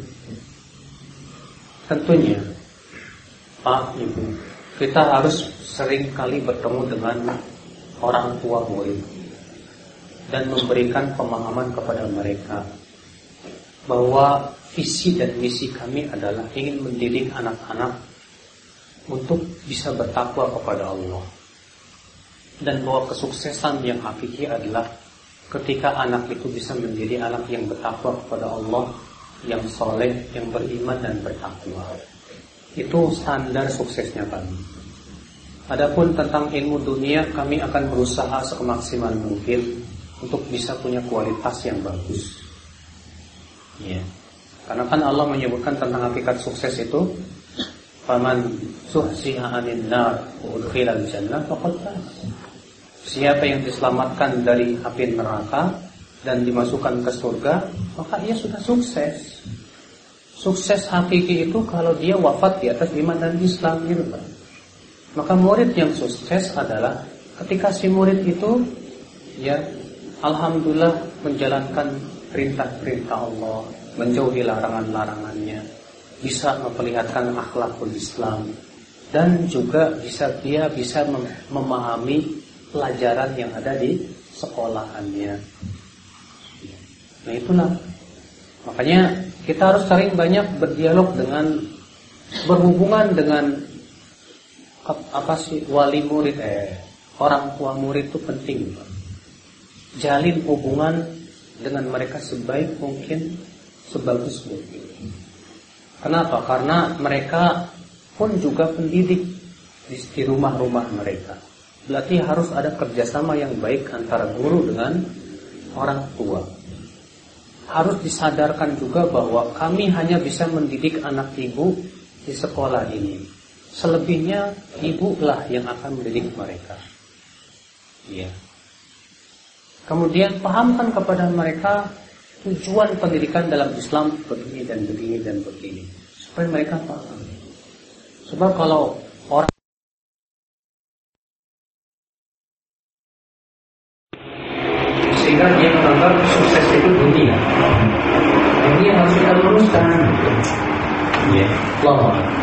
Tentunya, Pak, Ibu, kita harus sering kali bertemu dengan orang tua murid dan memberikan pemahaman kepada mereka bahwa visi dan misi kami adalah ingin mendidik anak-anak untuk bisa bertakwa kepada Allah. Dan bahwa kesuksesan yang hakiki adalah ketika anak itu bisa menjadi anak yang bertakwa kepada Allah, yang soleh, yang beriman dan bertakwa. Itu standar suksesnya kami. Adapun tentang ilmu dunia, kami akan berusaha semaksimal mungkin untuk bisa punya kualitas yang bagus. Ya. Karena kan Allah menyebutkan tentang hakikat sukses itu, faman zuhziha 'anil nar wa udkhilal jannah faqad faz. Siapa yang diselamatkan dari api neraka dan dimasukkan ke surga, maka ia sudah sukses. Sukses hakiki itu kalau dia wafat di atas iman dan Islam, gitu kan. Maka murid yang sukses adalah ketika si murid itu alhamdulillah menjalankan perintah-perintah Allah, menjauhi larangan-larangannya, bisa memperlihatkan akhlakul Islam, dan juga dia bisa memahami pelajaran yang ada di sekolahannya. Nah itulah, makanya kita harus sering banyak berdialog berhubungan dengan wali murid, orang tua murid itu penting. Jalin hubungan dengan mereka sebaik mungkin, sebagus mungkin. Kenapa? Karena mereka pun juga pendidik di rumah-rumah mereka. Berarti harus ada kerjasama yang baik antara guru dengan orang tua. Harus disadarkan juga bahwa kami hanya bisa mendidik anak ibu di sekolah ini. Selebihnya ibu lah yang akan mendidik mereka. Ya. Kemudian pahamkan kepada mereka tujuan pendidikan dalam Islam begini dan begini dan begini, supaya mereka paham. Sebab kalau orang sehingga dia menganggap sukses itu dunia, ini harus kita luruskan. Ya, Allah.